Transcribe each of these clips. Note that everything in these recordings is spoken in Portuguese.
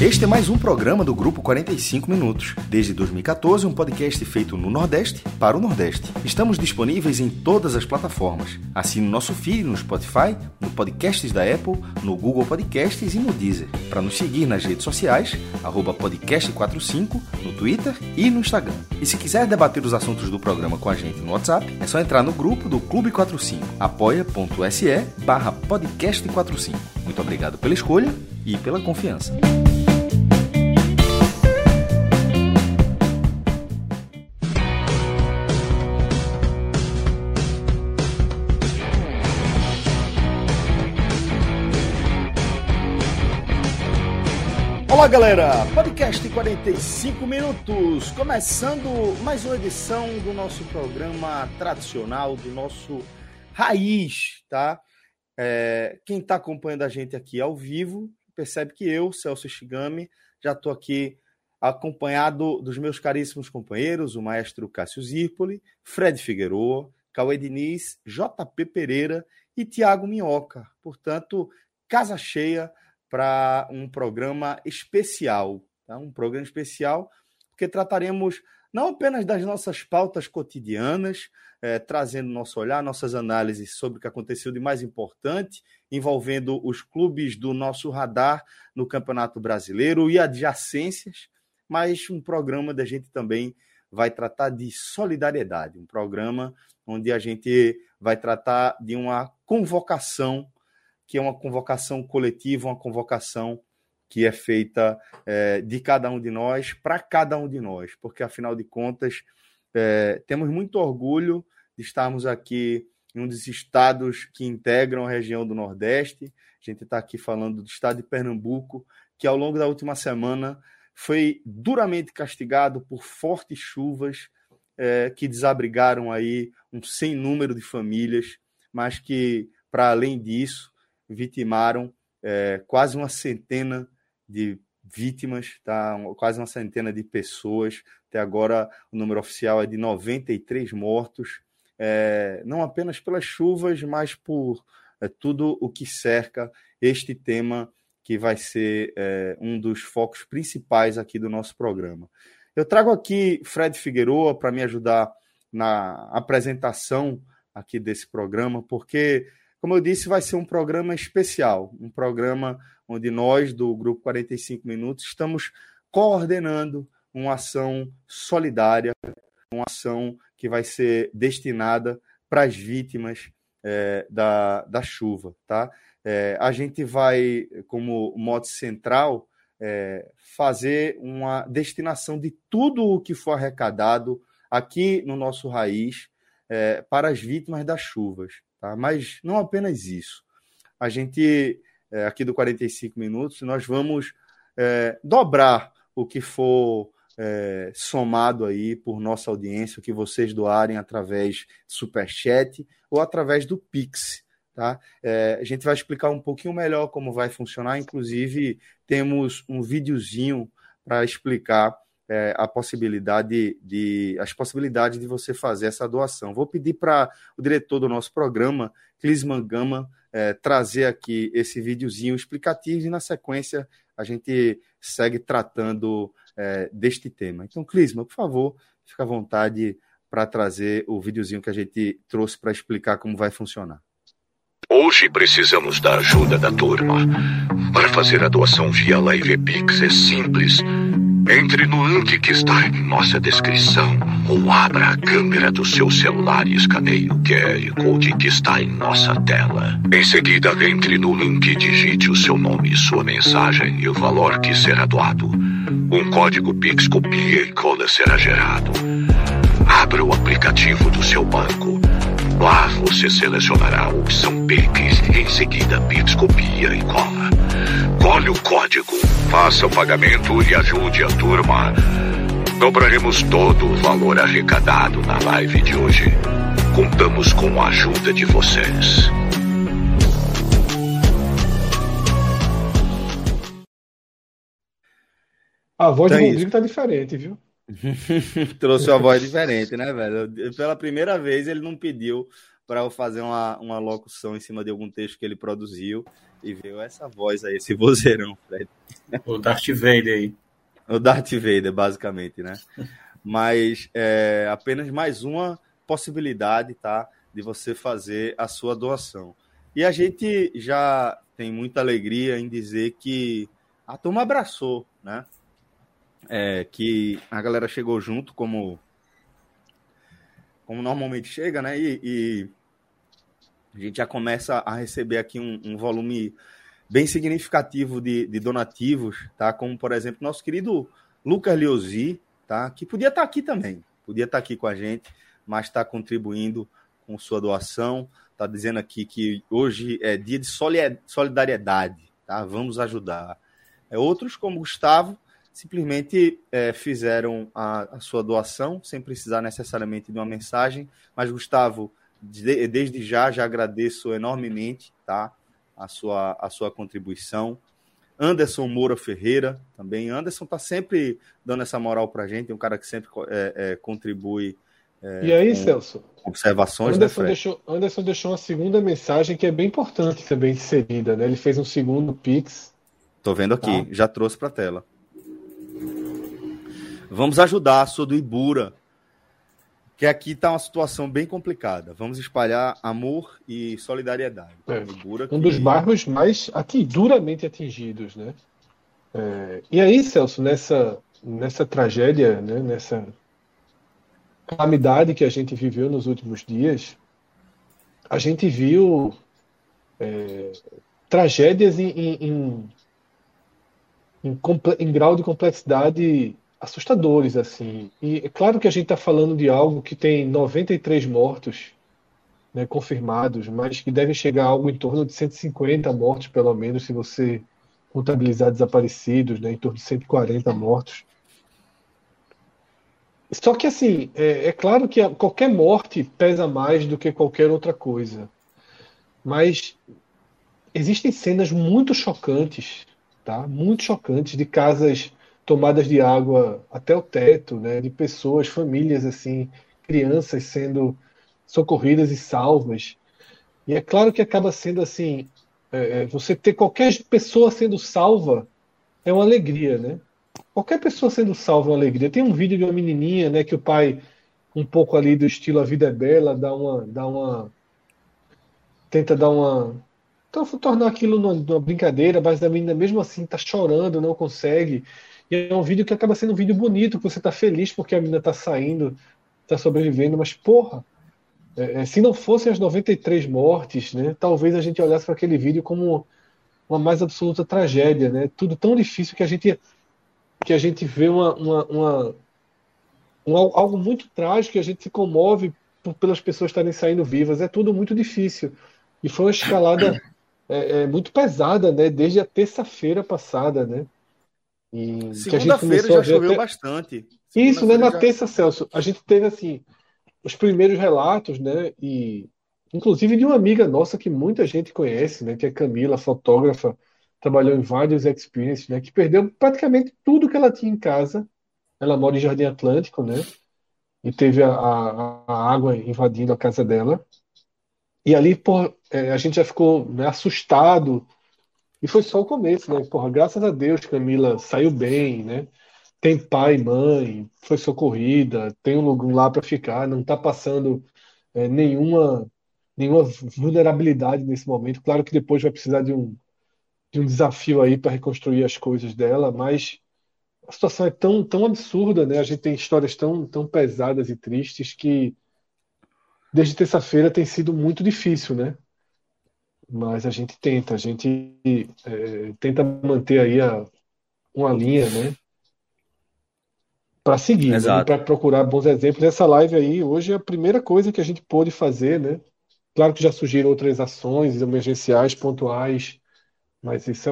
Este é mais um programa do Grupo 45 Minutos. Desde 2014, um podcast feito no Nordeste para o Nordeste. Estamos disponíveis em todas as plataformas. Assine nosso feed no Spotify, no Podcasts da Apple, no Google Podcasts e no Deezer. Para nos seguir nas redes sociais, @podcast45, no Twitter e no Instagram. E se quiser debater os assuntos do programa com a gente no WhatsApp, é só entrar no grupo do Clube 45, apoia.se/podcast45. Muito obrigado pela escolha e pela confiança. Olá galera, podcast 45 minutos, começando mais uma edição do nosso programa tradicional, do nosso Raiz, tá? Quem está acompanhando a gente aqui ao vivo, percebe que eu, Celso Shigami, já estou aqui acompanhado dos meus caríssimos companheiros, o maestro Cássio Zirpoli, Fred Figueroa, Cauê Diniz, JP Pereira e Tiago Minhoca. Portanto, casa cheia para um programa especial, tá? Um programa especial porque trataremos não apenas das nossas pautas cotidianas, trazendo nosso olhar, nossas análises sobre o que aconteceu de mais importante, envolvendo os clubes do nosso radar no Campeonato Brasileiro e adjacências, mas um programa onde a gente também vai tratar de solidariedade, um programa onde a gente vai tratar de uma convocação, que é uma convocação coletiva, uma convocação que é feita de cada um de nós, para cada um de nós, porque, afinal de contas, temos muito orgulho de estarmos aqui em um dos estados que integram a região do Nordeste. A gente está aqui falando do estado de Pernambuco, que ao longo da última semana foi duramente castigado por fortes chuvas que desabrigaram aí um sem número de famílias, mas que, para além disso, vitimaram quase uma centena de vítimas, tá? Quase uma centena de pessoas. Até agora o número oficial é de 93 mortos, não apenas pelas chuvas, mas por tudo o que cerca este tema que vai ser um dos focos principais aqui do nosso programa. Eu trago aqui Fred Figueroa para me ajudar na apresentação aqui desse programa, porque, como eu disse, vai ser um programa especial, um programa onde nós, do Grupo 45 Minutos, estamos coordenando uma ação solidária, uma ação que vai ser destinada para as vítimas da chuva, tá? A gente vai, como mote central, fazer uma destinação de tudo o que for arrecadado aqui no nosso Raiz para as vítimas das chuvas. Tá? Mas não apenas isso. A gente, aqui do 45 Minutos, nós vamos dobrar o que for somado aí por nossa audiência, o que vocês doarem através do Superchat ou através do Pix. Tá? A gente vai explicar um pouquinho melhor como vai funcionar. Inclusive, temos um videozinho para explicar as possibilidades de você fazer essa doação. Vou pedir para o diretor do nosso programa, Clisman Gama, trazer aqui esse videozinho explicativo e, na sequência, a gente segue tratando deste tema. Então, Clisman, por favor, fica à vontade para trazer o videozinho que a gente trouxe para explicar como vai funcionar. Hoje precisamos da ajuda da turma. Para fazer a doação via Live Pix é simples. Entre no link que está em nossa descrição ou abra a câmera do seu celular e escaneie o QR Code que está em nossa tela. Em seguida, entre no link e digite o seu nome, sua mensagem e o valor que será doado. Um código Pix copia e cola será gerado. Abra o aplicativo do seu banco. Lá você selecionará a opção Pix e em seguida Pix copia e cola. Cole o código, faça o pagamento e ajude a turma. Dobraremos todo o valor arrecadado na live de hoje. Contamos com a ajuda de vocês. A voz do Rodrigo tá diferente, viu? Trouxe uma voz diferente, né, velho? Pela primeira vez ele não pediu para eu fazer uma locução em cima de algum texto que ele produziu e veio essa voz aí, esse vozeirão, Fred. O Darth Vader aí. O Darth Vader, basicamente, né? Mas é apenas mais uma possibilidade, tá? De você fazer a sua doação. E a gente já tem muita alegria em dizer que a turma abraçou, né? Que a galera chegou junto, como normalmente chega, né? E a gente já começa a receber aqui um volume bem significativo de donativos, tá? Como, por exemplo, nosso querido Lucas Liozzi, tá? Que podia estar aqui também, podia estar aqui com a gente, mas está contribuindo com sua doação, está dizendo aqui que hoje é dia de solidariedade, tá? Vamos ajudar. Outros, como Gustavo, simplesmente fizeram a sua doação, sem precisar necessariamente de uma mensagem, mas, Gustavo, desde já agradeço enormemente, tá? A sua contribuição. Anderson Moura Ferreira também. Anderson está sempre dando essa moral para a gente, é um cara que sempre contribui. E aí, Celso? Observações, Anderson deixou uma segunda mensagem que é bem importante também inserida, né? Ele fez um segundo Pix. Tô vendo aqui, tá? Já trouxe para a tela. Vamos ajudar, sou do Ibura, que aqui está uma situação bem complicada. Vamos espalhar amor e solidariedade. Ibura, um dos bairros mais duramente atingidos, né? E aí, Celso, nessa tragédia, né? Nessa calamidade que a gente viveu nos últimos dias, a gente viu tragédias em grau de complexidade assustadores, assim. E é claro que a gente está falando de algo que tem 93 mortos, né, confirmados, mas que deve chegar a algo em torno de 150 mortos, pelo menos, se você contabilizar desaparecidos, né, em torno de 140 mortos. Só que, assim, é claro que qualquer morte pesa mais do que qualquer outra coisa. Mas existem cenas muito chocantes, tá? Muito chocantes, de casas tomadas de água até o teto, né? De pessoas, famílias, assim, crianças sendo socorridas e salvas. E é claro que acaba sendo assim, você ter qualquer pessoa sendo salva é uma alegria, né? Qualquer pessoa sendo salva é uma alegria. Tem um vídeo de uma menininha, né, que o pai, um pouco ali do estilo A Vida é Bela, tenta dar uma, então, tornar aquilo numa brincadeira, mas a menina mesmo assim tá chorando, não consegue. E é um vídeo que acaba sendo um vídeo bonito, que você tá feliz porque a menina tá saindo, tá sobrevivendo, mas porra, se não fossem as 93 mortes, né, talvez a gente olhasse para aquele vídeo como uma mais absoluta tragédia, né? Tudo tão difícil que a gente vê algo muito trágico, e a gente se comove pelas pessoas estarem saindo vivas. É tudo muito difícil. E foi uma escalada muito pesada, né? Desde a terça-feira passada, né? E que a gente segunda-feira já choveu bastante. Isso, né? Na terça, Celso, a gente teve assim os primeiros relatos, né? E inclusive de uma amiga nossa que muita gente conhece, né? Que é Camila, fotógrafa, trabalhou em vários experiences, né? Que perdeu praticamente tudo que ela tinha em casa. Ela mora em Jardim Atlântico, né? E teve a água invadindo a casa dela. E ali, pô, a gente já ficou, né, assustado. E foi só o começo, né? Porra, graças a Deus, Camila saiu bem, né? Tem pai e mãe, foi socorrida, tem um lugar lá para ficar, não está passando nenhuma vulnerabilidade nesse momento. Claro que depois vai precisar de um desafio aí para reconstruir as coisas dela, mas a situação é tão absurda, né? A gente tem histórias tão pesadas e tristes que desde terça-feira tem sido muito difícil, né? Mas a gente tenta manter aí uma linha, né? Para seguir, né? E Exato. para procurar bons exemplos. Essa live aí hoje é a primeira coisa que a gente pôde fazer, né? Claro que já surgiram outras ações emergenciais, pontuais, mas isso é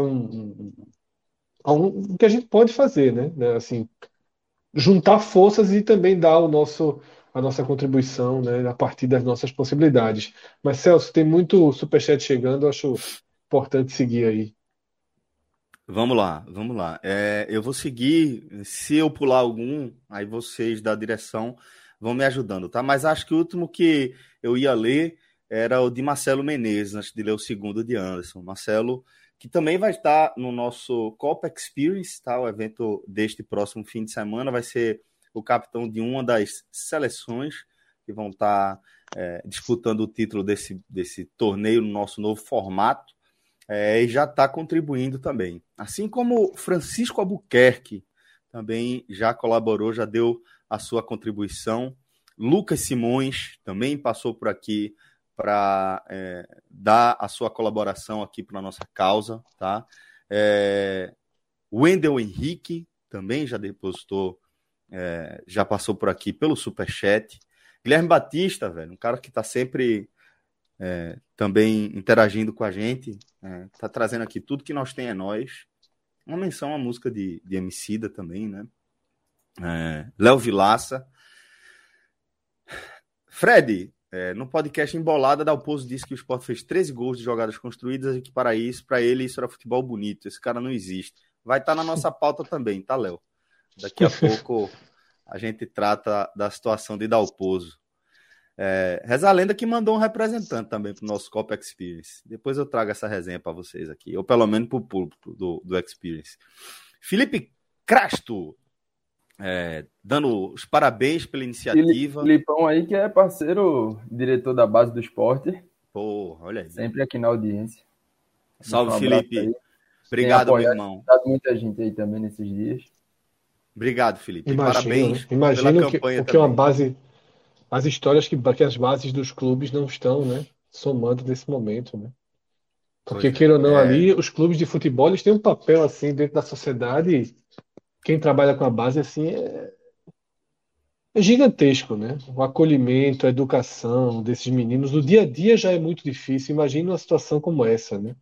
um que a gente pode fazer, né? Assim, juntar forças e também dar a nossa contribuição, né? A partir das nossas possibilidades. Mas, Celso, tem muito superchat chegando, eu acho importante seguir aí. Vamos lá. Eu vou seguir. Se eu pular algum, aí vocês da direção vão me ajudando, tá? Mas acho que o último que eu ia ler era o de Marcelo Menezes, antes de ler o segundo de Anderson. Marcelo que também vai estar no nosso Copa Experience, tá? O evento deste próximo fim de semana vai ser o capitão de uma das seleções que vão estar disputando o título desse torneio no nosso novo formato, e já está contribuindo também. Assim como Francisco Albuquerque também já colaborou, já deu a sua contribuição. Lucas Simões também passou por aqui para dar a sua colaboração aqui para a nossa causa, tá? Wendel Henrique também já depositou, já passou por aqui pelo Superchat. Guilherme Batista, velho, um cara que está sempre também interagindo com a gente, tá trazendo aqui tudo que nós tem é nós. Uma menção à música de Emicida também, né? Léo Vilaça. Fred, no podcast Embolada, Dalpozo disse que o Sport fez 13 gols de jogadas construídas e que para ele isso era futebol bonito. Esse cara não existe. Vai estar na nossa pauta também, tá, Léo? Daqui a pouco a gente trata da situação de Dalpozo. Reza a lenda que mandou um representante também para o nosso Copa Experience. Depois eu trago essa resenha para vocês aqui, ou pelo menos para o público do Experience. Felipe Crasto, dando os parabéns pela iniciativa. Filipão aí que é parceiro, diretor da base do esporte. Porra, olha aí. Sempre aqui na audiência. Salve, Felipe. Aí. Obrigado, meu irmão. Tem muita gente aí também nesses dias. Obrigado, Felipe. Parabéns pela campanha que uma base... As histórias que as bases dos clubes não estão, né, somando nesse momento, né? Porque, queira ou não, ali, os clubes de futebol, eles têm um papel, assim, dentro da sociedade. Quem trabalha com a base, assim, é gigantesco, né? O acolhimento, a educação desses meninos, no dia a dia já é muito difícil. Imagina uma situação como essa, né?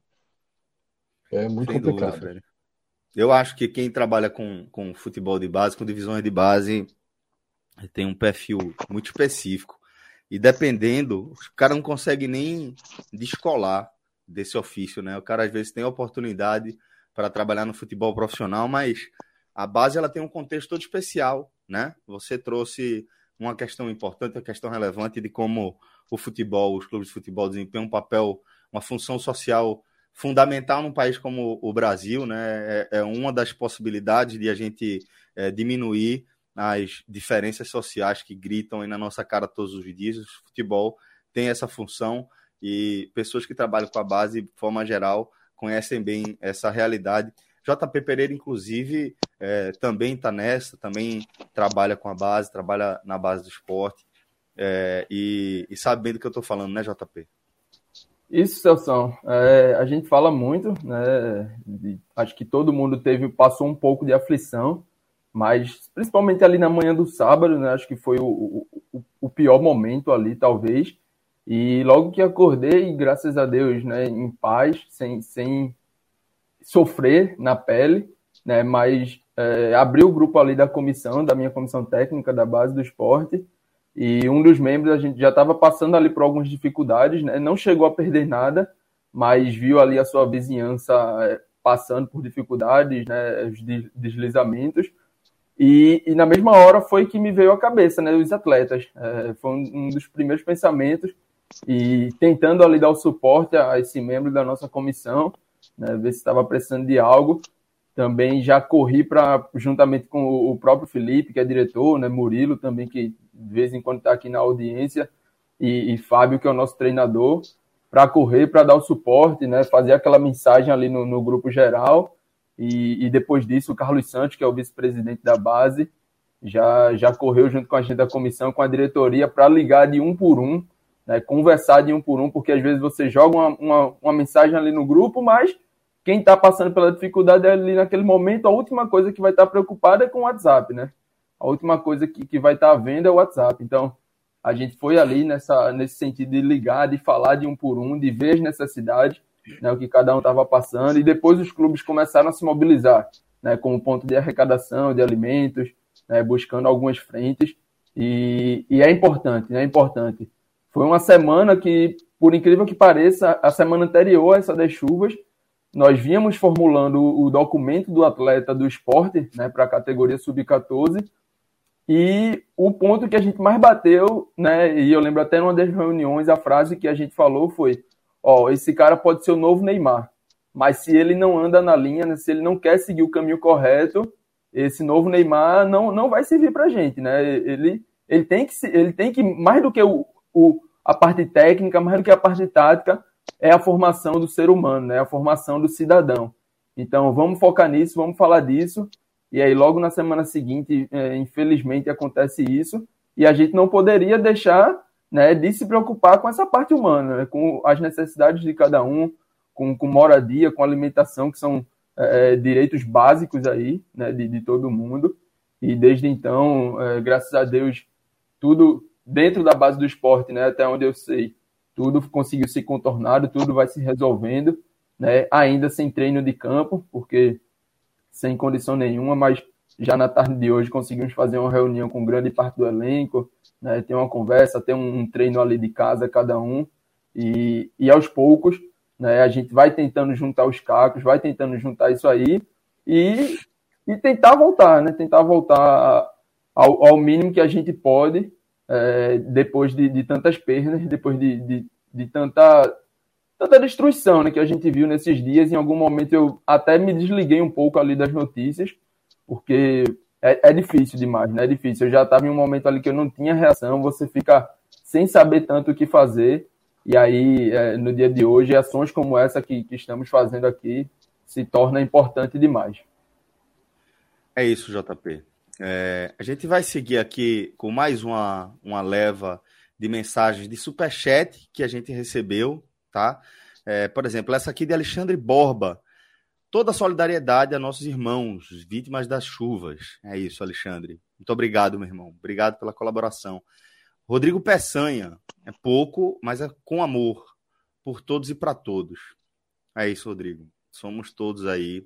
É muito complicado. Dúvida, eu acho que quem trabalha com futebol de base, com divisões de base, tem um perfil muito específico. E dependendo, o cara não consegue nem descolar desse ofício, né? O cara às vezes tem a oportunidade para trabalhar no futebol profissional, mas a base ela tem um contexto todo especial, né? Você trouxe uma questão importante, uma questão relevante de como o futebol, os clubes de futebol desempenham um papel, uma função social fundamental num país como o Brasil, né? É uma das possibilidades de a gente diminuir as diferenças sociais que gritam aí na nossa cara todos os dias. O futebol tem essa função e pessoas que trabalham com a base, de forma geral, conhecem bem essa realidade. JP Pereira, inclusive, também está nessa, também trabalha com a base, trabalha na base do esporte e sabe bem do que eu estou falando, né, JP? Isso, Celção. A gente fala muito, né? Acho que todo mundo passou um pouco de aflição, mas principalmente ali na manhã do sábado, né? Acho que foi o pior momento ali, talvez. E logo que acordei, graças a Deus, né, em paz, sem sofrer na pele, né? Mas abri o grupo ali da minha comissão técnica da base do esporte, e um dos membros, a gente já estava passando ali por algumas dificuldades, né? Não chegou a perder nada, mas viu ali a sua vizinhança passando por dificuldades, né? Os deslizamentos. E na mesma hora foi que me veio à cabeça, né, os atletas. Foi um dos primeiros pensamentos, e tentando ali dar o suporte a esse membro da nossa comissão, né, ver se estava precisando de algo. Também já corri juntamente com o próprio Felipe, que é diretor, né, Murilo também, que de vez em quando está aqui na audiência, e Fábio, que é o nosso treinador, para correr, para dar o suporte, né, fazer aquela mensagem ali no grupo geral. E depois disso, o Carlos Santos, que é o vice-presidente da base, já correu junto com a gente da comissão, com a diretoria, para ligar de um por um, né, conversar de um por um, porque às vezes você joga uma mensagem ali no grupo, mas quem está passando pela dificuldade ali naquele momento, a última coisa que vai estar preocupada é com o WhatsApp, né? A última coisa que vai estar vendo é o WhatsApp. Então, a gente foi ali nesse sentido de ligar, de falar de um por um, de ver as necessidades, né, o que cada um estava passando, e depois os clubes começaram a se mobilizar, né, como ponto de arrecadação de alimentos, né, buscando algumas frentes, e é importante, né, importante. Foi uma semana que, por incrível que pareça, a semana anterior a essa das chuvas, nós vínhamos formulando o documento do atleta do esporte, né, para a categoria sub-14, e o ponto que a gente mais bateu, né, e eu lembro até em uma das reuniões, a frase que a gente falou foi: esse cara pode ser o novo Neymar. mas se ele não anda na linha, né, se ele não quer seguir o caminho correto, esse novo Neymar não vai servir para a gente, né? Ele tem que mais do que a parte técnica, mais do que a parte tática, é a formação do ser humano, né? A formação do cidadão. Então, vamos focar nisso, vamos falar disso. E aí, logo na semana seguinte, infelizmente, acontece isso. E a gente não poderia deixar, né, de se preocupar com essa parte humana, né? Com as necessidades de cada um, com moradia, com alimentação, que são direitos básicos aí, né, de todo mundo. E desde então, graças a Deus, tudo dentro da base do esporte, né, até onde eu sei, tudo conseguiu ser contornado, tudo vai se resolvendo, né, ainda sem treino de campo, porque sem condição nenhuma, mas já na tarde de hoje conseguimos fazer uma reunião com grande parte do elenco, né, ter uma conversa, ter um treino ali de casa cada um, e aos poucos, né, a gente vai tentando juntar os cacos, vai tentando juntar isso aí, e tentar voltar, né, tentar voltar ao mínimo que a gente pode, depois de tantas perdas, depois de tanta destruição, né, que a gente viu nesses dias. Em algum momento eu até me desliguei um pouco ali das notícias, porque é difícil demais, né? É difícil. Eu já estava em um momento ali que eu não tinha reação, você fica sem saber tanto o que fazer, e aí, no dia de hoje, ações como essa que estamos fazendo aqui se torna importante demais. É isso, JP. A gente vai seguir aqui com mais uma leva de mensagens de superchat que a gente recebeu, tá? Por exemplo, essa aqui de Alexandre Borba. Toda a solidariedade a nossos irmãos, vítimas das chuvas. É isso, Alexandre. Muito obrigado, meu irmão. Obrigado pela colaboração. Rodrigo Peçanha. É pouco, mas é com amor. Por todos e para todos. É isso, Rodrigo. Somos todos aí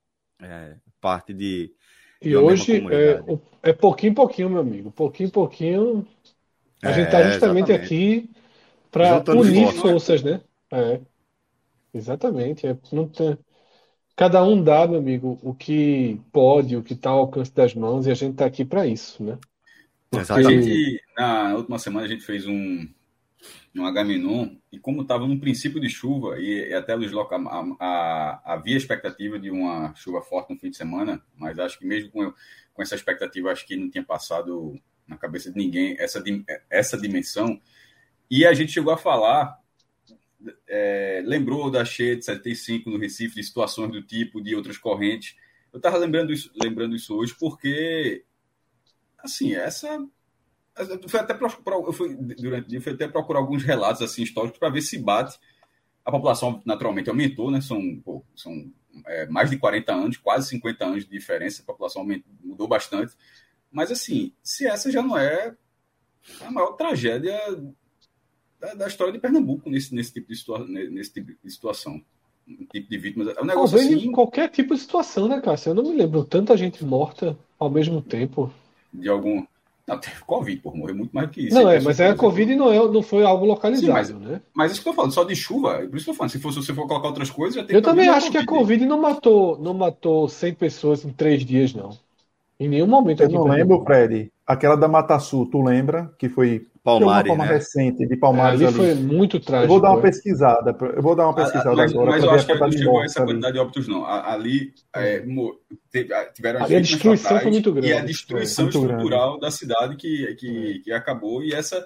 parte de... E hoje é pouquinho em pouquinho, meu amigo. Pouquinho em pouquinho. A gente está justamente aqui para unir forças, né? Exatamente. Cada um dá, meu amigo, o que pode, o que está ao alcance das mãos, e a gente está aqui para isso, né? Porque... na última semana, a gente fez um Agamenon, e como estava no princípio de chuva, e até Luiz Loca havia expectativa de uma chuva forte no fim de semana, mas acho que mesmo com essa expectativa, acho que não tinha passado na cabeça de ninguém essa dimensão. E a gente chegou a falar, lembrou da cheia de 75 no Recife, de situações do tipo, de outras correntes. Eu estava lembrando isso hoje, porque, assim, eu fui até procurar alguns relatos assim, históricos para ver se bate. A população naturalmente aumentou, né? São mais de 40 anos, quase 50 anos de diferença. A população mudou bastante. Mas, assim, se essa já não é a maior tragédia da história de Pernambuco nesse tipo de situação, um tipo de vítimas. É um negócio assim... Qualquer tipo de situação, né, Cássio? Eu não me lembro tanta gente morta ao mesmo tempo. De algum... Não, teve Covid, morreu muito mais do que isso. Não, mas a Covid não foi algo localizado, sim, né? Mas isso que eu tô falando, só de chuva, por isso que eu tô falando, se você for colocar outras coisas, já tem... Eu também acho que a Covid não matou 100 pessoas em 3 dias, não. Em nenhum momento. Eu não lembro, Fred. Aquela da Mata Sul, tu lembra? Que foi Palmares, uma recente de Palmares ali. Foi muito trágico. Eu vou dar uma pesquisada. Agora. Mas eu acho que não chegou a essa quantidade de óbitos, não. Ali tiveram as destruição foi muito grande. E a destruição estrutural da cidade que acabou. E essa...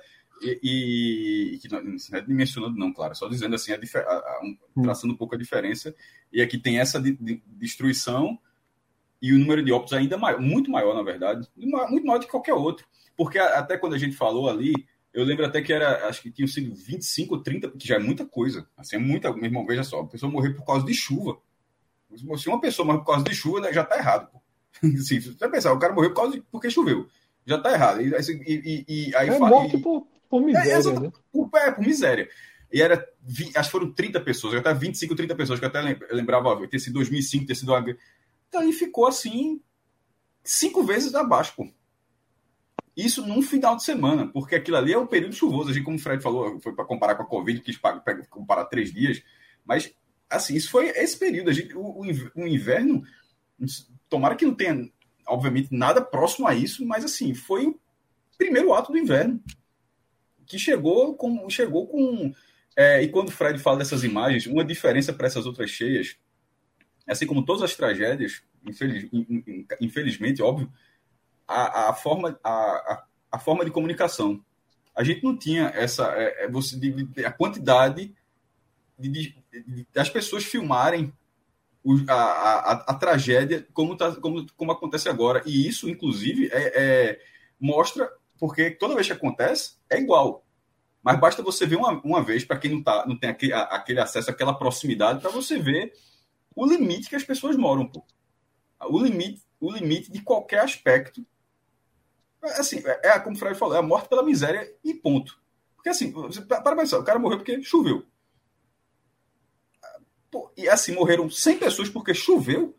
E que não é dimensionando, não, claro. Só dizendo assim, traçando um pouco a diferença. E aqui tem essa destruição... E o número de óbitos ainda maior, muito maior, na verdade, muito maior do que qualquer outro. Porque até quando a gente falou ali, eu lembro até que acho que tinham sido 25 ou 30, que já é muita coisa. Assim, é muita, meu irmão, veja só, a pessoa morreu por causa de chuva. Se uma pessoa morre por causa de chuva, né, já está errado. Pô. Assim, você vai pensar, o cara morreu porque choveu. Já está errado. Aí morte por miséria, né? Por miséria. E acho que foram 30 pessoas, até 25, 30 pessoas, que eu até lembrava, ter sido 2005, ter sido... Então, ele ficou assim 5 vezes abaixo, pô. Isso num final de semana, porque aquilo ali é um período chuvoso. A gente, como o Fred falou, foi para comparar com a Covid, quis comparar 3 dias, mas assim, isso foi esse período. O inverno, tomara que não tenha, obviamente, nada próximo a isso, mas assim, foi o primeiro ato do inverno, que chegou com... E quando o Fred fala dessas imagens, uma diferença para essas outras cheias, assim como todas as tragédias, infelizmente, óbvio, a forma de comunicação. A gente não tinha a quantidade das pessoas filmarem a tragédia como acontece agora. E isso, inclusive, mostra, porque toda vez que acontece, é igual. Mas basta você ver uma vez, para quem não tem aquele acesso, aquela proximidade, para você ver o limite que as pessoas moram. Pô. O limite de qualquer aspecto. Assim, como o Fred falou, é a morte pela miséria e ponto. Porque assim, para pensar, o cara morreu porque choveu. Pô, e assim, morreram 100 pessoas porque choveu.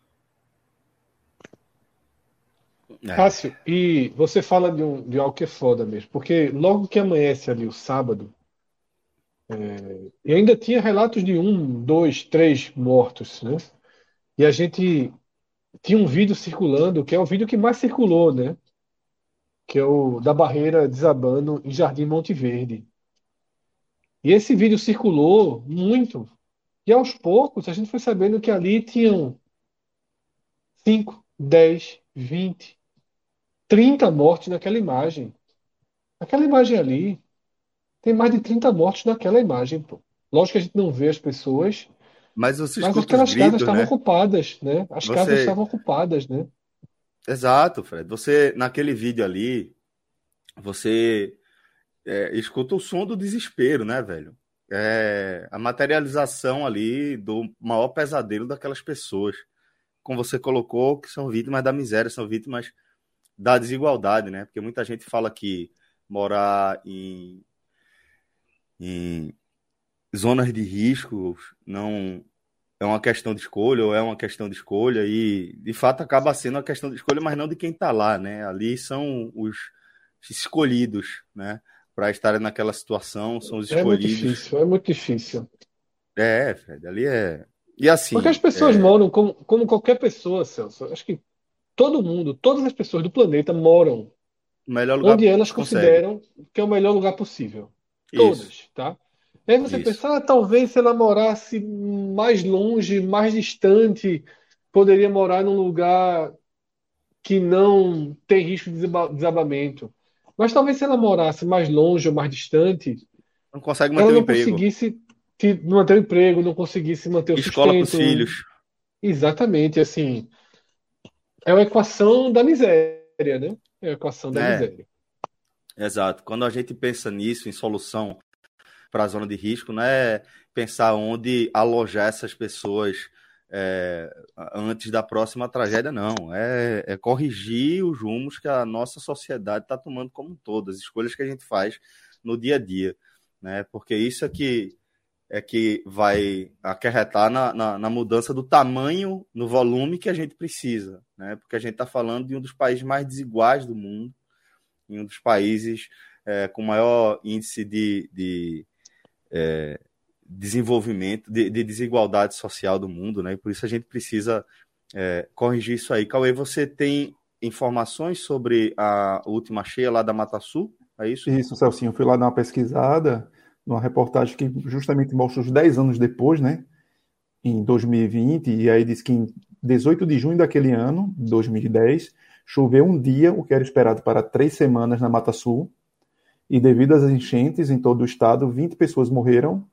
Cássio, e você fala de algo que é foda mesmo, porque logo que amanhece ali o sábado, e ainda tinha relatos de 1, 2, 3 mortos, né? E a gente tinha um vídeo circulando, que é o vídeo que mais circulou, né? Que é o da barreira desabando em Jardim Monte Verde. E esse vídeo circulou muito. E aos poucos a gente foi sabendo que ali tinham 5, 10, 20, 30 mortes naquela imagem. Aquela imagem ali tem mais de 30 mortes naquela imagem, pô. Lógico que a gente não vê as pessoas, Mas você mas escuta os aquelas casas gritos, estavam né? ocupadas, né? As casas Você. estavam ocupadas, né? Exato, Fred. Você, naquele vídeo ali, você escuta o som do desespero, né, velho? É a materialização ali do maior pesadelo daquelas pessoas. Como você colocou, que são vítimas da miséria, são vítimas da desigualdade, né? Porque muita gente fala que morar em zonas de risco não é uma questão de escolha, ou é uma questão de escolha, e de fato acaba sendo uma questão de escolha, mas não de quem está lá, né? Ali são os escolhidos, né? Para estarem naquela situação, são os É muito escolhidos. difícil, é muito difícil. Fred, ali é. E Porque as assim, pessoas moram como qualquer pessoa, Celso. Acho que todo mundo, todas as pessoas do planeta moram o melhor lugar onde elas que consegue. consideram que é o melhor lugar possível. Isso, Todas, tá? E aí você isso. pensa, talvez se ela morasse mais longe, mais distante, poderia morar num lugar que não tem risco de desabamento. Mas talvez se ela morasse mais longe ou mais distante, Não consegue ela manter o não emprego. conseguisse manter o emprego, não conseguisse manter o Escola para os sustento. filhos. Exatamente, assim, é uma equação da miséria, né? É uma equação da É, miséria. exato. Quando a gente pensa nisso, em solução para a zona de risco, não é pensar onde alojar essas pessoas antes da próxima tragédia, não. É corrigir os rumos que a nossa sociedade está tomando como um todo, as escolhas que a gente faz no dia a dia, né? Porque isso é que vai acarretar na mudança do tamanho, no volume que a gente precisa, né? Porque a gente está falando de um dos países mais desiguais do mundo, em um dos países com maior índice de desenvolvimento, de desigualdade social do mundo, né? E por isso a gente precisa corrigir isso aí. Cauê, você tem informações sobre a última cheia lá da Mata Sul? É isso? Isso, Celcinho, eu fui lá dar uma pesquisada, numa reportagem que justamente mostra os 10 anos depois, né, em 2020, e aí diz que em 18 de junho daquele ano, 2010, choveu um dia, o que era esperado para 3 semanas na Mata Sul, e devido às enchentes em todo o estado, 20 pessoas morreram,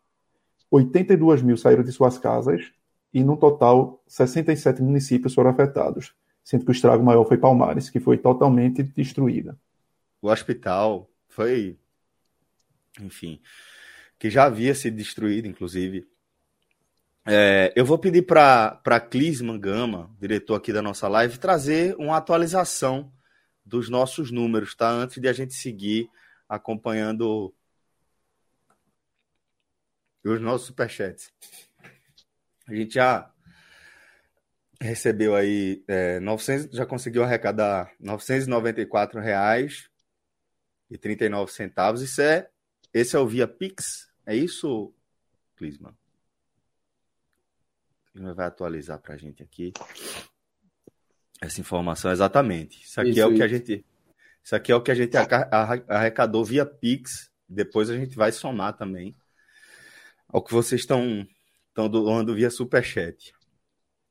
82 mil saíram de suas casas, e no total, 67 municípios foram afetados, sendo que o estrago maior foi Palmares, que foi totalmente destruída. O hospital foi, enfim, que já havia sido destruído, inclusive. Eu vou pedir para Clisman Gama, diretor aqui da nossa live, trazer uma atualização dos nossos números, tá? Antes de a gente seguir acompanhando os nossos superchats. A gente já recebeu aí 900, já conseguiu arrecadar R$ 994,39. Esse é o Via Pix? É isso, Clisman? Clisman vai atualizar para a gente aqui essa informação exatamente. Isso aqui é o que a gente arrecadou via Pix. Depois a gente vai somar também ao que vocês estão doando via Superchat.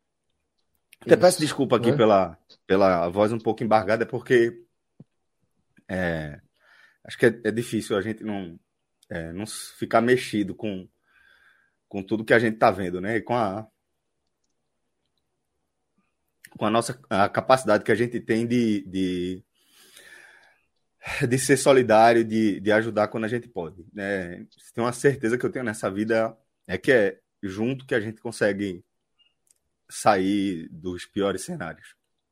Até peço desculpa aqui né? pela voz um pouco embargada, porque acho que é difícil a gente não ficar mexido com tudo que a gente está vendo, né? E com a nossa capacidade que a gente tem de ser solidário, de ajudar quando a gente pode, né? Tem uma certeza que eu tenho nessa vida que é junto que a gente consegue sair dos piores cenários.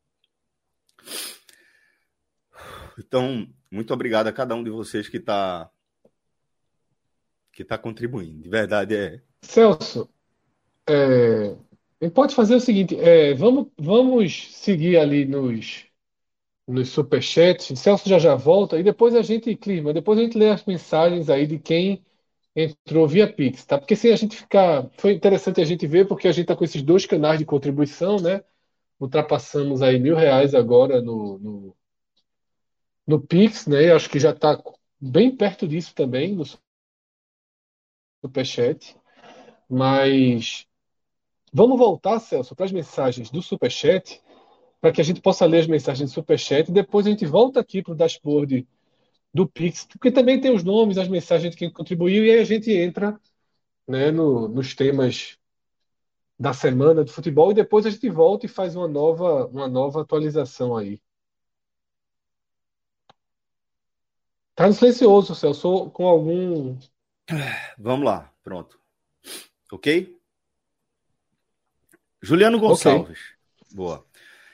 Então, muito obrigado a cada um de vocês que está contribuindo. De verdade, Celso, a gente pode fazer o seguinte: vamos seguir ali nos superchats. Celso já volta e depois a gente clima, depois a gente lê as mensagens aí de quem entrou via Pix, tá? Porque se a gente ficar. Foi interessante a gente ver, porque a gente tá com esses dois canais de contribuição, né? Ultrapassamos aí R$ 1.000 agora no Pix, né? Acho que já está bem perto disso também, no Superchat. Mas vamos voltar, Celso, para as mensagens do Superchat, para que a gente possa ler as mensagens do Superchat e depois a gente volta aqui para o dashboard do Pix, porque também tem os nomes, as mensagens de quem contribuiu, e aí a gente entra, né, nos temas da semana do futebol e depois a gente volta e faz uma nova atualização aí. Tá no silencioso, Celso, com algum. vamos lá, pronto. Ok? Juliano Gonçalves. Okay. Boa.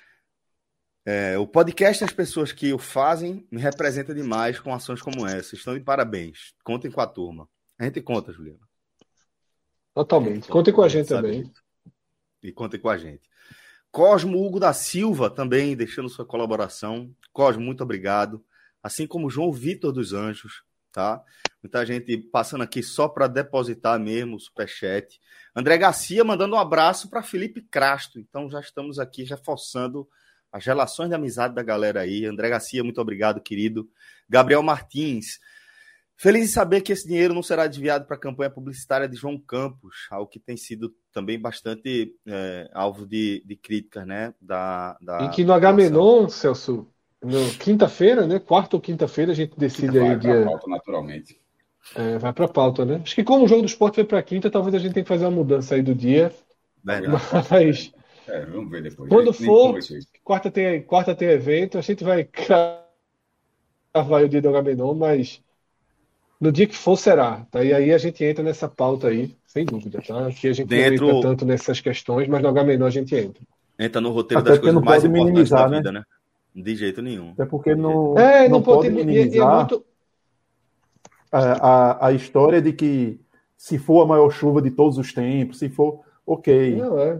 O podcast, as pessoas que o fazem, me representa demais com ações como essa. Estão de parabéns. Contem com a turma. A gente conta, Juliano. Totalmente. Contem com a gente também. Disso. E contem com a gente. Cosmo Hugo da Silva também deixando sua colaboração. Cosmo, muito obrigado. Assim como João Vitor dos Anjos, tá? Muita gente passando aqui só para depositar mesmo o superchat. André Garcia mandando um abraço para Felipe Crasto. Então já estamos aqui reforçando as relações de amizade da galera aí. André Garcia, muito obrigado, querido. Gabriel Martins. Feliz de saber que esse dinheiro não será desviado para a campanha publicitária de João Campos, algo que tem sido também bastante alvo de críticas, né? E que no Agamenon, Celso, quinta-feira, né? Quarta ou quinta-feira, a gente decide aí o dia. Vai para a pauta, naturalmente. Vai para a pauta, né? Acho que como o jogo do Sport foi para quinta, talvez a gente tenha que fazer uma mudança aí do dia. Mas vamos ver depois. Quando for, quarta tem evento, a gente vai cravar o dia do Agamenon, mas no dia que for será, tá? E aí a gente entra nessa pauta aí, sem dúvida, tá? Aqui a gente não entra tanto nessas questões, mas no Agamenon a gente entra. Entra no roteiro das coisas mais importantes da vida, né? De jeito nenhum. Até porque não pode minimizar muito... a história de que se for a maior chuva de todos os tempos, se for, ok.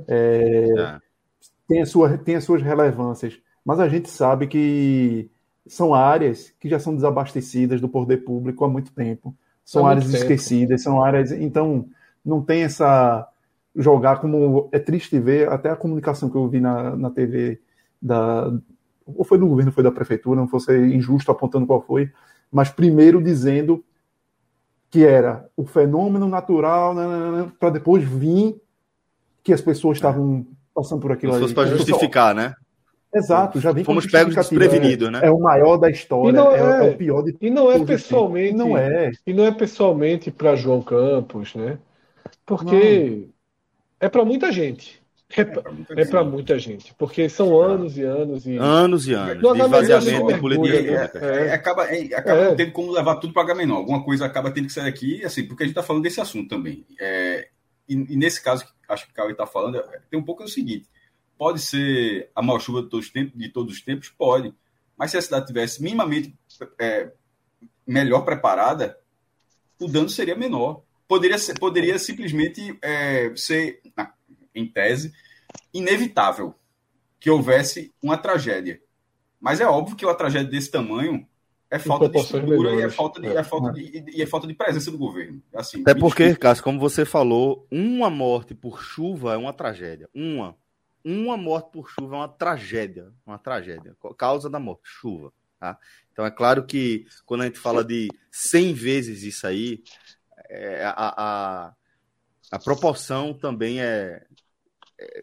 Tem as suas relevâncias, mas a gente sabe que são áreas que já são desabastecidas do poder público há muito tempo. São áreas esquecidas, são áreas... Então, não tem essa... Jogar como... É triste ver até a comunicação que eu vi na TV ou foi do governo, ou foi da prefeitura, não fosse injusto apontando qual foi, mas primeiro dizendo que era o fenômeno natural, para depois vir que as pessoas estavam passando por aquilo ali. Para justificar, né? Exato, já vem fomos pegos desprevenidos, né? É o maior da história, é o pior de todos. E não é pessoalmente. Não é. E não é pessoalmente para João Campos, né? Porque é para muita gente. É para muita gente. Porque são anos e anos e. Anos e anos. De esvaziamento de política pública. Acaba tendo como levar tudo para Agamenon. Alguma coisa acaba tendo que sair daqui, assim, porque a gente está falando desse assunto também. E nesse caso, acho que o Cauê está falando, tem um pouco o seguinte. Pode ser a maior chuva de todos os tempos? Pode. Mas se a cidade tivesse minimamente melhor preparada, o dano seria menor. Poderia simplesmente ser, em tese, inevitável que houvesse uma tragédia. Mas é óbvio que uma tragédia desse tamanho é falta de estrutura e é falta de presença do governo. Assim, até porque, Cássio, como você falou, uma morte por chuva é uma tragédia. Uma morte por chuva é uma tragédia. Causa da morte, chuva. Tá? Então é claro que quando a gente fala de 100 vezes isso aí, a proporção também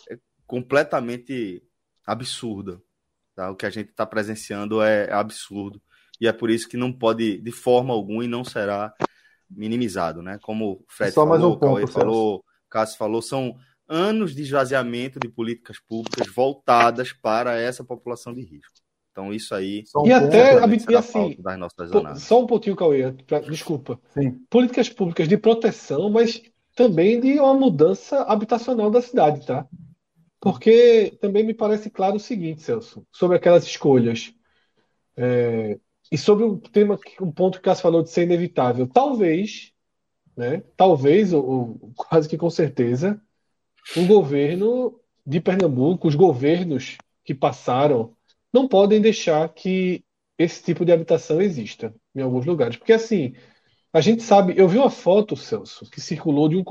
completamente absurda. Tá? O que a gente está presenciando é absurdo. E é por isso que não pode, de forma alguma, e não será minimizado. Né? Como o Fred Só mais falou, um ponto, Cauê falou, Cássio falou, são anos de esvaziamento de políticas públicas voltadas para essa população de risco. Então, isso aí... E até, será e assim, das nossas análises. só um pouquinho, Cauê, desculpa. Sim. Políticas públicas de proteção, mas também de uma mudança habitacional da cidade, tá? Porque também me parece claro o seguinte, Celso, sobre aquelas escolhas. E sobre o tema, um ponto que o Cássio falou de ser inevitável. Talvez, né? Talvez, ou quase que com certeza, o governo de Pernambuco, os governos que passaram, não podem deixar que esse tipo de habitação exista em alguns lugares. Porque, assim, a gente sabe, eu vi uma foto, Celso, que circulou de um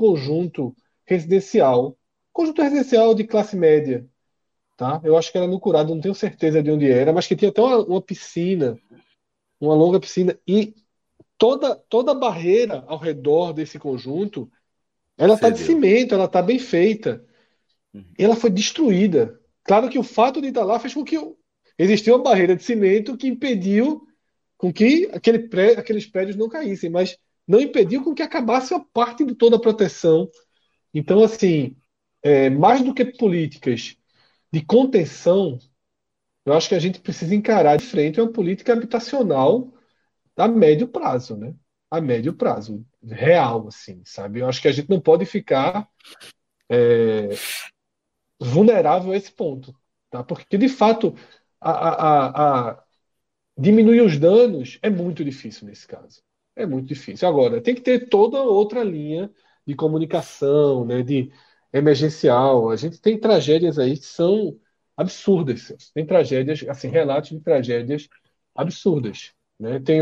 conjunto residencial de classe média, tá? Eu acho que era no Curado, não tenho certeza de onde era, mas que tinha até uma piscina, uma longa piscina, e toda a barreira ao redor desse conjunto, ela está de Cedeu. cimento, ela está bem feita. E ela foi destruída. Claro que o fato de estar lá fez com que existiu uma barreira de cimento que impediu com que aqueles prédios não caíssem, mas não impediu com que acabasse a parte de toda a proteção. Então, assim, mais do que políticas de contenção, eu acho que a gente precisa encarar de frente uma política habitacional a médio prazo, né? A médio prazo, real, assim, sabe? Eu acho que a gente não pode ficar vulnerável a esse ponto, tá? Porque, de fato, diminuir os danos é muito difícil nesse caso. É muito difícil. Agora, tem que ter toda outra linha de comunicação, né, de emergencial. A gente tem tragédias aí que são absurdas, Celso. Tem tragédias, assim, relatos de tragédias absurdas, né? Tem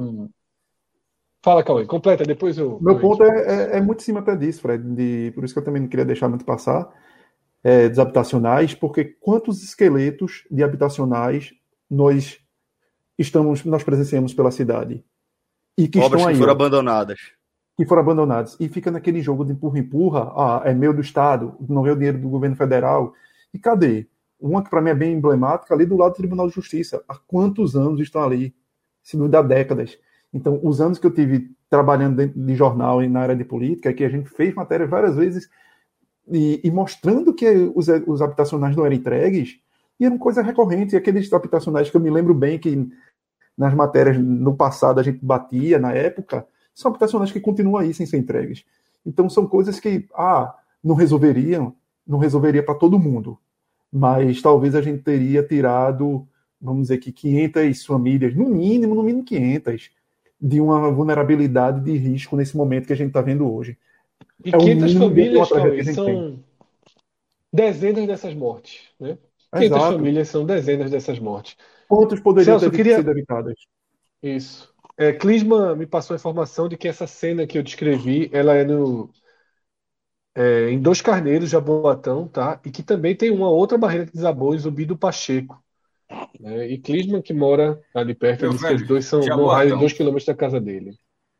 Fala, Cauê, completa, depois eu... Meu ponto é muito em cima até disso, Fred, por isso que eu também não queria deixar muito passar, dos habitacionais, porque quantos esqueletos de habitacionais nós presenciamos pela cidade? E que Obras estão aí, que foram abandonadas. Que foram abandonadas. E fica naquele jogo de empurra-empurra, é meu do Estado, não é o dinheiro do governo federal. E cadê? Uma que para mim é bem emblemática, ali do lado do Tribunal de Justiça. Há quantos anos estão ali? Se não dá décadas. Então, os anos que eu tive trabalhando dentro de jornal e na área de política, é que a gente fez matéria várias vezes e mostrando que os habitacionais não eram entregues, e eram coisas recorrentes. E aqueles habitacionais que eu me lembro bem que nas matérias no passado a gente batia na época, são habitacionais que continuam aí sem ser entregues. Então são coisas que não resolveria para todo mundo, mas talvez a gente teria tirado, vamos dizer que 500 famílias, no mínimo 500, de uma vulnerabilidade de risco nesse momento que a gente está vendo hoje. E 500 famílias, Cauê, são dezenas dessas mortes, né? 500 famílias são dezenas dessas mortes. Quantos poderiam ter sido evitadas? Isso. Clisma me passou a informação de que essa cena que eu descrevi, ela é em Dois Carneiros, Jaboatão, tá? E que também tem uma outra barreira que desabou em Zumbi do Pacheco. E Clisma, que mora ali perto, disse que os dois são no raio de 2 km da casa dele.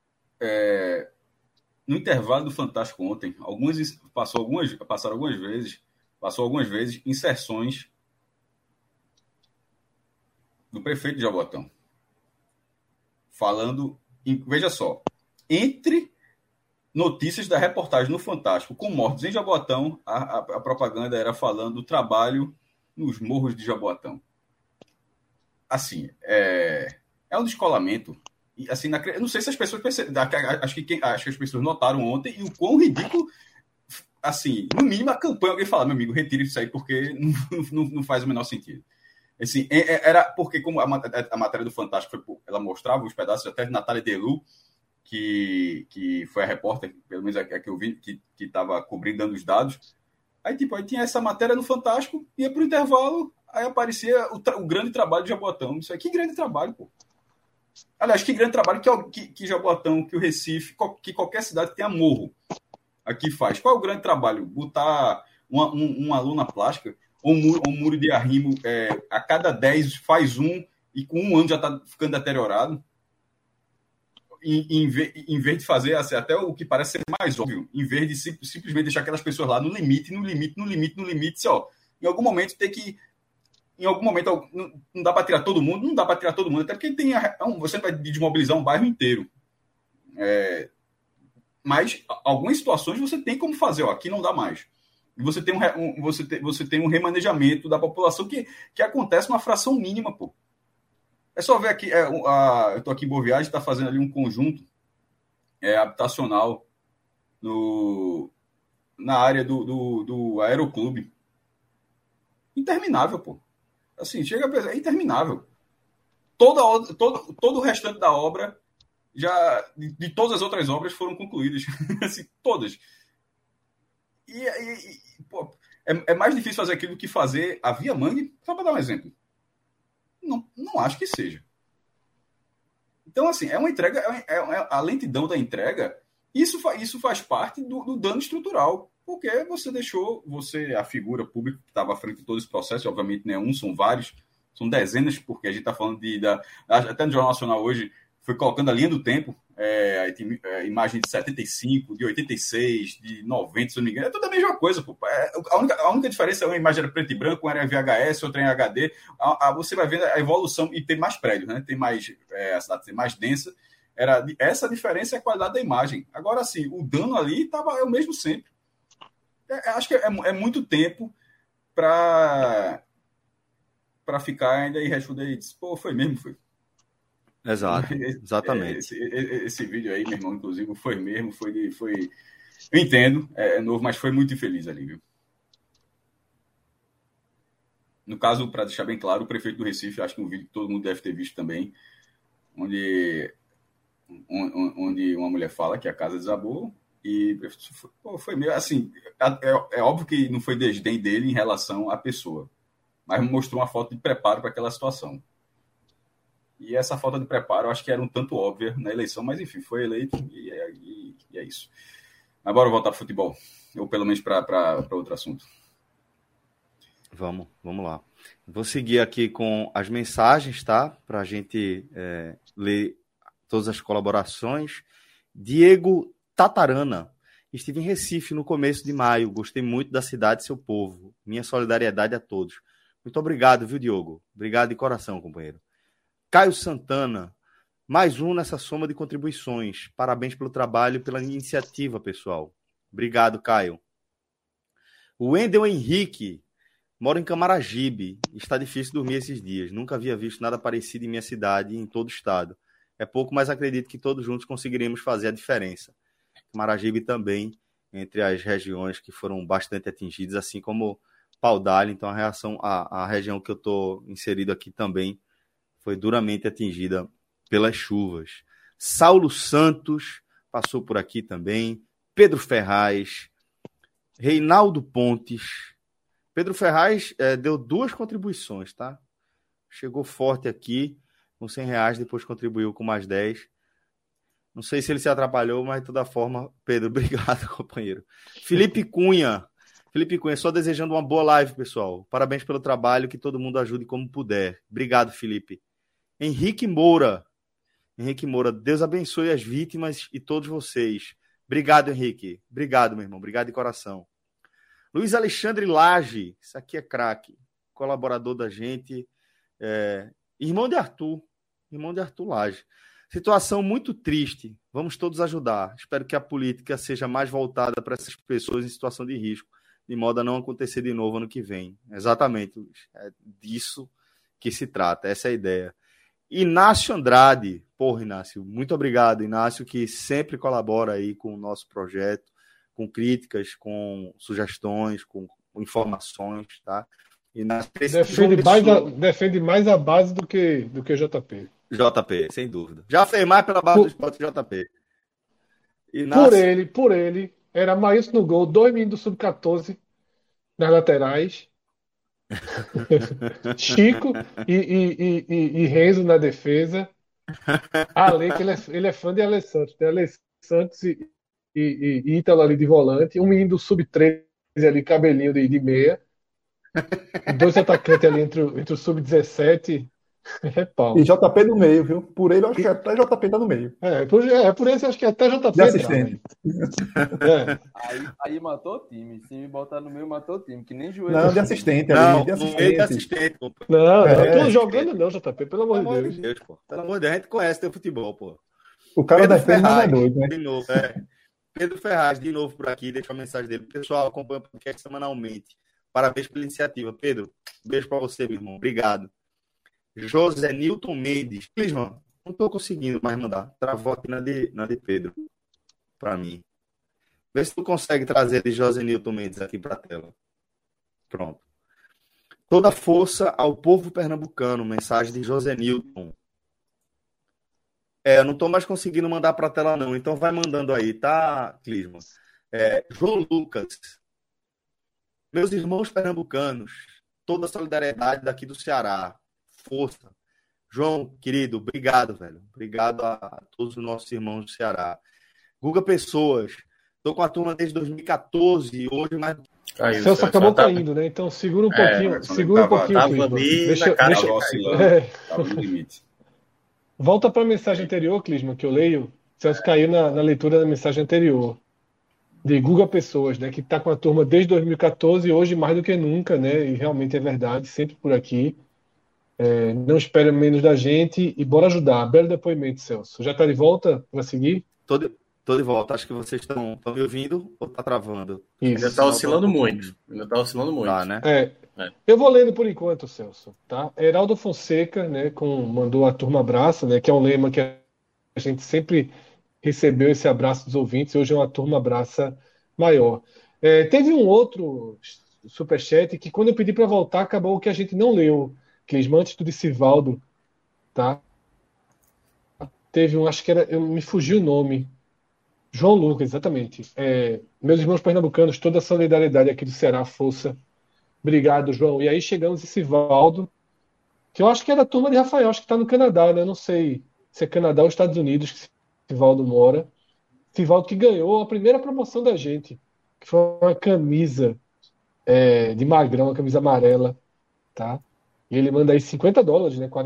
No intervalo do Fantástico ontem, passou algumas vezes inserções do prefeito de Jaboatão. Falando, veja só, entre notícias da reportagem no Fantástico com mortos em Jaboatão, a propaganda era falando do trabalho nos morros de Jaboatão. Assim, é um descolamento. E, assim, eu não sei se as pessoas perceberam, acho que as pessoas notaram ontem e o quão ridículo, assim, no mínimo a campanha, alguém fala, meu amigo, retire isso aí porque não faz o menor sentido. Assim, era porque, como a matéria do Fantástico ela mostrava os pedaços, até de Natália Delu, que foi a repórter, pelo menos a que eu vi, que estava cobrindo, dando os dados. Aí tinha essa matéria no Fantástico, ia para o intervalo, aí aparecia o grande trabalho de Jaboatão. Isso aí, que grande trabalho, pô. Aliás, que grande trabalho que Jaboatão, que o Recife, que qualquer cidade que tenha morro aqui faz. Qual é o grande trabalho? Botar uma aluna plástica, ou um muro de arrimo, a cada 10 faz um, e com um ano já está ficando deteriorado. Em vez de fazer assim, até o que parece ser mais óbvio, em vez de simplesmente deixar aquelas pessoas lá no limite, assim, ó, em algum momento ter que... Em algum momento, não dá para tirar todo mundo, não dá para tirar todo mundo, até porque você vai desmobilizar um bairro inteiro. Mas algumas situações você tem como fazer, aqui não dá mais. E você tem um remanejamento da população que acontece uma fração mínima, pô. É só ver aqui, eu estou aqui em Boa Viagem, está fazendo ali um conjunto habitacional na área do Aeroclube. Interminável, pô. Assim, chega a pensar, é interminável. Todo o restante da obra, de todas as outras obras, foram concluídas. Assim, todas. Pô, é mais difícil fazer aquilo do que fazer a Via Mangue, só para dar um exemplo. Não acho que seja. Então, assim, é uma entrega, a lentidão da entrega, isso faz parte do dano estrutural. Porque você deixou, a figura pública que estava à frente de todo esse processo, e obviamente não é um, são vários, são dezenas, porque a gente está falando até no Jornal Nacional hoje, foi colocando a linha do tempo, imagem de 75, de 86, de 90, se eu não me engano, é tudo a mesma coisa. Pô. A única diferença é uma imagem era preto e branco, uma era em VHS, outra em HD, você vai ver a evolução, e tem mais prédios, né? A cidade tem mais densa, essa diferença é a qualidade da imagem. Agora, assim, o dano ali é o mesmo sempre. Acho que é muito tempo para ficar ainda e responder e dizer, pô, foi mesmo, foi. Exato, exatamente. Esse vídeo aí, meu irmão, inclusive, foi mesmo, foi... Eu entendo, é novo, mas foi muito infeliz ali, viu? No caso, para deixar bem claro, o prefeito do Recife, acho que um vídeo que todo mundo deve ter visto também, onde uma mulher fala que a casa desabou, e foi meio assim, é óbvio que não foi desdém dele em relação à pessoa, mas mostrou uma falta de preparo para aquela situação. E essa falta de preparo eu acho que era um tanto óbvia na eleição, mas enfim, foi eleito e é isso. Mas bora voltar para futebol, ou pelo menos para outro assunto. Vamos lá. Vou seguir aqui com as mensagens, tá? Para a gente ler todas as colaborações. Diego Tatarana. Estive em Recife no começo de maio. Gostei muito da cidade e seu povo. Minha solidariedade a todos. Muito obrigado, viu, Diogo? Obrigado de coração, companheiro. Caio Santana. Mais um nessa soma de contribuições. Parabéns pelo trabalho e pela iniciativa, pessoal. Obrigado, Caio. O Wendel Henrique. Moro em Camaragibe. Está difícil dormir esses dias. Nunca havia visto nada parecido em minha cidade e em todo o estado. É pouco, mas acredito que todos juntos conseguiremos fazer a diferença. Camaragibe também, entre as regiões que foram bastante atingidas, assim como Paudalho. Então, a região que eu estou inserido aqui também foi duramente atingida pelas chuvas. Saulo Santos passou por aqui também. Pedro Ferraz. Reinaldo Pontes. Pedro Ferraz deu 2 contribuições, tá? Chegou forte aqui com R$100, depois contribuiu com mais 10. Não sei se ele se atrapalhou, mas de toda forma, Pedro, obrigado, companheiro. Felipe Cunha, só desejando uma boa live, pessoal. Parabéns pelo trabalho, que todo mundo ajude como puder. Obrigado, Felipe. Henrique Moura, Deus abençoe as vítimas e todos vocês. Obrigado, Henrique. Obrigado, meu irmão. Obrigado de coração. Luiz Alexandre Lage, isso aqui é craque, colaborador da gente, irmão de Arthur Lage. Situação muito triste, vamos todos ajudar. Espero que a política seja mais voltada para essas pessoas em situação de risco, de modo a não acontecer de novo ano que vem. Exatamente, Luiz. É disso que se trata, essa é a ideia. Inácio Andrade, porra, Inácio, muito obrigado, Inácio, que sempre colabora aí com o nosso projeto, com críticas, com sugestões, com informações, tá? Inácio, defende mais a base do que o JP. JP, sem dúvida. Já fez mais pela base do esporte JP. Inácio... Por ele, era Maílson no gol, 2 meninos do Sub-14 nas laterais. Chico e Renzo na defesa. Além que ele é fã de Ale Santos. Tem Ale Santos e Ítalo ali de volante. Um menino do Sub-13 ali, cabelinho de meia. 2 atacantes ali entre o Sub-17 É pau. E JP no meio, viu? Por ele, eu acho que até JP tá no meio. Por isso eu acho que até JP De assistente. É. Aí matou o time. Se me botar no meio, matou o time. Que nem joelho. Não, de assistente Não, ali, de no meio de assistente. assistente, pô. Não, É. não tô jogando não, JP, pelo amor Pelo amor de de Deus. Deus, pô. Pelo amor de Deus, a gente conhece teu futebol, pô. O cara Pedro defende, mas não é Ferraz, doido, né? de novo, Pedro Ferraz, de novo por aqui, deixa a mensagem dele. Pessoal, acompanha o podcast semanalmente. Parabéns pela iniciativa. Pedro, beijo pra você, meu irmão. Obrigado. José Nilton Mendes. Clisman, não tô conseguindo mais mandar. Travou aqui na de Pedro. Pra mim. Vê se tu consegue trazer de José Nilton Mendes aqui pra tela. Pronto. Toda força ao povo pernambucano. Mensagem de José Nilton. Eu não tô mais conseguindo mandar pra tela, não. Então vai mandando aí, tá, Clisman? João Lucas. Meus irmãos pernambucanos, toda a solidariedade daqui do Ceará. Força. João, querido, obrigado, velho. Obrigado a todos os nossos irmãos do Ceará. Guga Pessoas. Tô com a turma desde 2014 e hoje mais... Caiu, Celso acabou caindo, né? Então segura um pouquinho. Segura um pouquinho, tava Clisman. ali na cara, Tava oscilando, tava no limite. Volta para a mensagem anterior, Clisman, que eu leio. Celso caiu na leitura da mensagem anterior. De Guga Pessoas, né? Que está com a turma desde 2014 e hoje mais do que nunca, né? E realmente é verdade, sempre por aqui. Não espera menos da gente e bora ajudar. Belo depoimento, Celso. Já está de volta para seguir? Tô de volta. Acho que vocês estão me ouvindo ou tá travando? Ainda está oscilando muito. Tá, né? Eu vou lendo por enquanto, Celso. Tá? Heraldo Fonseca, né? Mandou a turma abraça, né? Que é um lema que a gente sempre recebeu esse abraço dos ouvintes. Hoje é uma turma abraça maior. Teve um outro superchat que quando eu pedi para voltar acabou que a gente não leu. Clisman, antes do Sivaldo, tá? Teve um, acho que era, me fugiu o nome. João Lucas, exatamente. Meus irmãos pernambucanos, toda a solidariedade aqui do Ceará, força. Obrigado, João. E aí chegamos em Sivaldo, que eu acho que é da turma de Rafael, acho que está no Canadá, né? Eu não sei se é Canadá ou Estados Unidos que Sivaldo mora. Sivaldo que ganhou a primeira promoção da gente, que foi uma camisa de magrão, uma camisa amarela, tá? E ele manda aí $50, né? R$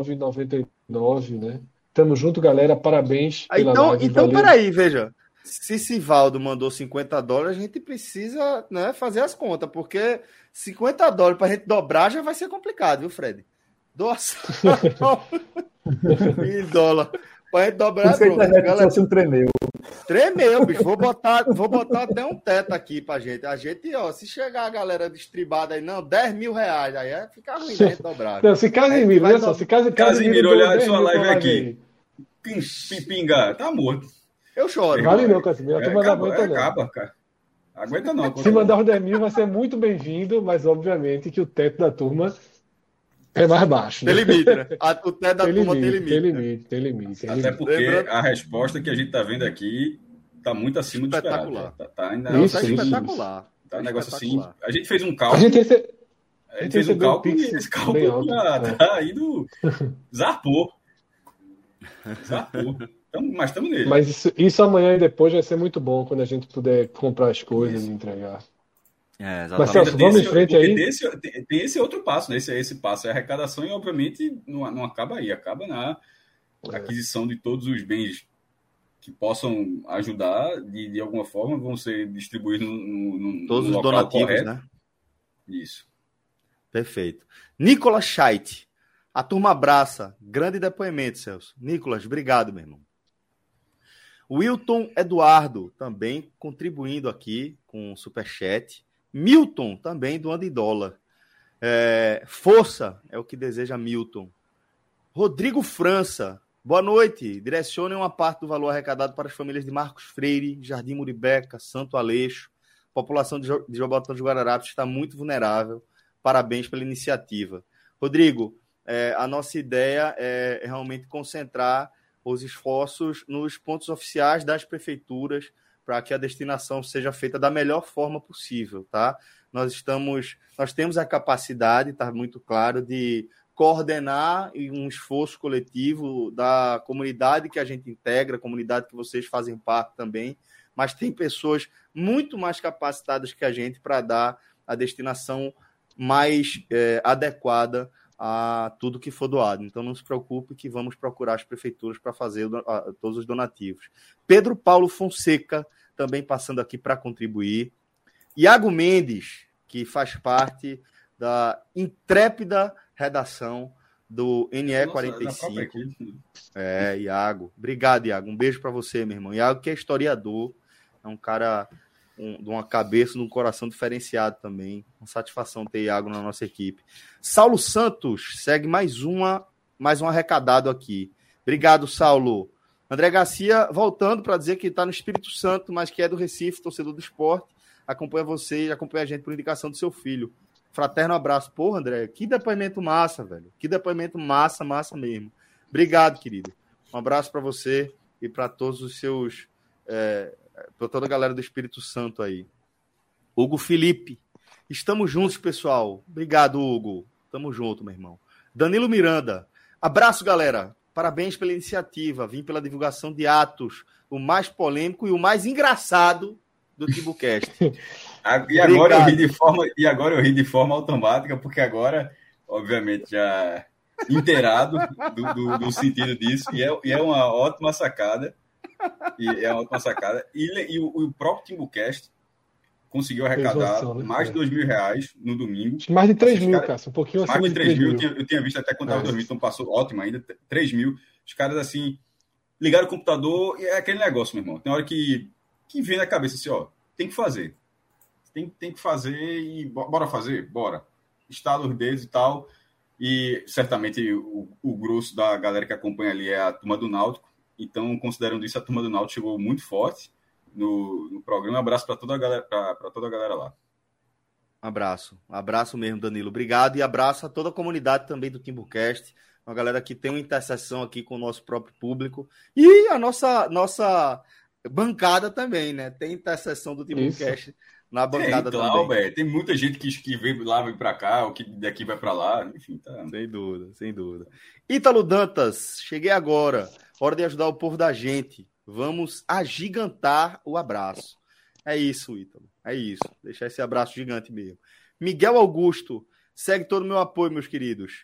49,99, né? Tamo junto, galera. Parabéns pela live. Então Valeu. peraí, veja. Se Sivaldo mandou $50, a gente precisa, né, fazer as contas, porque $50 pra gente dobrar já vai ser complicado, viu, Fred? Doação em dólar. Pra gente dobrar, Por isso que a internet tremeu. Tremeu, bicho. Vou botar até um teto aqui pra gente. A gente, ó, se chegar a galera distribada aí, não, R$10 mil, aí fica ruim da gente dobrar. Não, se Casimiro, olha só, se Casimiro olhar sua live aqui. Pinga, tá morto. Eu choro. Vale não, Casimiro. A turma não aguenta, não. Acaba, cara. Aguenta não. Se mandar os 10 mil vai ser muito bem-vindo, mas obviamente que o teto da turma é mais baixo. Né? Tem limite, né? O teto da turma tem limite. Tem limite. Até porque a resposta que a gente tá vendo aqui tá muito acima do esperado. Tá espetacular. Tá um negócio assim. A gente fez um cálculo. A gente fez um cálculo e esse cálculo tá indo. Zarpou. Mas estamos nele. Mas isso amanhã e depois vai ser muito bom quando a gente puder comprar as coisas e entregar. Mas Celso, vamos em frente aí. Tem esse outro passo, né? Esse passo é a arrecadação e, obviamente, não acaba aí. Acaba na aquisição de todos os bens que possam ajudar de alguma forma, vão ser distribuídos no todos os donativos, correto. Né? Isso. Perfeito. Nicolas Scheidt. A turma abraça. Grande depoimento, Celso. Nicolas, obrigado, meu irmão. Wilton Eduardo, também contribuindo aqui com o superchat. Milton, também doando em dólar. Força é o que deseja Milton. Rodrigo França, boa noite. Direcione uma parte do valor arrecadado para as famílias de Marcos Freire, Jardim Muribeca, Santo Aleixo. A população de Jabotão de Guararapes está muito vulnerável. Parabéns pela iniciativa. Rodrigo, a nossa ideia é realmente concentrar os esforços nos pontos oficiais das prefeituras para que a destinação seja feita da melhor forma possível, tá? Nós temos a capacidade, está muito claro, de coordenar um esforço coletivo da comunidade que a gente integra, comunidade que vocês fazem parte também, mas tem pessoas muito mais capacitadas que a gente para dar a destinação mais adequada a tudo que for doado. Então não se preocupe que vamos procurar as prefeituras para fazer todos os donativos. Pedro Paulo Fonseca também passando aqui para contribuir. Iago Mendes, que faz parte da intrépida redação do NE45. Iago. Obrigado, Iago. Um beijo para você, meu irmão. Iago, que é historiador, é um cara de uma cabeça, de um coração diferenciado também. Uma satisfação ter Iago na nossa equipe. Saulo Santos segue mais um arrecadado aqui. Obrigado, Saulo. André Garcia voltando para dizer que está no Espírito Santo, mas que é do Recife, torcedor do esporte. Acompanha você e acompanha a gente por indicação do seu filho. Fraterno abraço. Porra, André, que depoimento massa, velho. Que depoimento massa mesmo. Obrigado, querido. Um abraço para você e para todos os seus... para toda a galera do Espírito Santo aí. Hugo Felipe. Estamos juntos, pessoal. Obrigado, Hugo. Tamo junto, meu irmão. Danilo Miranda. Abraço, galera. Parabéns pela iniciativa. Vim pela divulgação de Atos, o mais polêmico e o mais engraçado do Timbucast. E agora eu ri de forma automática, porque agora, obviamente, já inteirado do sentido disso, e é uma ótima sacada. E o próprio Timbucast conseguiu arrecadar mais de R$2.000 no domingo. Mais de 3 mil, Cássio. Um pouquinho acima mais de 3 mil. Eu tinha visto até quando estava 2 mil, então passou ótimo ainda. 3 mil. Os caras, assim, ligaram o computador e é aquele negócio, meu irmão. Tem hora que vem na cabeça assim, ó, tem que fazer. Tem que fazer e bora fazer? Bora. Estala os dedos e tal. E certamente o grosso da galera que acompanha ali é a turma do Náutico. Então, considerando isso, a turma do Náutico chegou muito forte no programa. Um abraço para toda a galera lá. Abraço mesmo, Danilo. Obrigado e abraço a toda a comunidade também do Timbucast. Uma galera que tem uma interseção aqui com o nosso próprio público. E a nossa bancada também, né? Tem interseção do Timbucast na bancada também. Tem muita gente que vem lá, vem para cá, ou que daqui vai para lá. Enfim, tá. Sem dúvida. Ítalo Dantas, cheguei agora. Hora de ajudar o povo da gente. Vamos agigantar o abraço. É isso, Ítalo. É isso. Deixar esse abraço gigante mesmo. Miguel Augusto, segue todo o meu apoio, meus queridos.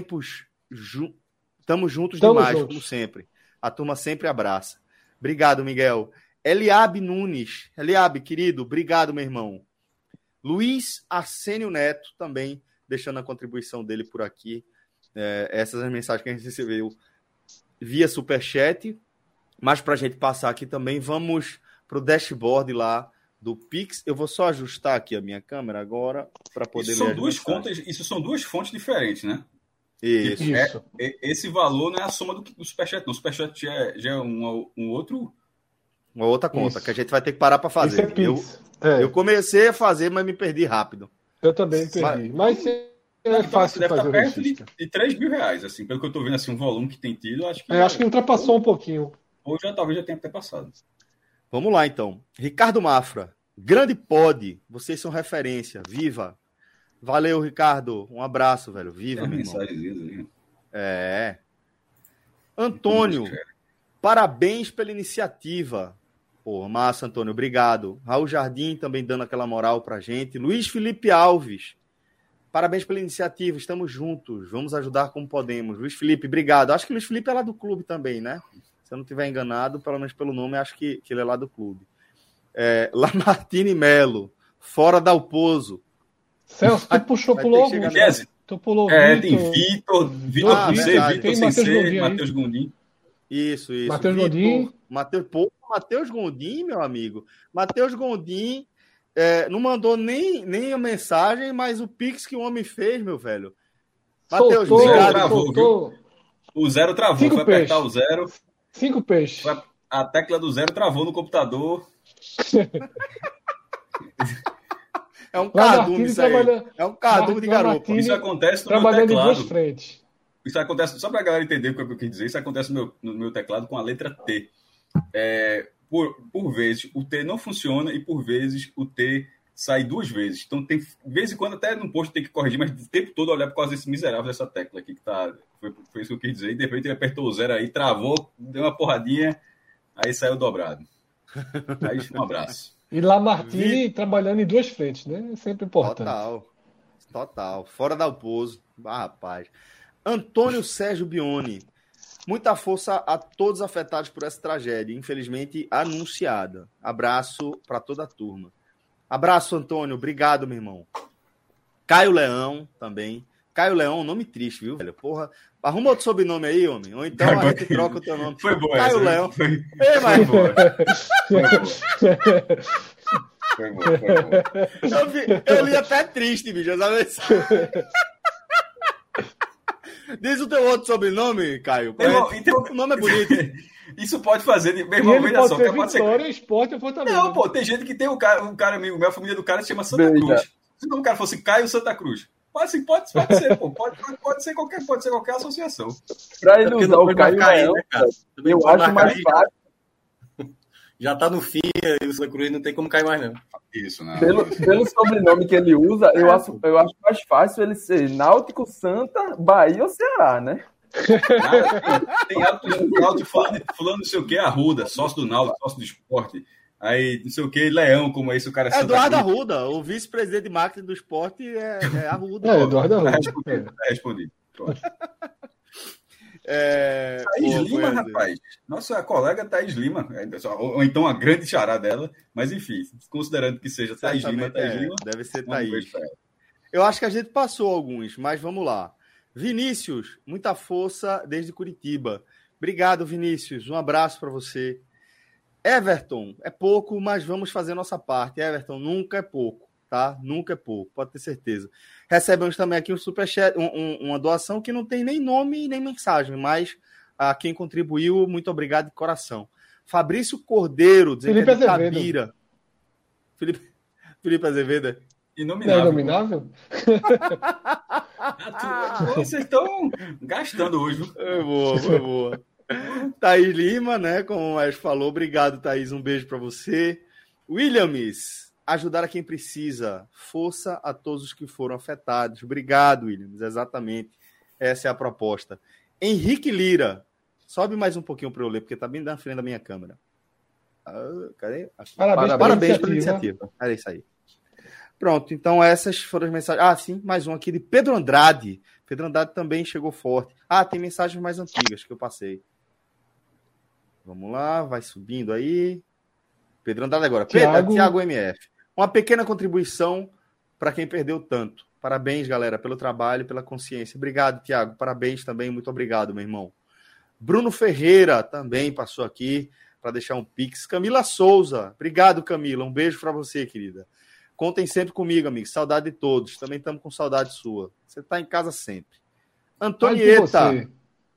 Estamos juntos demais, como sempre. A turma sempre abraça. Obrigado, Miguel. Eliabe Nunes. Eliabe, querido, obrigado, meu irmão. Luiz Arsênio Neto, também deixando a contribuição dele por aqui. Essas são as mensagens que a gente recebeu via Superchat. Mas para a gente passar aqui também, vamos para o dashboard lá do Pix. Eu vou só ajustar aqui a minha câmera agora para poder ler duas contas. Isso são duas fontes diferentes, né? Isso. Esse valor não é a soma do Superchat, não. O Superchat já é um outro... Uma outra conta, que a gente vai ter que parar para fazer. Isso é Pix. Eu comecei a fazer, mas me perdi rápido. Eu também perdi. Mas é fácil deve fazer estar perto de R$3.000, assim, pelo que eu estou vendo, assim, um volume que tem tido, acho que... acho que ultrapassou um pouquinho. Ou talvez já tenha até passado. Vamos lá, então. Ricardo Mafra, grande pod, vocês são referência, viva! Valeu, Ricardo, um abraço, velho, viva, meu irmão. Antônio, parabéns pela iniciativa. Pô, massa, Antônio, obrigado. Raul Jardim também dando aquela moral pra gente. Luiz Felipe Alves, parabéns pela iniciativa, estamos juntos, vamos ajudar como podemos. Luiz Felipe, obrigado. Acho que o Luiz Felipe é lá do clube também, né? Se eu não estiver enganado, pelo menos pelo nome, acho que ele é lá do clube. Lamartine Melo, fora da Alpozo. Celso, tu puxou, pulou algum. Tu pulou tem Vitor Matheus Gondim. Isso. Matheus Gondim. Matheus Gondim, meu amigo. Matheus Gondim não mandou nem a mensagem, mas o Pix que o homem fez, meu velho. Matheus, obrigado. O zero travou, foi apertar o zero. 5 peixes. A tecla do zero travou no computador. É um cardume isso aí. É um cardume de garoto. Isso acontece no trabalhando meu teclado. Em duas frentes. Isso acontece, só para a galera entender o que eu quis dizer, isso acontece no meu teclado com a letra T. Por vezes o T não funciona e por vezes o T sai 2 vezes. Então, de vez em quando, até no post tem que corrigir, mas o tempo todo olhar por causa desse miserável dessa tecla aqui, que tá. Foi isso que eu quis dizer. E de repente ele apertou o zero aí, travou, deu uma porradinha, aí saiu dobrado. Aí, um abraço. E Lamartine trabalhando em 2 frentes, né? É sempre importante. Total. Fora da Alpozo. Rapaz. Antônio Sérgio Bione. Muita força a todos afetados por essa tragédia, infelizmente anunciada. Abraço para toda a turma. Abraço, Antônio. Obrigado, meu irmão. Caio Leão também. Caio Leão, nome triste, viu, velho? Porra, arruma outro sobrenome aí, homem. Ou então a gente troca o teu nome. Foi boa Caio essa, Leão. Foi mas... boa. Foi boa. Eu li até triste, bicho. Sabe? Diz o teu outro sobrenome, Caio. Irmão, então, o nome é bonito. Isso pode fazer. Meu irmão, veja só. Pode ser Esporte ou Fortaleza. Não, pô, tem gente que tem um cara amigo meu, a família do cara se chama Santa Cruz. Se o cara fosse Caio Santa Cruz. Pode ser, pô. Pode ser qualquer associação. Pra ele usar o Caio Leão, eu acho mais fácil. Já tá no fim, o Santa Cruz não tem como cair mais, não. Isso, não. Pelo sobrenome que ele usa, eu acho mais fácil ele ser Náutico, Santa, Bahia ou Ceará, né? Tem Náutico fulano não sei o que, Arruda, sócio do Náutico, sócio do Esporte. Aí, não sei o que, Leão, como é isso, o cara... Eduardo Arruda, o vice-presidente de marketing do esporte é Arruda. Eduardo Arruda. Respondi. Thaís Lima, rapaz. Nossa colega Thaís Lima. Ou então a grande xará dela. Mas, enfim, considerando que seja Thaís Lima. Deve ser Thaís. Eu acho que a gente passou alguns, mas vamos lá. Vinícius, muita força desde Curitiba. Obrigado, Vinícius. Um abraço para você. Everton, é pouco, mas vamos fazer nossa parte. Everton, nunca é pouco, tá? Nunca é pouco, pode ter certeza. Recebemos também aqui um superchat, uma doação que não tem nem nome nem mensagem, mas a quem contribuiu, muito obrigado de coração. Fabrício Cordeiro, dizendo Felipe que é de Azevedo. Tabira. Felipe Azevedo. Inominável. Não é inominável? Vocês estão gastando hoje. Foi boa. Thaís Lima, né? Como o Maestro falou, obrigado, Thaís. Um beijo para você. Williams, ajudar a quem precisa. Força a todos os que foram afetados. Obrigado, Williams. Exatamente. Essa é a proposta. Henrique Lira. Sobe mais um pouquinho para eu ler, porque tá bem na frente da minha câmera. Cadê? Parabéns pela iniciativa. Era isso aí. Pronto, então essas foram as mensagens. Sim, mais um aqui de Pedro Andrade. Pedro Andrade também chegou forte. Tem mensagens mais antigas que eu passei. Vamos lá, vai subindo aí. Pedro Andrade agora. Tiago MF. Uma pequena contribuição para quem perdeu tanto. Parabéns, galera, pelo trabalho, pela consciência. Obrigado, Tiago. Parabéns também. Muito obrigado, meu irmão. Bruno Ferreira também passou aqui para deixar um pix. Camila Souza. Obrigado, Camila. Um beijo para você, querida. Contem sempre comigo, amigo. Saudade de todos. Também estamos com saudade sua. Você está em casa sempre. Antonieta.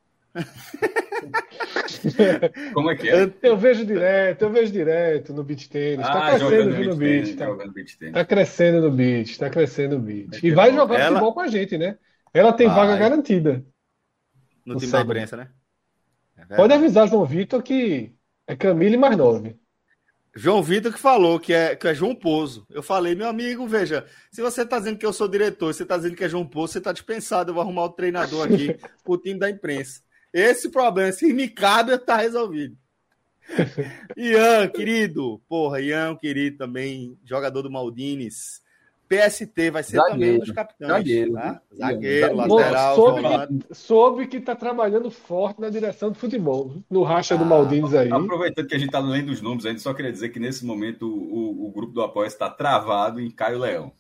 Como é que é? Eu vejo direto no beach tênis. Tá crescendo no beach. Tá crescendo no beach. E vai jogar futebol com a gente, né? Ela tem vaga garantida. No time da imprensa, né? Pode avisar João Vitor que é Camille mais 9. João Vitor que falou que é João Pozo. Eu falei, meu amigo, veja, se você tá dizendo que eu sou diretor, você tá dizendo que é João Pozo, você tá dispensado, eu vou arrumar o treinador aqui pro time da imprensa. Esse problema, se me cabe, tá resolvido. Ian, querido. Ian, querido também, jogador do Maldines. PST vai ser também um dos capitães. Zagueiro, lateral. Soube que tá trabalhando forte na direção do futebol. No racha do Maldines aí. Aproveitando que a gente tá lendo os números, a gente só queria dizer que nesse momento o grupo do Apoia está travado em Caio Leão.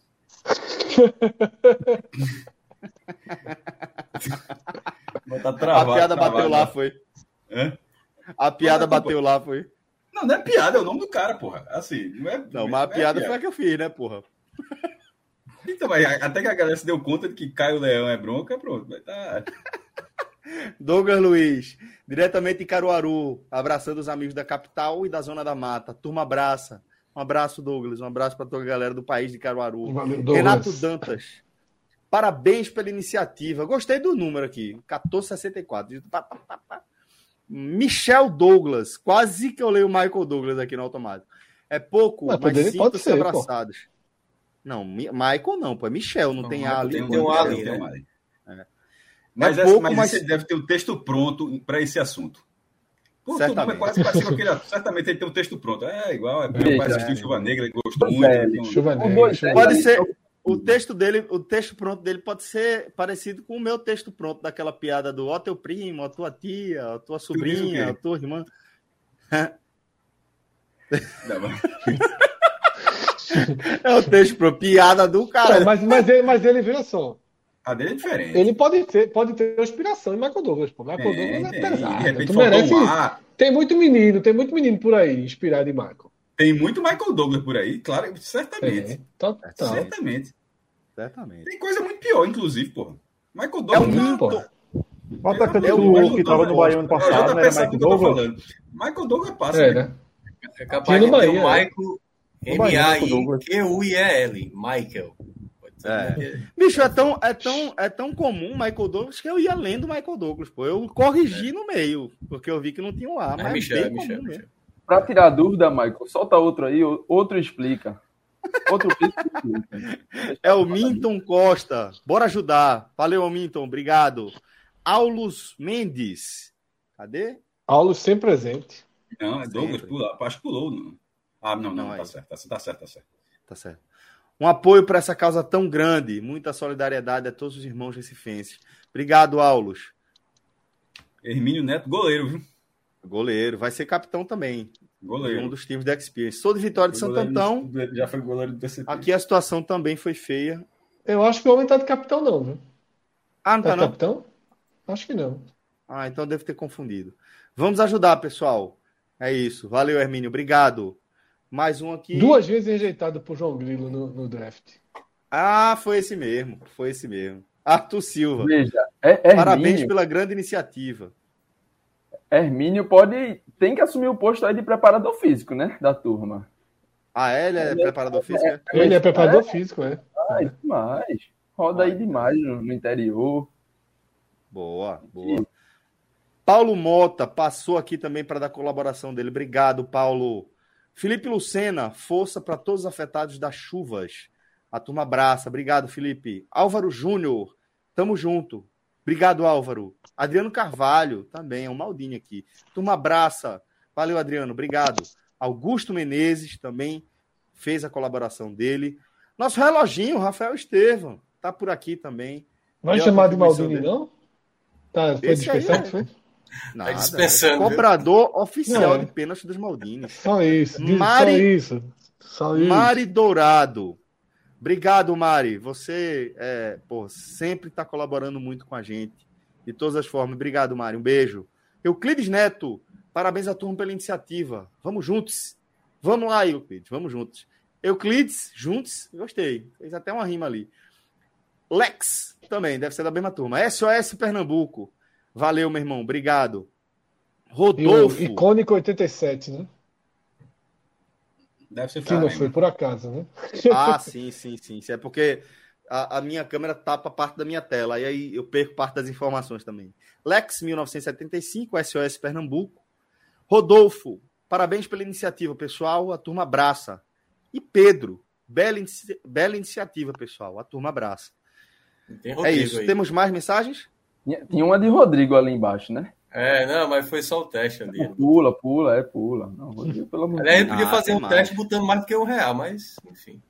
Tá travado, a piada bateu lá, foi. A piada bateu lá, foi. Não é piada, é o nome do cara, porra. Assim, não, mas a piada foi a que eu fiz, né, porra? Então, até que a galera se deu conta de que Caio Leão é bronca, pronto. Vai tá... Douglas Luiz, diretamente de Caruaru, abraçando os amigos da capital e da Zona da Mata. Turma abraça. Um abraço, Douglas. Um abraço para toda a galera do país de Caruaru. Valeu, Renato Dantas, parabéns pela iniciativa. Gostei do número aqui, 1464. Michel Douglas, quase que eu leio o Michael Douglas aqui no automático. É pouco, mas sintam-se abraçados. Pô. Não, Michael não, pô, é Michel, não tem A ali. Tem um A ali, né? Mas você deve ter o texto pronto para esse assunto. Certamente. Certamente ele tem um texto pronto. É igual, parece que o Chuva Negra gostou muito. Chuva Negra. O texto pronto dele pode ser parecido com o meu texto pronto daquela piada do ó teu primo, ó tua tia, ó tua sobrinha, ó tua irmã. É o texto pronto, piada do cara. Mas ele, veja só. A dele é diferente. Ele pode ter inspiração em Michael Douglas, pô. Michael Douglas é pesado. De repente Tu merece. ar. Tem muito menino por aí inspirado em Michael. Tem muito Michael Douglas por aí, claro, certamente. Certamente. Tem coisa muito pior, inclusive, porra. Michael É o Douglas. Minton. O atacante que estava no Bahia ano passado, não era Michael Douglas? Michael Douglas passa. né? É capaz de ter o Michael M-A-I-Q-U-I-E-L. Michael. Bicho, é tão comum Michael Douglas que eu ia lendo Michael Douglas, pô. Eu corrigi no meio, porque eu vi que não tinha um A, mas Michel. Para tirar a dúvida, Michael, solta outro aí, outro explica. Outro explica. É o Minton Costa. Bora ajudar. Valeu, Minton. Obrigado. Aulus Mendes. Cadê? Aulus sempre presente. Não, é Douglas. Acho que pulou. Não. Não. Tá certo. Tá certo. Um apoio para essa causa tão grande. Muita solidariedade a todos os irmãos recifenses. Obrigado, Aulus. Hermínio Neto, goleiro, viu? Goleiro. Vai ser capitão também. Goleiro. Um dos times da Experience. Sou de Vitória de Santo Antão. Já foi goleiro do TCP. Aqui a situação também foi feia. Eu acho que o homem tá de capitão, não, viu? Ah, não tá não? Capitão? Acho que não. Ah, então devo ter confundido. Vamos ajudar, pessoal. É isso. Valeu, Hermínio. Obrigado. Mais um aqui. 2 vezes rejeitado por João Grilo no draft. Ah, foi esse mesmo. Arthur Silva. Veja, parabéns pela grande iniciativa. Hermínio tem que assumir o posto aí de preparador físico, né? Da turma. Ah, ele é preparador físico? Ele é preparador físico, é. Demais. Roda aí demais no interior. Boa. Paulo Mota passou aqui também para dar colaboração dele. Obrigado, Paulo. Felipe Lucena, força para todos os afetados das chuvas. A turma abraça. Obrigado, Felipe. Álvaro Júnior, tamo junto. Obrigado, Álvaro. Adriano Carvalho, também, é um Maldini aqui. Turma abraça. Valeu, Adriano. Obrigado. Augusto Menezes também fez a colaboração dele. Nosso reloginho, Rafael Estevam, tá por aqui também. Vai chamar de Maldini, não? Tá, foi dispensado, foi? Nada, dispensando, cobrador oficial de pênalti dos Maldini. Só isso. Mari Dourado. Obrigado, Mari. Você sempre está colaborando muito com a gente. De todas as formas. Obrigado, Mari. Um beijo. Euclides Neto. Parabéns à turma pela iniciativa. Vamos juntos. Vamos lá, Euclides. Vamos juntos. Euclides, juntos. Gostei. Fez até uma rima ali. Lex, também. Deve ser da mesma turma. SOS Pernambuco. Valeu, meu irmão. Obrigado. Rodolfo. E o icônico 87, né? Deve ser que não foi por acaso, né? Ah, sim. É porque a minha câmera tapa parte da minha tela. Aí eu perco parte das informações também. Lex, 1975, SOS Pernambuco. Rodolfo, parabéns pela iniciativa, pessoal. A turma abraça. E Pedro, bela iniciativa, pessoal. A turma abraça. É isso. Aí. Temos mais mensagens? Tinha uma de Rodrigo ali embaixo, né? Não, mas foi só o teste ali. Pula. Não, Rodrigo, pelo amor de Deus. A gente podia fazer um teste botando mais do que R$1, mas, enfim.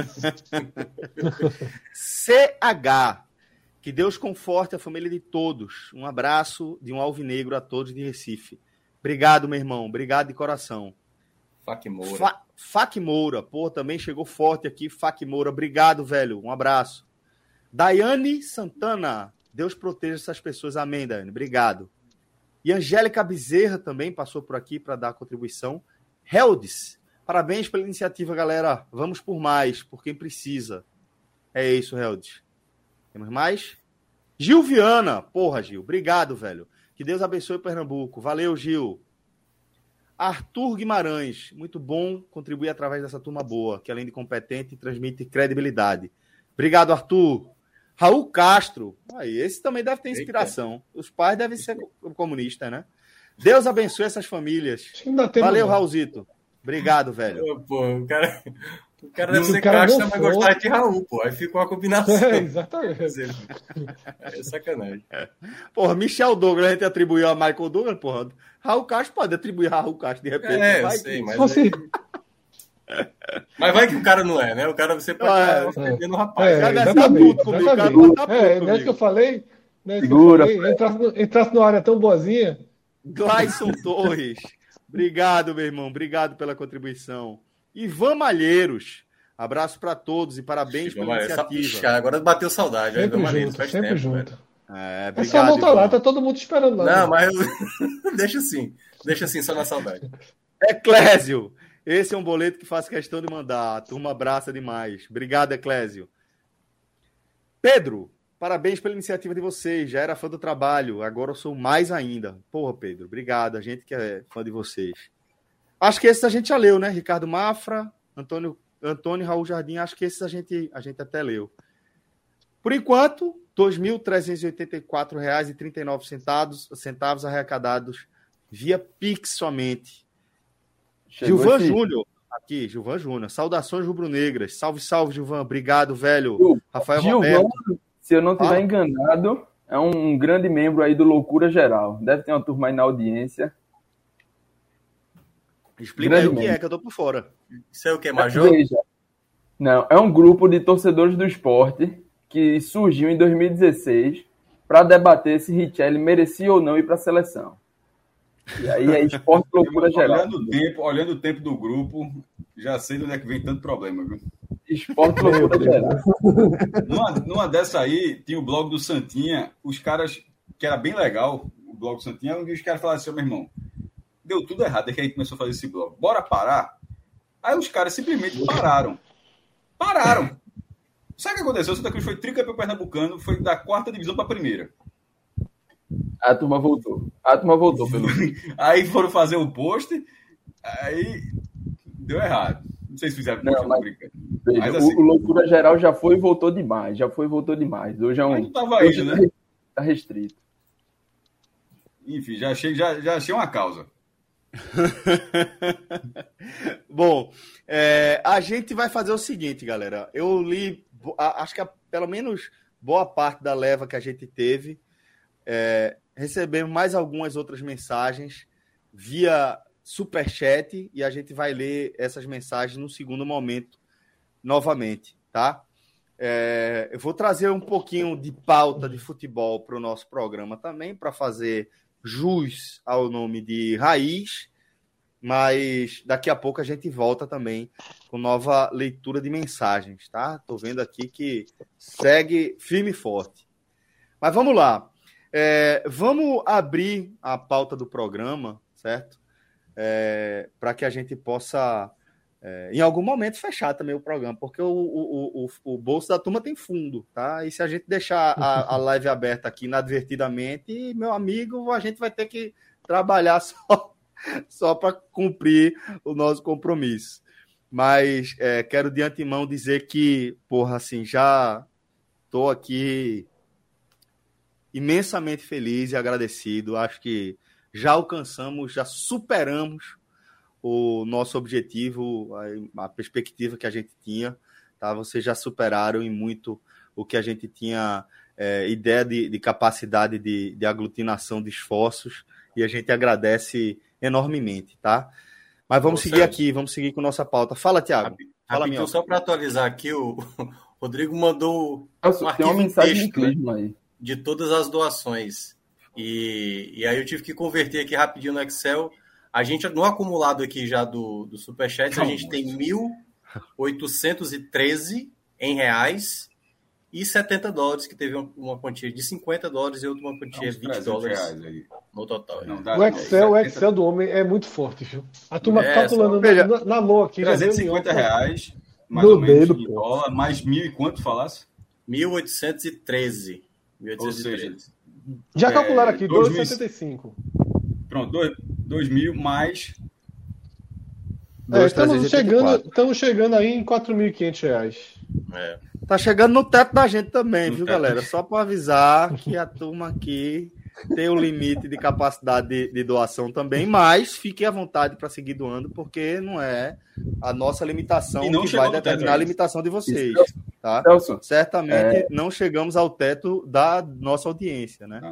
CH. Que Deus conforte a família de todos. Um abraço de um alvinegro a todos de Recife. Obrigado, meu irmão. Obrigado de coração. Fac Moura. Fac Moura. Pô, também chegou forte aqui. Fac Moura. Obrigado, velho. Um abraço. Daiane Santana. Deus proteja essas pessoas. Amém, Daiane. Obrigado. E Angélica Bezerra também passou por aqui para dar a contribuição. Heldes. Parabéns pela iniciativa, galera. Vamos por mais, por quem precisa. É isso, Heldes. Temos mais? Gil Viana. Porra, Gil. Obrigado, velho. Que Deus abençoe Pernambuco. Valeu, Gil. Arthur Guimarães. Muito bom contribuir através dessa turma boa, que além de competente, transmite credibilidade. Obrigado, Arthur. Raul Castro. Aí, esse também deve ter inspiração. Os pais devem ser comunistas, né? Deus abençoe essas famílias. Valeu, Raulzito. Obrigado, velho. Pô, o cara deve ser Castro, mas gostar de Raul, pô. Aí ficou uma combinação. Exatamente. É sacanagem. Porra, Michel Douglas, a gente atribuiu a Michael Douglas, porra. Raul Castro pode atribuir a Raul Castro, de repente. Eu sei, mas... Mas vai que o cara não é, né? O cara, você pode estar ofendendo o rapaz. Exatamente. Não é isso que eu falei? Não é isso que eu falei? Entrasse numa área tão boazinha. Gleison Torres. Obrigado, meu irmão. Obrigado pela contribuição. Ivan Malheiros. Abraço para todos e parabéns pela iniciativa. Agora bateu saudade. Sempre junto. Obrigado, é só voltar lá, tá todo mundo esperando lá. Não, mas deixa assim, só na saudade. Eclésio, esse é um boleto que faz questão de mandar. A turma abraça demais. Obrigado, Eclésio. Pedro, parabéns pela iniciativa de vocês. Já era fã do trabalho, agora eu sou mais ainda. Porra, Pedro, obrigado. A gente que é fã de vocês. Acho que esses a gente já leu, né? Ricardo Mafra, Antônio Raul Jardim, acho que esses a gente até leu. Por enquanto, R$ 2.384,39 arrecadados via Pix somente. Gilvan Júnior, aqui, Gilvan Júnior. Saudações rubro-negras. Salve, salve, Gilvan. Obrigado, velho. Rafael Roberto. Se eu não estiver enganado, é um grande membro aí do Loucura Geral. Deve ter uma turma aí na audiência. Explica aí o que é, que eu tô por fora. Isso é o que, Major? Veja. Não, é um grupo de torcedores do esporte que surgiu em 2016 para debater se Richelli merecia ou não ir para a seleção. E aí é Esporte Loucura Geral. Olhando o tempo do grupo, já sei de onde é que vem tanto problema, viu? Esporte Loucura Geral. Numa dessa aí, tinha o blog do Santinha, os caras, que era bem legal, o blog do Santinha, um dia os caras falaram assim, meu irmão, deu tudo errado, é que a gente começou a fazer esse blog. Bora parar? Aí os caras simplesmente pararam. Sabe o que aconteceu? O Santa Cruz foi tricampeão pernambucano, foi da 4ª divisão para a 1ª. A turma voltou pelo. Aí foram fazer o post, aí deu errado. Não sei se fizeram veja, assim, o Loucura Geral já foi e voltou demais. Hoje é um. Não tava indo, né? Tá restrito. Enfim, já achei uma causa. Bom, a gente vai fazer o seguinte, galera. Eu li, acho que pelo menos boa parte da leva que a gente teve. Recebemos mais algumas outras mensagens via Superchat e a gente vai ler essas mensagens no segundo momento novamente, tá? Eu vou trazer um pouquinho de pauta de futebol para o nosso programa também, para fazer jus ao nome de Raiz, mas daqui a pouco a gente volta também com nova leitura de mensagens, tá? Tô vendo aqui que segue firme e forte. Mas vamos lá. Vamos abrir a pauta do programa, certo? Para que a gente possa, em algum momento, fechar também o programa, porque o bolso da turma tem fundo, tá? E se a gente deixar a live aberta aqui inadvertidamente, meu amigo, a gente vai ter que trabalhar só para cumprir o nosso compromisso. Mas quero de antemão dizer que, já estou aqui imensamente feliz e agradecido. Acho que já superamos o nosso objetivo, a perspectiva que a gente tinha, tá? Vocês já superaram em muito o que a gente tinha ideia de capacidade de aglutinação de esforços, e a gente agradece enormemente, tá? Mas vamos seguir com nossa pauta. Fala, Thiago. Fala, Minhoca. Só para atualizar aqui, o Rodrigo mandou um arquivo mensagem texto, aí de todas as doações. E aí eu tive que converter aqui rapidinho no Excel. A gente, no acumulado aqui já do Superchat, a gente tem 1.813 em reais e $70, que teve uma quantia de $50 e outra uma quantia de $20 aí no total. O Excel do homem é muito forte, viu? A turma calculando na mão aqui. R$350, mais ou menos, em dólar, mais 1.000 e quanto falasse? 1.813. Ou seja, já calcularam aqui, 2.075. Pronto, 2.000 mais... Estamos chegando aí em R$4.500. Tá chegando no teto da gente também, viu, galera? Só para avisar que a turma aqui tem um limite de capacidade de doação também, mas fiquem à vontade para seguir doando, porque não é a nossa limitação que vai determinar a limitação de vocês. Tá? Certamente não chegamos ao teto da nossa audiência, né?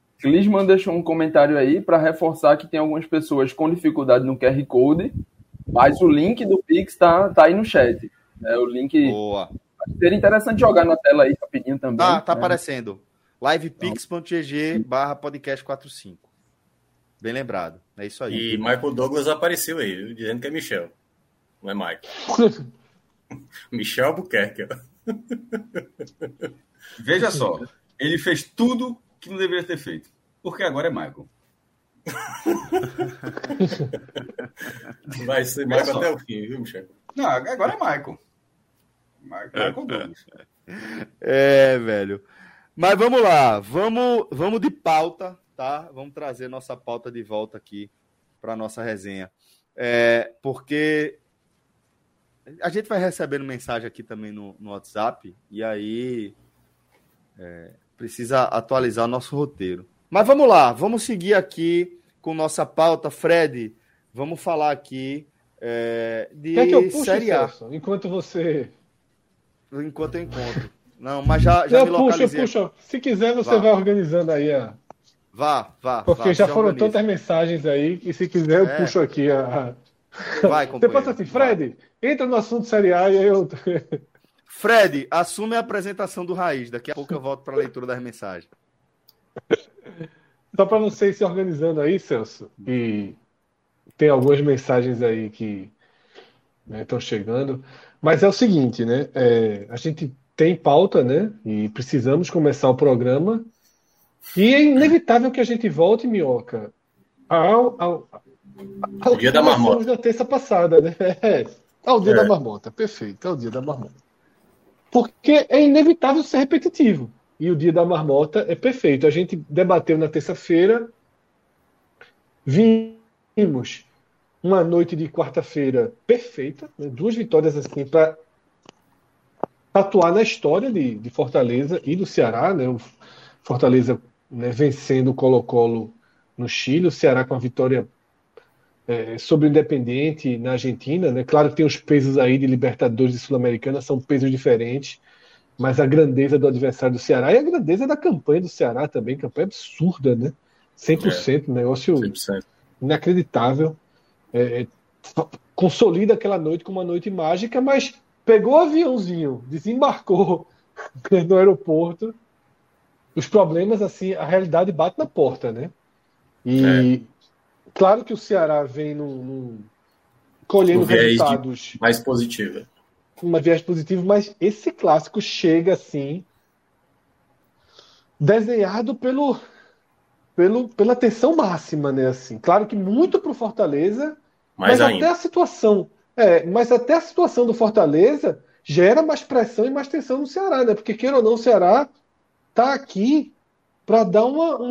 Clisman deixou um comentário aí para reforçar que tem algumas pessoas com dificuldade no QR Code Mas o link do Pix tá aí no chat. O link. Boa. Seria interessante jogar na tela aí rapidinho também. Tá aparecendo. livepix.gg/podcast45. Bem lembrado. É isso aí. E Michael Douglas apareceu aí, viu? Dizendo que é Michel. Não é Michael. Michel Albuquerque. Veja só. Ele fez tudo que não deveria ter feito. Porque agora é Michael. Vai ser Michael até o fim, viu, Michel? Não, agora é Michael. Michael Douglas. Velho. Mas vamos lá. Vamos de pauta, tá? Vamos trazer nossa pauta de volta aqui para nossa resenha. Porque a gente vai recebendo mensagem aqui também no WhatsApp e aí precisa atualizar o nosso roteiro. Mas vamos lá, vamos seguir aqui com nossa pauta. Fred, vamos falar aqui de Quer que eu puxe, Série A. Celso, enquanto você... Enquanto eu encontro. Não, mas já me localizei. Puxa. Se quiser, você vai organizando aí a... Vá. Porque já foram organiza. tantas mensagens aí, e se quiser eu puxo aqui a... Vai, Você companheiro. passa assim, Fred, entra no assunto Série A e aí eu... Fred, assume a apresentação do Raiz. Daqui a pouco eu volto para a leitura das mensagens. Só para vocês se organizando aí, Celso, e tem algumas mensagens aí que estão chegando, mas é o seguinte, né? A gente tem pauta, né? E precisamos começar o programa, e é inevitável que a gente volte, Minhoca, ao Dia da Marmota. Da terça passada, né? Ao dia da marmota, perfeito, é o dia da marmota. Porque é inevitável ser repetitivo. E o dia da marmota é perfeito. A gente debateu na terça-feira, vimos uma noite de quarta-feira perfeita, né? 2 vitórias assim para atuar na história de Fortaleza e do Ceará, né? O Fortaleza, né, vencendo o Colo-Colo no Chile, o Ceará com a vitória sobre o Independiente na Argentina, né? Claro que tem os pesos aí de Libertadores e Sul-Americana, são pesos diferentes, mas a grandeza do adversário do Ceará e a grandeza da campanha do Ceará também, campanha absurda, né? 100%, negócio 100%. inacreditável. Consolida aquela noite como uma noite mágica, mas pegou o aviãozinho, desembarcou no aeroporto. Os problemas, assim, a realidade bate na porta, né? E claro que o Ceará vem colhendo resultados mais positiva. Uma viagem positiva, mas esse clássico chega assim desenhado pela tensão máxima, né? Assim, claro que muito para o Fortaleza, mas até a situação do Fortaleza gera mais pressão e mais tensão no Ceará, né? Porque queira ou não, o Ceará tá aqui para dar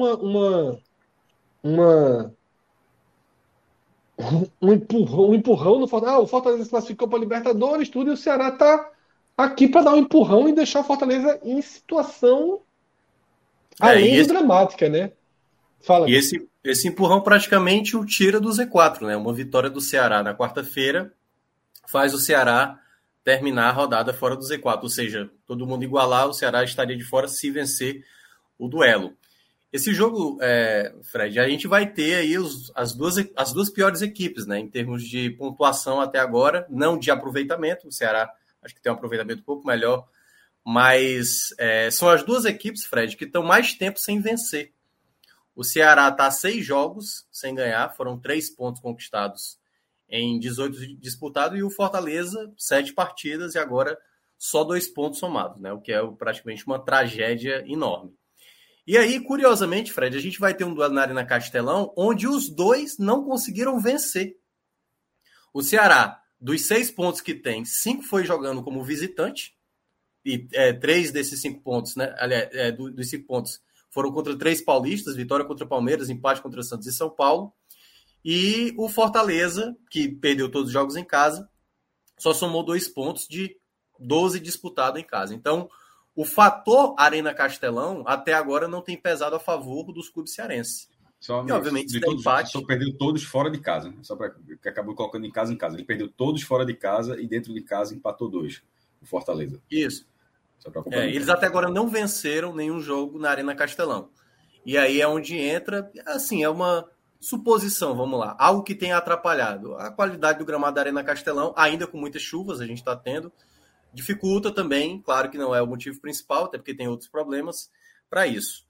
um empurrão no Fortaleza. O Fortaleza se classificou para a Libertadores, tudo, e o Ceará está aqui para dar um empurrão e deixar o Fortaleza em situação além do dramática, né? Fala. E esse empurrão praticamente o tira do Z4, né? Uma vitória do Ceará na quarta-feira faz o Ceará terminar a rodada fora do Z4, ou seja, todo mundo igualar, o Ceará estaria de fora se vencer o duelo. Esse jogo, Fred, a gente vai ter aí as duas piores equipes, né? Em termos de pontuação até agora, não de aproveitamento. O Ceará acho que tem um aproveitamento um pouco melhor, mas são as duas equipes, Fred, que estão mais tempo sem vencer. O Ceará está a 6 jogos sem ganhar, foram 3 pontos conquistados em 18 disputados, e o Fortaleza, 7 partidas e agora só 2 pontos somados, né? O que é praticamente uma tragédia enorme. E aí, curiosamente, Fred, a gente vai ter um duelo na Arena Castelão, onde os dois não conseguiram vencer. O Ceará, dos 6 pontos que tem, 5 foi jogando como visitante, e 3 desses 5 pontos, né? Aliás, dos 5 pontos foram contra 3 paulistas, vitória contra Palmeiras, empate contra Santos e São Paulo. E o Fortaleza, que perdeu todos os jogos em casa, só somou 2 pontos de 12 disputados em casa. Então, o fator Arena Castelão, até agora, não tem pesado a favor dos clubes cearenses. Só, e, obviamente, se tem empate... Só perdeu todos fora de casa. Só que acabou colocando em casa. Ele perdeu todos fora de casa e dentro de casa empatou 2. O Fortaleza. Isso. Eles até agora não venceram nenhum jogo na Arena Castelão. E aí é onde entra... Assim, é uma Suposição, vamos lá. Algo que tenha atrapalhado. A qualidade do gramado da Arena Castelão, ainda com muitas chuvas, a gente está tendo, dificulta também, claro que não é o motivo principal, até porque tem outros problemas para isso.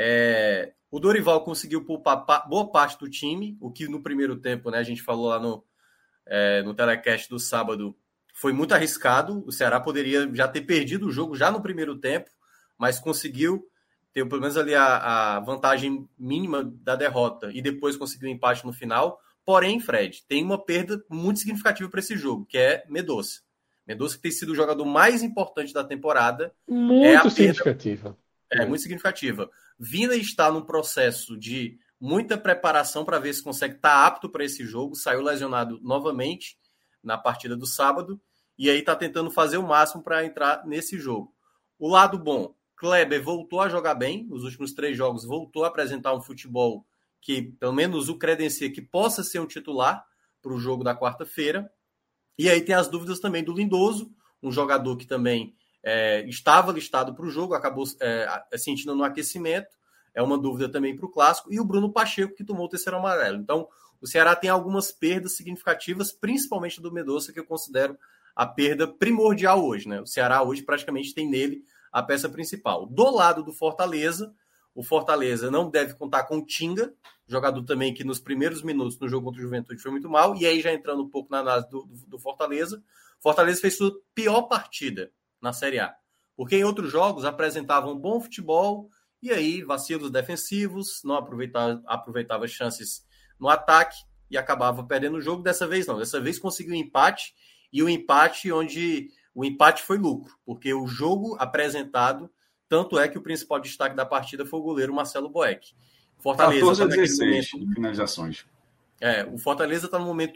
O Dorival conseguiu poupar boa parte do time, o que no primeiro tempo, né, a gente falou lá no telecast do sábado, foi muito arriscado. O Ceará poderia já ter perdido o jogo já no primeiro tempo, mas conseguiu ter pelo menos ali a vantagem mínima da derrota e depois conseguiu um empate no final. Porém, Fred, tem uma perda muito significativa para esse jogo, que é Medoça. Medoça, que tem sido o jogador mais importante da temporada. Muito significativa. Muito significativa. Vina está num processo de muita preparação para ver se consegue estar apto para esse jogo. Saiu lesionado novamente na partida do sábado e aí está tentando fazer o máximo para entrar nesse jogo. O lado bom, Kleber voltou a jogar bem, nos últimos 3 jogos voltou a apresentar um futebol que pelo menos o credencia que possa ser um titular para o jogo da quarta-feira. E aí tem as dúvidas também do Lindoso, um jogador que também estava listado para o jogo, acabou sentindo no aquecimento, é uma dúvida também para o Clássico, e o Bruno Pacheco, que tomou o terceiro amarelo. Então, o Ceará tem algumas perdas significativas, principalmente do Medoça, que eu considero a perda primordial hoje, né? O Ceará hoje praticamente tem nele a peça principal. Do lado do Fortaleza, o Fortaleza não deve contar com o Tinga, jogador também que nos primeiros minutos no jogo contra o Juventude foi muito mal, e aí já entrando um pouco na análise do Fortaleza, Fortaleza fez sua pior partida na Série A, porque em outros jogos apresentava um bom futebol, e aí vacilos defensivos, não aproveitava chances no ataque, e acabava perdendo o jogo. Dessa vez não, dessa vez conseguiu um empate, e o empate onde o empate foi lucro, porque o jogo apresentado, tanto é que o principal destaque da partida foi o goleiro Marcelo Boeck. Fortaleza 14-16 de finalizações. O Fortaleza está num momento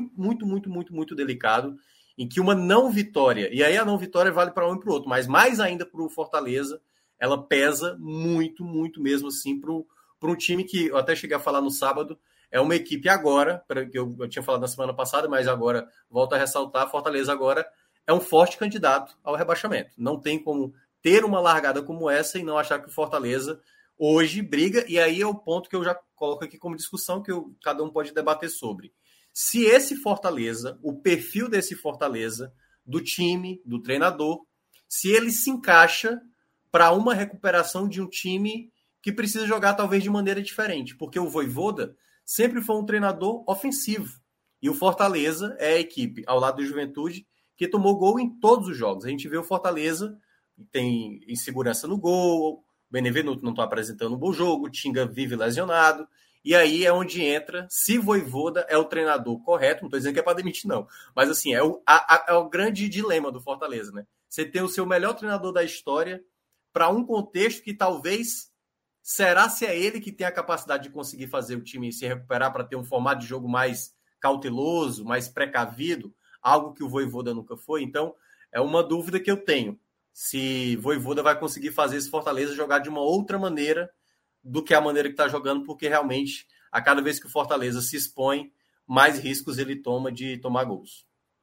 muito delicado, em que uma não vitória, e aí a não vitória vale para um e para o outro, mas mais ainda para o Fortaleza, ela pesa muito mesmo assim para um time que eu até cheguei a falar no sábado, é uma equipe agora, que eu tinha falado na semana passada, mas agora volto a ressaltar, Fortaleza agora é um forte candidato ao rebaixamento. Não tem como ter uma largada como essa e não achar que o Fortaleza hoje briga, e aí é o ponto que eu já coloco aqui como discussão, que cada um pode debater sobre. Se esse Fortaleza, o perfil desse Fortaleza, do time, do treinador, se ele se encaixa para uma recuperação de um time que precisa jogar talvez de maneira diferente, porque o Vojvoda sempre foi um treinador ofensivo, e o Fortaleza é a equipe, ao lado do Juventude, que tomou gol em todos os jogos. A gente vê o Fortaleza, tem insegurança no gol, o Benevenuto não está apresentando um bom jogo, o Tinga vive lesionado, e aí é onde entra, se Vojvoda é o treinador correto, não estou dizendo que é para demitir não, mas assim, é o grande dilema do Fortaleza, né? Você tem o seu melhor treinador da história para um contexto que talvez, será se é ele que tem a capacidade de conseguir fazer o time se recuperar para ter um formato de jogo mais cauteloso, mais precavido, algo que o Vojvoda nunca foi? Então, é uma dúvida que eu tenho. Se Vojvoda vai conseguir fazer esse Fortaleza jogar de uma outra maneira do que a maneira que está jogando, porque realmente, a cada vez que o Fortaleza se expõe, mais riscos ele toma de tomar gols.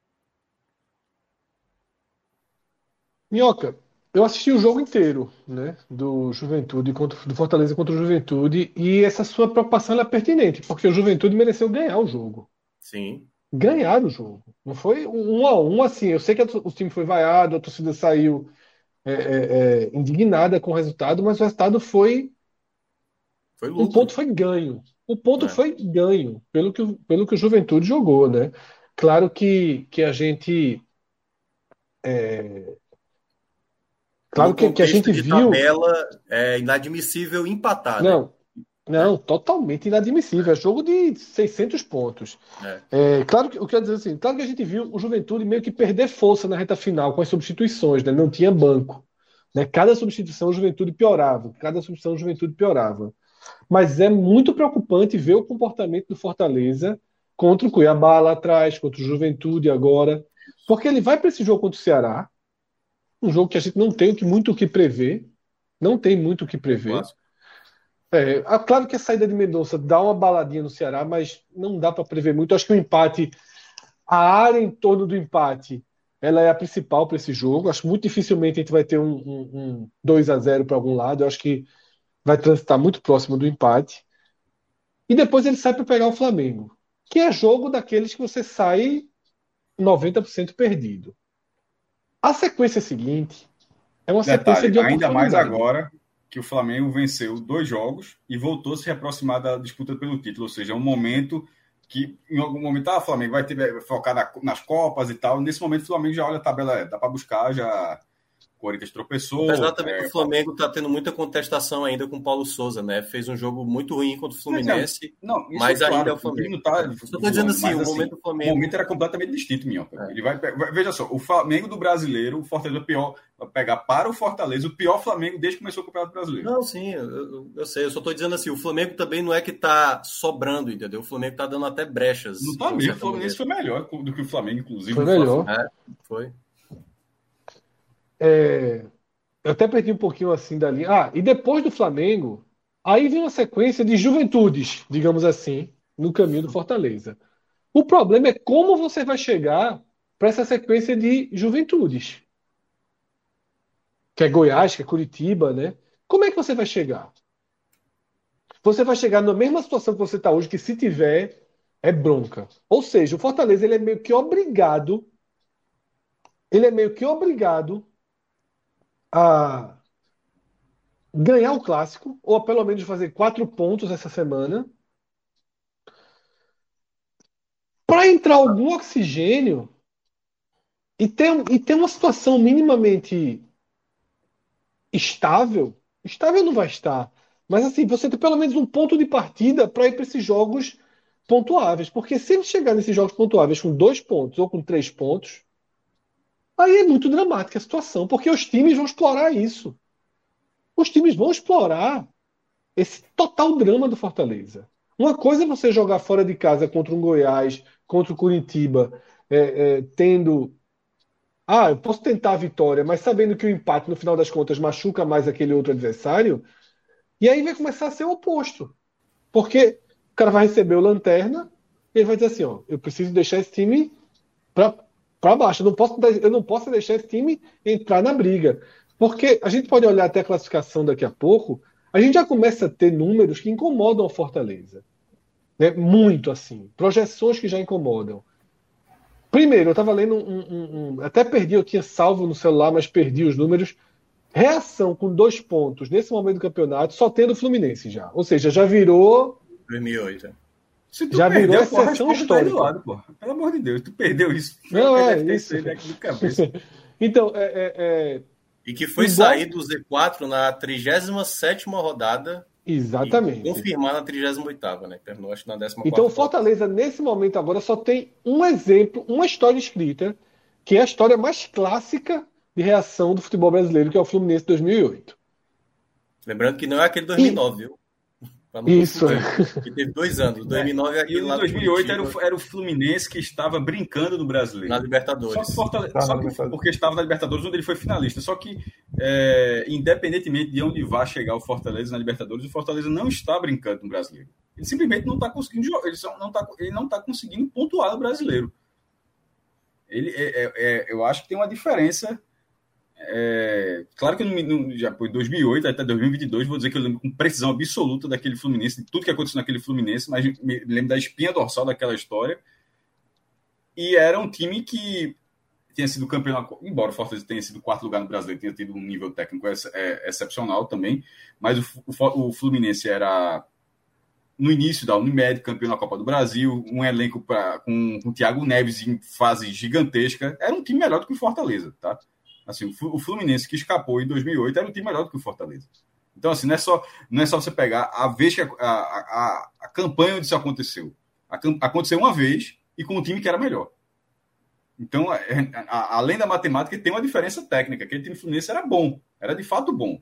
Minhoca, eu assisti o jogo inteiro, né, do Fortaleza contra o Juventude, e essa sua preocupação ela é pertinente, porque o Juventude mereceu ganhar o jogo. Sim. Ganhar o jogo. Não foi 1-1, assim. Eu sei que o time foi vaiado, a torcida saiu indignada com o resultado, mas o resultado foi lucro. O ponto foi ganho. O ponto foi ganho pelo que o Juventude jogou, né? Claro que a gente claro que a gente viu. Tabela é inadmissível empatar. Não, totalmente inadmissível. É jogo de 600 pontos. Claro que, o que eu ia dizer assim, claro que a gente viu o Juventude meio que perder força na reta final com as substituições, né? Não tinha banco. Né? Cada substituição o Juventude piorava. Mas é muito preocupante ver o comportamento do Fortaleza contra o Cuiabá lá atrás, contra o Juventude agora. Porque ele vai para esse jogo contra o Ceará, um jogo que a gente não tem muito o que prever. Não tem muito o que prever. Claro que a saída de Mendonça dá uma baladinha no Ceará, mas não dá para prever muito. Acho que o empate, a área em torno do empate, ela é a principal para esse jogo. Acho que muito dificilmente a gente vai ter um 2-0 para algum lado. Eu acho que vai transitar muito próximo do empate. e depois ele sai para pegar o Flamengo, que é jogo daqueles que você sai 90% perdido. A sequência seguinte é uma sequência Detalhe, de ainda mais oportunidade. agora que o Flamengo venceu 2 jogos e voltou a se aproximar da disputa pelo título, ou seja, é um momento que em algum momento o Flamengo vai focar nas Copas e tal. Nesse momento o Flamengo já olha a tabela, dá para buscar, já o Corinthians tropeçou. Apesar também que o Flamengo está tendo muita contestação ainda com o Paulo Souza, né? Fez um jogo muito ruim contra o Fluminense, mas ainda é o Flamengo. Eu estou dizendo assim, o momento do Flamengo... O momento era completamente distinto, Minhoca. Ele veja só, o Flamengo do brasileiro, o Fortaleza pior, vai pegar para o Fortaleza o pior Flamengo desde que começou o Campeonato Brasileiro. Não, sim, eu sei. Eu só estou dizendo assim, o Flamengo também não é que está sobrando, entendeu? O Flamengo está dando até brechas. No Flamengo, o Fluminense foi melhor do que o Flamengo, inclusive. Foi melhor. Foi. Eu até perdi um pouquinho assim dali. E depois do Flamengo, aí vem uma sequência de juventudes, digamos assim, no caminho do Fortaleza. O problema é como você vai chegar para essa sequência de juventudes. Que é Goiás, que é Curitiba, né? Como é que você vai chegar? Você vai chegar na mesma situação que você está hoje, que se tiver, é bronca. Ou seja, o Fortaleza ele é meio que obrigado a ganhar o clássico, ou pelo menos fazer 4 pontos essa semana, para entrar algum oxigênio e ter uma situação minimamente estável. Estável não vai estar, mas assim, você tem pelo menos um ponto de partida para ir para esses jogos pontuáveis. Porque se ele chegar nesses jogos pontuáveis com 2 pontos ou com 3 pontos, aí é muito dramática a situação, porque os times vão explorar isso. Os times vão explorar esse total drama do Fortaleza. Uma coisa é você jogar fora de casa contra um Goiás, contra o Curitiba, tendo... eu posso tentar a vitória, mas sabendo que o empate, no final das contas, machuca mais aquele outro adversário, e aí vai começar a ser o oposto. Porque o cara vai receber o Lanterna e ele vai dizer assim, eu preciso deixar esse time para baixo. Eu não posso deixar esse time entrar na briga. Porque a gente pode olhar até a classificação daqui a pouco, a gente já começa a ter números que incomodam a Fortaleza. Né? Muito assim. Projeções que já incomodam. Primeiro, eu estava lendo até perdi, eu tinha salvo no celular, mas perdi os números. Reação com 2 pontos nesse momento do campeonato, só tendo o Fluminense já. Ou seja, já virou... 2008. Se tu já perdeu, virou exceção histórica. Tá lado, pô. Pelo amor de Deus, tu perdeu isso. Não, isso. Então, E que foi sair do Z4 na 37ª rodada. Exatamente. E confirmar na 38ª, né? Terminou, acho, na 14ª. Então, o Fortaleza, nesse momento agora, só tem um exemplo, uma história escrita, que é a história mais clássica de reação do futebol brasileiro, que é o Fluminense 2008. Lembrando que não é aquele 2009, viu? Isso. Que teve 2 anos. 2009 é aquele lá. Em 2008 era o Fluminense que estava brincando no Brasileiro. Na Libertadores. Só porque estava na Libertadores, onde ele foi finalista. Só que, independentemente de onde vá chegar o Fortaleza na Libertadores, o Fortaleza não está brincando no Brasileiro. Ele simplesmente não está conseguindo jogar. Ele não está conseguindo pontuar no Brasileiro. Eu acho que tem uma diferença. Claro que já foi 2008 até 2022, vou dizer que eu lembro com precisão absoluta daquele Fluminense, de tudo que aconteceu naquele Fluminense, mas me lembro da espinha dorsal daquela história. E era um time que tinha sido campeão, embora o Fortaleza tenha sido 4º lugar no Brasileiro, tinha tido um nível técnico excepcional também, mas o Fluminense era, no início da Unimed, campeão na Copa do Brasil, um elenco com o Thiago Neves em fase gigantesca, era um time melhor do que o Fortaleza, tá? Assim, o Fluminense que escapou em 2008 era um time melhor do que o Fortaleza. Então, assim, não é só você pegar a vez que a campanha onde isso aconteceu. Aconteceu uma vez e com um time que era melhor. Então, além da matemática, tem uma diferença técnica. Aquele time Fluminense era bom, era de fato bom.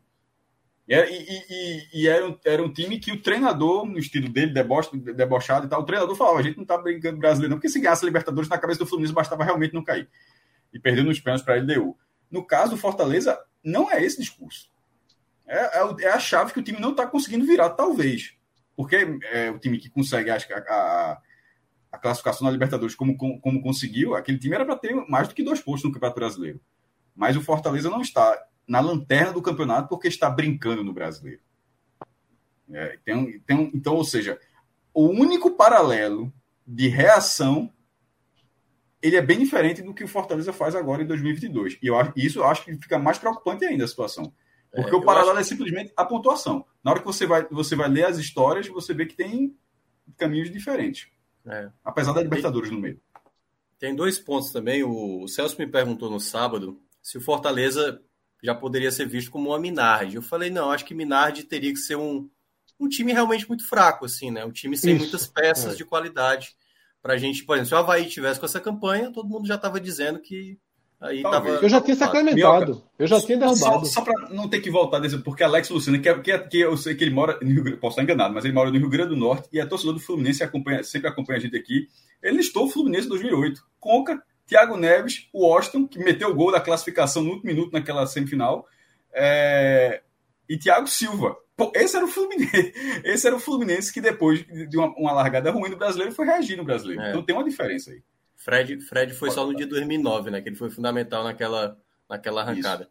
E era um time que o treinador, no estilo dele, debochado e tal, o treinador falava, a gente não tá brincando brasileiro não, porque se ganhasse a Libertadores na cabeça do Fluminense bastava realmente não cair. E perdeu nos pênaltis para a LDU. No caso do Fortaleza, não é esse discurso. É a chave que o time não está conseguindo virar, talvez. Porque é o time que consegue a classificação na Libertadores como conseguiu, aquele time era para ter mais do que 2 pontos no Campeonato Brasileiro. Mas o Fortaleza não está na lanterna do campeonato porque está brincando no Brasileiro. Então, ou seja, o único paralelo de reação, ele é bem diferente do que o Fortaleza faz agora em 2022. E isso eu acho que fica mais preocupante ainda a situação. Porque o paralelo é simplesmente a pontuação. Na hora que você vai ler as histórias, você vê que tem caminhos diferentes. Apesar da Libertadores no meio. Tem 2 pontos também. O Celso me perguntou no sábado se o Fortaleza já poderia ser visto como uma Minardi. Eu falei, não, acho que Minardi teria que ser um time realmente muito fraco, assim, né? Um time sem muitas peças de qualidade. Pra gente, por exemplo, se o Avaí tivesse com essa campanha, todo mundo já estava dizendo que aí tava... Eu já tinha sacramentado. Eu já tinha derrubado. Só para não ter que voltar desse, porque Alex Luciano, que eu sei que ele mora no Rio Grande, posso estar enganado, mas ele mora no Rio Grande do Norte e é torcedor do Fluminense e sempre acompanha a gente aqui. Ele listou o Fluminense em 2008. Conca, Thiago Neves, o Washington, que meteu o gol da classificação no último minuto naquela semifinal, e Thiago Silva. Pô, esse era o Fluminense que depois de uma largada ruim do brasileiro foi reagir no brasileiro. Então tem uma diferença aí. Fred foi só no dia 2009, né? Que ele foi fundamental naquela arrancada.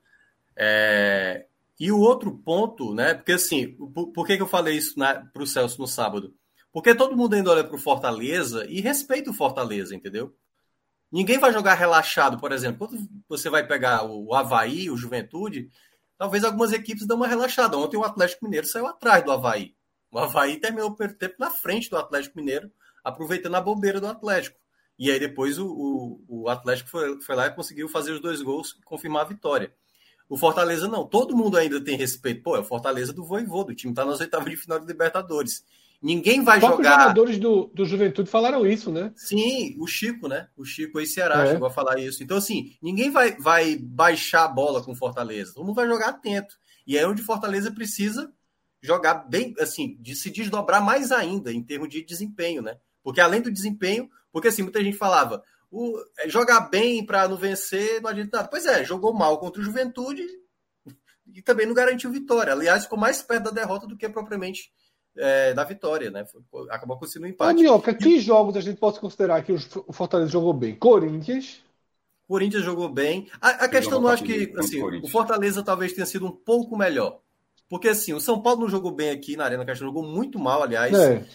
E o outro ponto, né? Porque assim, por que eu falei isso para o Celso no sábado? Porque todo mundo ainda olha para o Fortaleza e respeita o Fortaleza, entendeu? Ninguém vai jogar relaxado, por exemplo. Quando você vai pegar o Avaí, o Juventude, talvez algumas equipes dão uma relaxada. Ontem o Atlético Mineiro saiu atrás do Avaí. O Avaí terminou o primeiro tempo na frente do Atlético Mineiro, aproveitando a bobeira do Atlético. E aí depois o Atlético foi lá e conseguiu fazer os 2 gols e confirmar a vitória. O Fortaleza não. Todo mundo ainda tem respeito. Pô, é o Fortaleza do Vojvoda. O time está nas 8ª de final de Libertadores. Ninguém vai jogar... Os jogadores do Juventude falaram isso, né? Sim, o Chico, né? O Chico aí Ceará chegou a falar isso. Então, assim, ninguém vai baixar a bola com o Fortaleza. Todo mundo vai jogar atento. E é onde o Fortaleza precisa jogar bem, assim, de se desdobrar mais ainda em termos de desempenho, né? Porque além do desempenho... Porque, assim, muita gente falava, jogar bem para não vencer não adianta nada. Pois é, jogou mal contra o Juventude e também não garantiu vitória. Aliás, ficou mais perto da derrota do que propriamente da vitória, né? Acabou acontecendo um empate. Minhoca, que jogos a gente pode considerar que o Fortaleza jogou bem? Corinthians jogou bem. A questão, não acho que assim, o Fortaleza talvez tenha sido um pouco melhor. Porque, assim, o São Paulo não jogou bem aqui na Arena Castelão, jogou muito mal, aliás.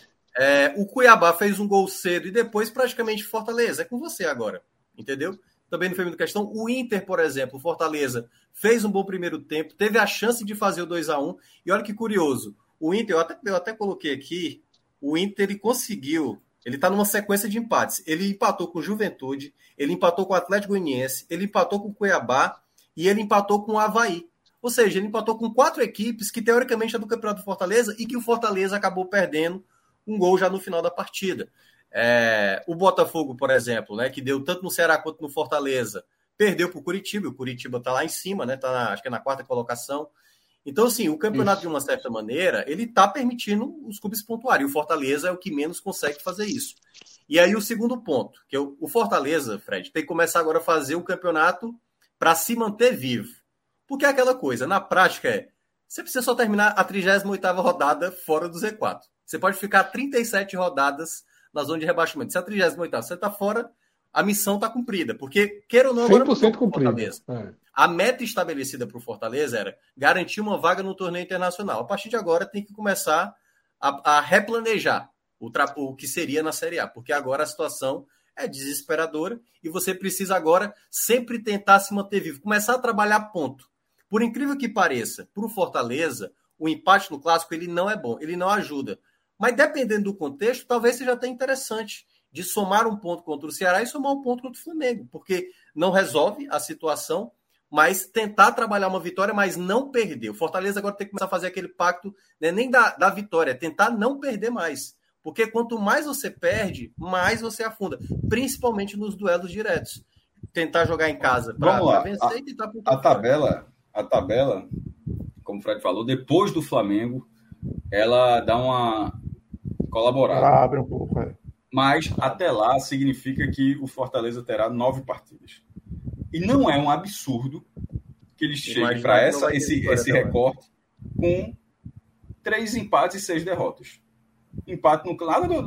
O Cuiabá fez um gol cedo e depois praticamente Fortaleza. É com você agora, entendeu? Também não foi muita questão. O Inter, por exemplo, o Fortaleza fez um bom primeiro tempo, teve a chance de fazer o 2-1. E olha que curioso, o Inter, eu até coloquei aqui, o Inter ele conseguiu, ele está numa sequência de empates. Ele empatou com o Juventude, ele empatou com o Atlético Goianiense, ele empatou com o Cuiabá e ele empatou com o Avaí. Ou seja, ele empatou com 4 equipes que teoricamente é do Campeonato do Fortaleza e que o Fortaleza acabou perdendo um gol já no final da partida. O Botafogo, por exemplo, né, que deu tanto no Ceará quanto no Fortaleza, perdeu para o Curitiba. O Curitiba está lá em cima, né, acho que é na 4ª colocação. Então, assim, o campeonato, de uma certa maneira, ele está permitindo os clubes pontuarem. E o Fortaleza é o que menos consegue fazer isso. E aí o segundo ponto, que o Fortaleza, Fred, tem que começar agora a fazer o campeonato para se manter vivo. Porque é aquela coisa, na prática você precisa só terminar a 38ª rodada fora do Z4. Você pode ficar 37 rodadas na zona de rebaixamento. Se a 38ª você está fora, a missão está cumprida. Porque, queira ou não, agora 100% cumprida. A meta estabelecida para o Fortaleza era garantir uma vaga no torneio internacional. A partir de agora tem que começar a replanejar o que seria na Série A. Porque agora a situação é desesperadora e você precisa agora sempre tentar se manter vivo. Começar a trabalhar ponto. Por incrível que pareça, para o Fortaleza, o empate no Clássico ele não é bom, ele não ajuda. Mas dependendo do contexto, talvez seja até interessante de somar um ponto contra o Ceará e somar um ponto contra o Flamengo, porque não resolve a situação, mas tentar trabalhar uma vitória, mas não perder. O Fortaleza agora tem que começar a fazer aquele pacto, né, nem da vitória, tentar não perder mais. Porque quanto mais você perde, mais você afunda, principalmente nos duelos diretos. Tentar jogar em casa para vencer e tentar pontuar. A tabela, como o Fred falou, depois do Flamengo, ela dá uma colaborada. Ela abre um pouco, Mas até lá significa que o Fortaleza terá 9 partidas. E não é um absurdo que eles cheguem para esse recorte com 3 empates e 6 derrotas. Empate no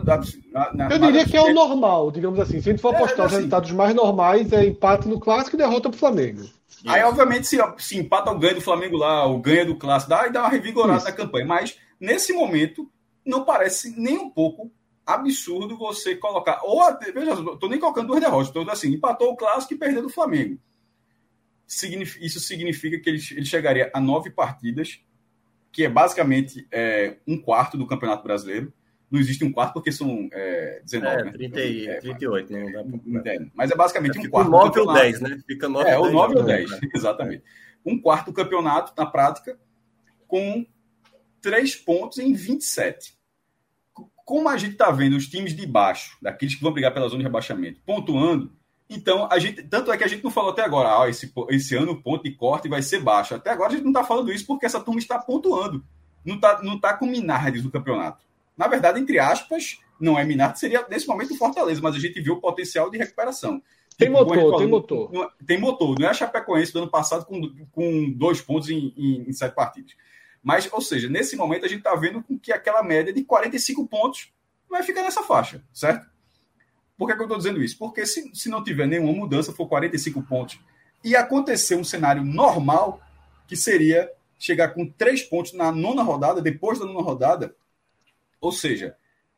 Eu diria que é o normal, digamos assim. Se a gente for apostar os resultados mais normais, é empate no Clássico e derrota para o Flamengo. Aí, obviamente, se empata ou ganha do Flamengo lá, ou ganha do Clássico, dá uma revigorada na campanha. Mas, nesse momento, não parece nem um pouco absurdo você colocar, ou até, veja, estou nem colocando 2 derrotas, estou assim, empatou o Clássico e perdeu do Flamengo. Isso significa que ele chegaria a 9 partidas, que é basicamente um quarto do Campeonato Brasileiro. Não existe um quarto porque são 19, né? 38. Não dá mas é basicamente um quarto. 9 ou 10, né? Fica 9 ou 9 ou 10, exatamente. Um quarto do campeonato, na prática, com 3 pontos em 27. Como a gente está vendo os times de baixo, daqueles que vão brigar pela zona de rebaixamento, pontuando, então, tanto é que a gente não falou até agora, esse ano o ponto de corte vai ser baixo. Até agora a gente não está falando isso porque essa turma está pontuando. Não tá com Minardes no campeonato. Na verdade, entre aspas, não é Minardes, seria nesse momento o Fortaleza, mas a gente viu o potencial de recuperação. Tem motor. Tem motor. Não é a Chapecoense do ano passado com 2 pontos em 7 partidas. Mas, ou seja, nesse momento a gente está vendo que aquela média de 45 pontos vai ficar nessa faixa, certo? Por que eu estou dizendo isso? Porque se não tiver nenhuma mudança, for 45 pontos, e acontecer um cenário normal, que seria chegar com 3 pontos na 9ª rodada, depois da 9ª rodada, ou seja,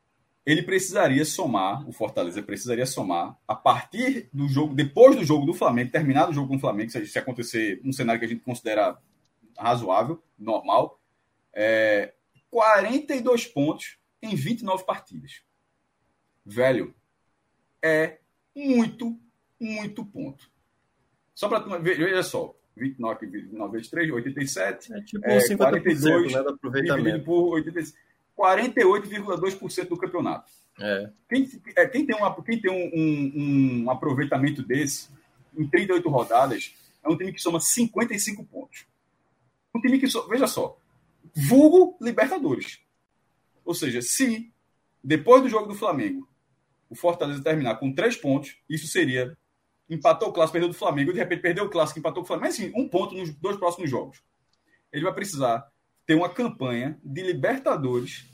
o Fortaleza precisaria somar a partir do jogo, depois do jogo do Flamengo, terminado o jogo com o Flamengo, se acontecer um cenário que a gente considera razoável, normal, 42 pontos em 29 partidas. Velho, é muito, muito ponto. Só para veja só, 29 vezes 3, 87, tipo 50%, 42, né, do aproveitamento. Por 86, 48,2% do campeonato. Quem tem um aproveitamento desse, em 38 rodadas, é um time que soma 55 pontos. Um time que, veja só, vulgo Libertadores. Ou seja, se depois do jogo do Flamengo o Fortaleza terminar com 3 pontos, isso seria empatou o Clássico, perdeu do Flamengo, de repente perdeu o Clássico, empatou o Flamengo, mas sim, 1 ponto nos 2 próximos jogos. Ele vai precisar ter uma campanha de Libertadores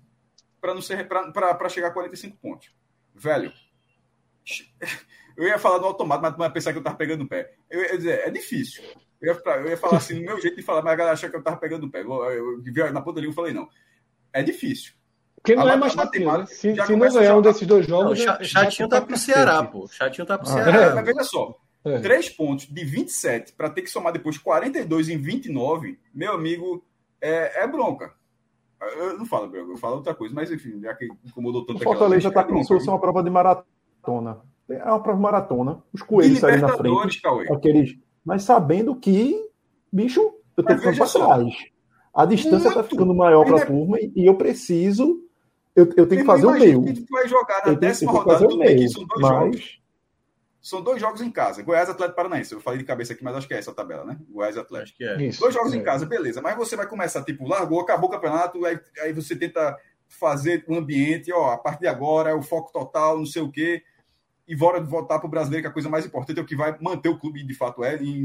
para chegar a 45 pontos. Velho, eu ia falar no automático, mas tu vai pensar que eu tava pegando no pé. Eu ia dizer, é difícil. Eu ia falar assim, no meu jeito de falar, mas a galera achou que eu tava pegando no pé. Eu vi na ponta ali, eu falei, não. É difícil. Porque não é mais chatinho, né? Se não ganhar um desses 2 jogos... Chatinho tá pro Ceará, pô. Chatinho tá pro Ceará. Mas veja só, 3 pontos de 27 para ter que somar depois 42 em 29, meu amigo, é bronca. Eu não falo bronca, eu falo outra coisa, mas enfim, já que incomodou tanto... O Fortaleza está como se fosse uma prova de maratona. É uma prova de maratona. Os coelhos saem na frente. Aqueles... Mas sabendo que, bicho, eu tô ficando para trás. A distância está ficando maior para a turma e eu preciso... Eu tenho que fazer o meu. Que tu vai jogar na 10ª rodada do meio, são 2 jogos. São 2 jogos em casa. Goiás Atlético Paranaense. Eu falei de cabeça aqui, mas acho que é essa a tabela, né? Goiás Atlético. Acho que é. 2 jogos em casa, beleza. Mas você vai começar, tipo, largou, acabou o campeonato, aí você tenta fazer um ambiente, a partir de agora é o foco total, não sei o quê, e voltar para o brasileiro, que a coisa mais importante é o que vai manter o clube, de fato, em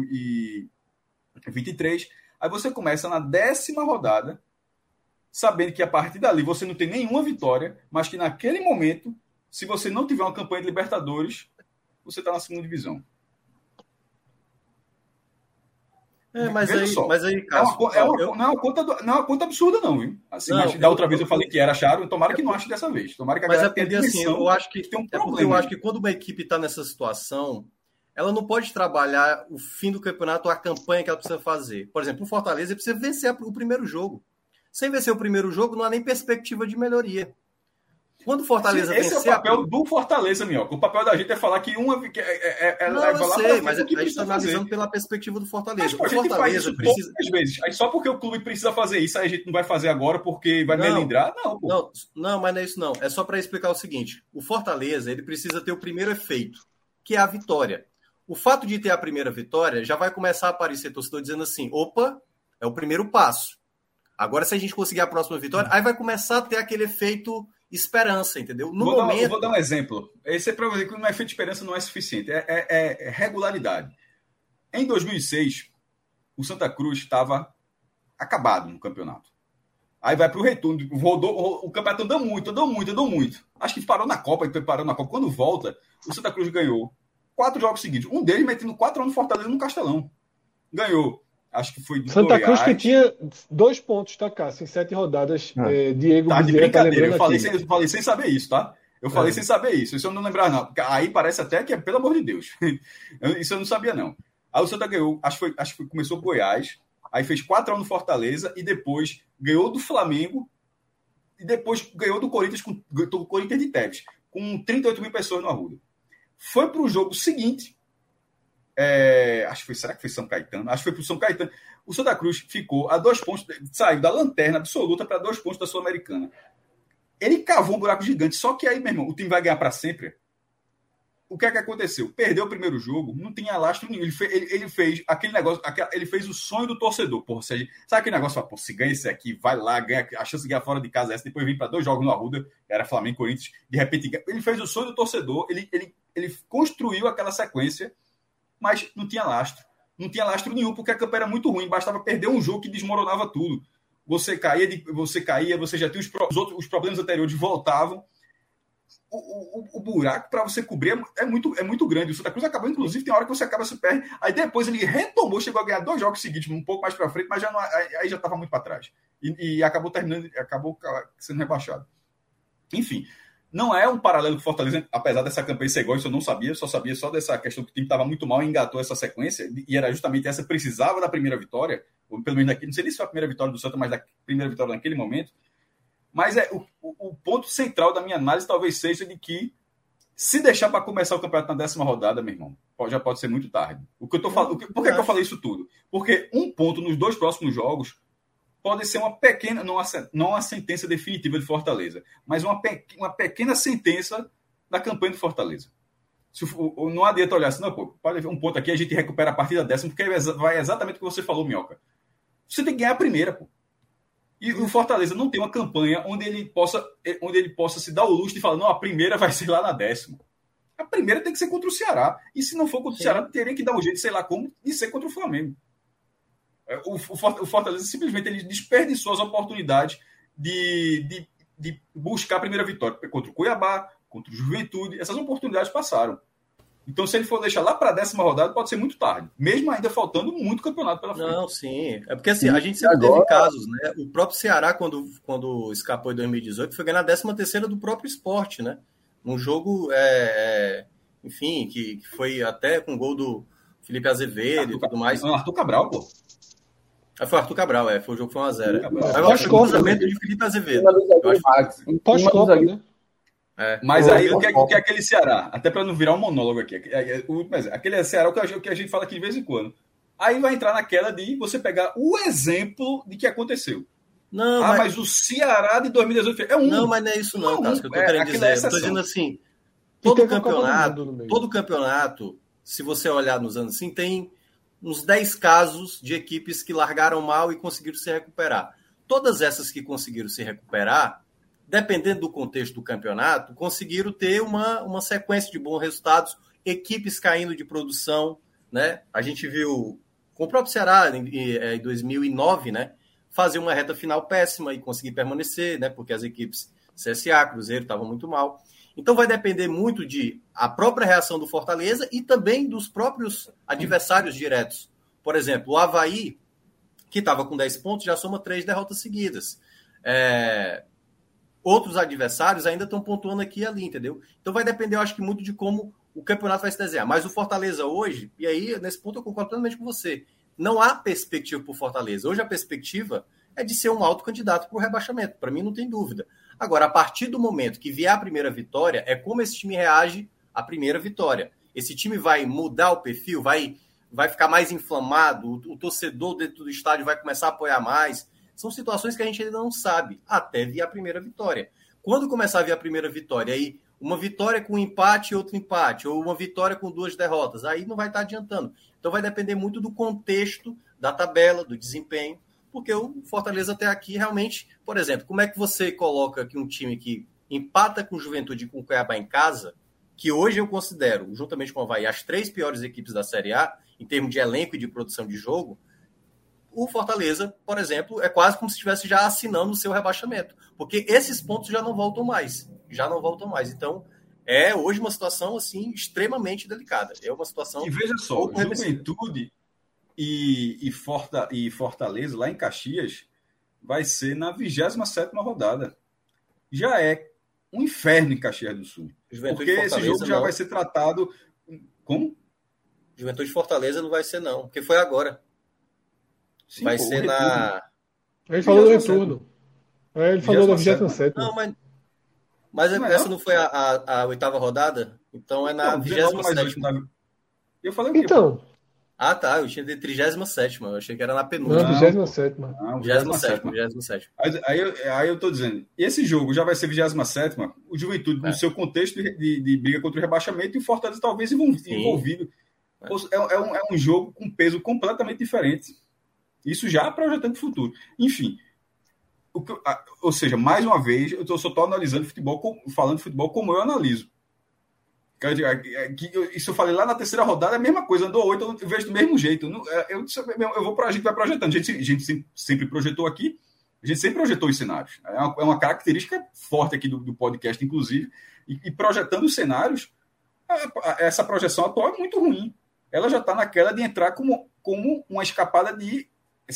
2023. Aí você começa na 10ª rodada, sabendo que a partir dali você não tem nenhuma vitória, mas que naquele momento, se você não tiver uma campanha de Libertadores, você está na 2ª divisão. Mas aí, Cássio, não é uma conta absurda, não, viu? Assim, da outra vez eu falei que era acharam, tomara que não ache dessa vez. Tomara que a galera tenha assim, eu acho que tem um problema. Porque eu acho que quando uma equipe está nessa situação, ela não pode trabalhar o fim do campeonato ou a campanha que ela precisa fazer. Por exemplo, o Fortaleza precisa vencer o primeiro jogo. Sem vencer o primeiro jogo, não há nem perspectiva de melhoria. Quando o Fortaleza vencer... Esse é o papel do Fortaleza, Minhoca. O papel da gente é falar que uma... eu sei, mas a gente está analisando pela perspectiva do Fortaleza. Mas, o Fortaleza precisa... Todas as vezes. Aí só porque o clube precisa fazer isso, aí a gente não vai fazer agora porque vai melindrar? Não, pô. Não, mas não é isso não. É só para explicar o seguinte. O Fortaleza, ele precisa ter o primeiro efeito, que é a vitória. O fato de ter a primeira vitória já vai começar a aparecer torcedor dizendo assim, opa, é o primeiro passo. Agora, se a gente conseguir a próxima vitória, aí vai começar a ter aquele efeito esperança, entendeu? Eu vou dar um exemplo. Esse é para você que um efeito esperança não é suficiente. É regularidade. Em 2006, o Santa Cruz estava acabado no campeonato. Aí vai para o retorno. O campeonato andou muito. Acho que parou na Copa. Quando volta, o Santa Cruz ganhou 4 jogos seguidos. Um deles metendo 4 anos no Fortaleza no Castelão. Ganhou acho que foi do Santa Goiás. Cruz que tinha 2 pontos, tá, Cássio? Em 7 rodadas. Diego Tá de Bezerra brincadeira, eu falei, aqui. falei sem saber isso, tá? Eu falei sem saber isso. Isso eu não lembrava, não. Aí parece até que é, pelo amor de Deus. Isso eu não sabia, não. Aí o Santa ganhou, acho que começou com Goiás, aí fez 4-1 no Fortaleza, e depois ganhou do Flamengo, e depois ganhou do Corinthians, do Corinthians de Tevez, com 38 mil pessoas no Arruda. Foi para o jogo seguinte, será que foi São Caetano? Acho que foi para o São Caetano. O Santa Cruz ficou a 2 pontos, saiu da lanterna absoluta para 2 pontos da Sul-Americana. Ele cavou um buraco gigante, só que aí, meu irmão, o time vai ganhar para sempre. O que é que aconteceu? Perdeu o primeiro jogo, não tinha lastro nenhum. Ele fez aquele negócio, ele fez o sonho do torcedor. Porra, sabe aquele negócio? Pô, se ganha esse aqui, vai lá, ganha, a chance de ganhar fora de casa essa, depois vir para 2 jogos no Arruda, era Flamengo e Corinthians, de repente, ele fez o sonho do torcedor, ele construiu aquela sequência, mas não tinha lastro. Não tinha lastro nenhum, porque a campanha era muito ruim, bastava perder um jogo que desmoronava tudo. Você caía, você já tinha os problemas anteriores voltavam. O buraco para você cobrir é muito grande. O Santa Cruz acabou, inclusive, tem hora que você acaba se perde. Aí depois ele retomou, chegou a ganhar 2 jogos seguintes, um pouco mais para frente, mas aí já estava muito para trás. E acabou sendo rebaixado. Enfim, não é um paralelo com o Fortaleza, apesar dessa campanha ser igual, isso eu não sabia, só sabia dessa questão que o time estava muito mal e engatou essa sequência, e era justamente essa, precisava da primeira vitória, ou pelo menos daqui, não sei se foi a primeira vitória do Santa, mas da primeira vitória naquele momento. Mas o ponto central da minha análise talvez seja de que, se deixar para começar o campeonato na 10ª rodada, meu irmão, já pode ser muito tarde. Por que eu falei isso tudo? Porque 1 ponto nos 2 próximos jogos pode ser uma pequena, não uma sentença definitiva de Fortaleza, mas uma pequena sentença da campanha do Fortaleza. Não adianta olhar assim, não, pô, pode haver 1 ponto aqui, a gente recupera a partir da 10ª, porque vai exatamente o que você falou, Minhoca. Você tem que ganhar a primeira, pô. E o Fortaleza não tem uma campanha onde ele possa se dar o luxo de falar, não, a primeira vai ser lá na 10ª. A primeira tem que ser contra o Ceará. E se não for contra o Ceará, teria que dar um jeito, sei lá como, de ser contra o Flamengo. O Fortaleza simplesmente ele desperdiçou as oportunidades de buscar a primeira vitória. Contra o Cuiabá, contra o Juventude, essas oportunidades passaram. Então, se ele for deixar lá para a 10ª rodada, pode ser muito tarde. Mesmo ainda faltando muito campeonato pela frente. Não, sim. É porque assim, a gente sempre teve casos, né? O próprio Ceará, quando escapou em 2018, foi ganhar a 13ª do próprio Sport, né? Um jogo, enfim, que foi até com gol do Felipe Azevedo e tudo mais. Não, Arthur Cabral, pô. Foi o Arthur Cabral, foi o jogo que foi 1-0. Eu acho que o cruzamento de Felipe Azevedo. Pós-Copa, né? Mas aí, o que é aquele Ceará? Até para não virar um monólogo aqui. Aquele Ceará que a gente fala aqui de vez em quando. Aí vai entrar naquela de você pegar o exemplo de que aconteceu. Não, mas o Ceará de 2018 é um. Não, mas não é isso não, Cássio, que eu tô querendo dizer. Eu tô dizendo assim, todo campeonato, se você olhar nos anos assim, tem uns 10 casos de equipes que largaram mal e conseguiram se recuperar. Todas essas que conseguiram se recuperar, dependendo do contexto do campeonato, conseguiram ter uma sequência de bons resultados, equipes caindo de produção, né? A gente viu com o próprio Ceará em 2009, né? Fazer uma reta final péssima e conseguir permanecer, né? Porque as equipes CSA, Cruzeiro estavam muito mal. Então vai depender muito de a própria reação do Fortaleza e também dos próprios adversários diretos. Por exemplo, o Avaí, que estava com 10 pontos, já soma 3 derrotas seguidas. Outros adversários ainda estão pontuando aqui e ali, entendeu? Então vai depender, eu acho que muito de como o campeonato vai se desenhar. Mas o Fortaleza hoje, e aí nesse ponto eu concordo plenamente com você, não há perspectiva para o Fortaleza. Hoje a perspectiva é de ser um alto candidato para o rebaixamento. Para mim não tem dúvida. Agora, a partir do momento que vier a primeira vitória, é como esse time reage à primeira vitória. Esse time vai mudar o perfil, vai ficar mais inflamado, o torcedor dentro do estádio vai começar a apoiar mais. São situações que a gente ainda não sabe, até vir a primeira vitória. Quando começar a vir a primeira vitória, aí uma vitória com um empate e outro empate, ou uma vitória com 2 derrotas, aí não vai estar adiantando. Então vai depender muito do contexto da tabela, do desempenho, porque o Fortaleza até aqui realmente, por exemplo, como é que você coloca aqui um time que empata com o Juventude e com o Cuiabá em casa, que hoje eu considero, juntamente com o Avaí, as 3 piores equipes da Série A, em termos de elenco e de produção de jogo, o Fortaleza, por exemplo, é quase como se estivesse já assinando o seu rebaixamento, porque esses pontos já não voltam mais. Então, é hoje uma situação assim extremamente delicada. É uma situação. E veja só, e Fortaleza, lá em Caxias, vai ser na 27ª rodada. Já é um inferno em Caxias do Sul. Porque esse jogo já vai ser tratado... Como? Juventude Fortaleza não vai ser, não. Porque foi agora. Sim, vai ser na... Ele falou do retorno. Ele falou da 27ª. Não, mas essa não foi a 8ª rodada? Então é na 27ª. Eu falei o quê? Então... Ah, tá. Eu tinha de 37ª. Eu achei que era na penúltima. Não, 27ª. 27ª. Aí eu tô dizendo, esse jogo já vai ser 27ª, o Juventude no seu contexto de briga contra o rebaixamento e o Fortaleza talvez envolvido. É um jogo com peso completamente diferente. Isso já projetando o futuro. Enfim, ou seja, mais uma vez, eu só estou analisando futebol, falando de futebol como eu analiso. Isso eu falei lá na 3ª rodada, é a mesma coisa, andou 8, eu vejo do mesmo jeito. A gente vai projetando. A gente sempre projetou aqui, a gente sempre projetou os cenários. É uma característica forte aqui do podcast, inclusive. E projetando os cenários, essa projeção atual é muito ruim. Ela já está naquela de entrar como uma escapada de...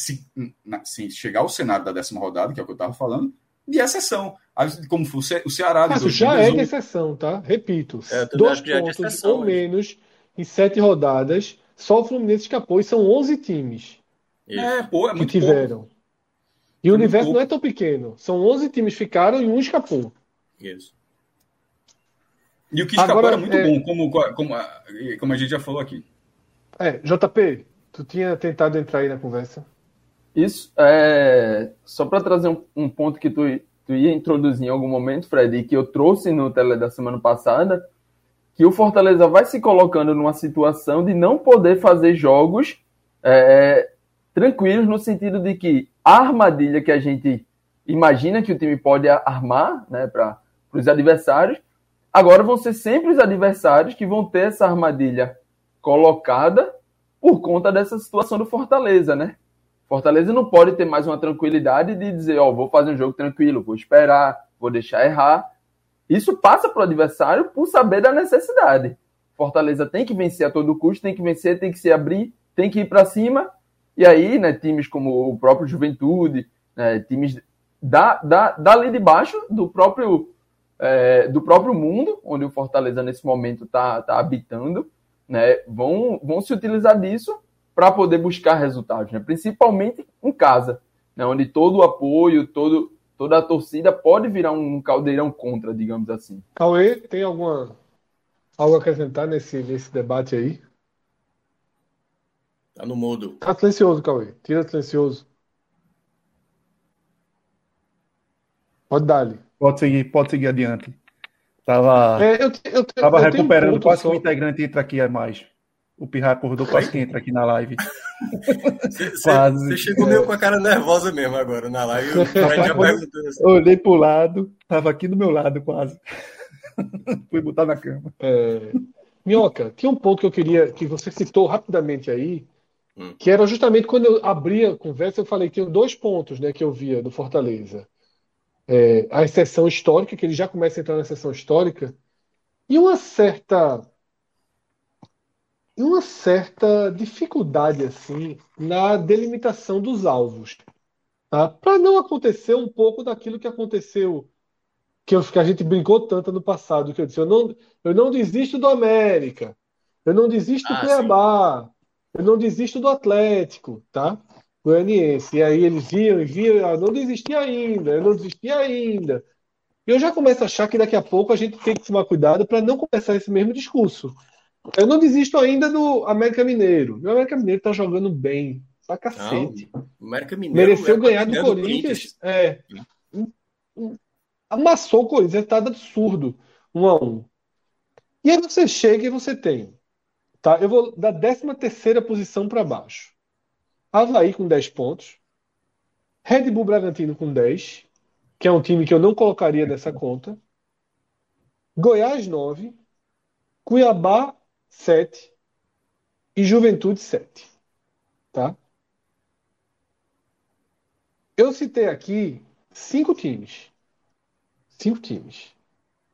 Se chegar ao cenário da 10ª rodada, que é o que eu estava falando, de exceção. Como foi o Ceará... Mas já é de exceção, tá? Repito. 2 pontos ou menos em 7 rodadas, só o Fluminense escapou, e são 11 times é muito que tiveram. Pouco. E o universo não é tão pequeno. São 11 times que ficaram e um escapou. Isso. E o que escapou era muito bom, como a gente já falou aqui. JP, tu tinha tentado entrar aí na conversa. Isso, só para trazer um ponto que tu ia introduzir em algum momento, Fred, e que eu trouxe no tele da semana passada, que o Fortaleza vai se colocando numa situação de não poder fazer jogos tranquilos, no sentido de que a armadilha que a gente imagina que o time pode armar, né, para os adversários, agora vão ser sempre os adversários que vão ter essa armadilha colocada por conta dessa situação do Fortaleza, né? Fortaleza não pode ter mais uma tranquilidade de dizer, vou fazer um jogo tranquilo, vou esperar, vou deixar errar. Isso passa para o adversário por saber da necessidade. Fortaleza tem que vencer a todo custo, tem que vencer, tem que se abrir, tem que ir para cima. E aí, né, times como o próprio Juventude, né, times dali de baixo do próprio mundo, onde o Fortaleza nesse momento está habitando, né, vão se utilizar disso para poder buscar resultados, né? Principalmente em casa, né? Onde todo o apoio, toda a torcida pode virar um caldeirão contra, digamos assim. Cauê, tem algo a acrescentar nesse debate aí? Tá no mudo. Tá silencioso, Cauê. Tira silencioso. Pode dar-lhe. Pode seguir adiante. Tava recuperando, quase que o integrante entra aqui a mais. O Pirra acordou, quase que entra aqui na live. Você chegou meio com a cara nervosa mesmo agora na live. Assim. Olhei pro lado, tava aqui do meu lado quase. Fui botar na cama. Minhoca, tinha um ponto que eu queria, que você citou rapidamente aí, que era justamente quando eu abri a conversa, eu falei que tinha 2 pontos, né, que eu via do Fortaleza. A exceção histórica, que ele já começa a entrar na exceção histórica, e uma certa dificuldade assim na delimitação dos alvos, tá? Para não acontecer um pouco daquilo que aconteceu, que a gente brincou tanto no passado, que eu disse, eu não desisto do América, eu não desisto do Cuiabá, eu não desisto do Atlético, tá? Goianiense. E aí eles viam, eu não desisti ainda. E eu já começo a achar que daqui a pouco a gente tem que tomar cuidado para não começar esse mesmo discurso. Eu não desisto ainda do América Mineiro. O América Mineiro tá jogando bem. Pra cacete. O América Mineiro mereceu ganhar do Corinthians. Amassou o Corinthians. Resultado absurdo. 1-1. E aí você chega e você tem. Tá? Eu vou da 13ª posição para baixo. Avaí com 10 pontos. Red Bull Bragantino com 10. Que é um time que eu não colocaria nessa conta. Goiás 9. Cuiabá 7 e Juventude 7, tá? Eu citei aqui 5 times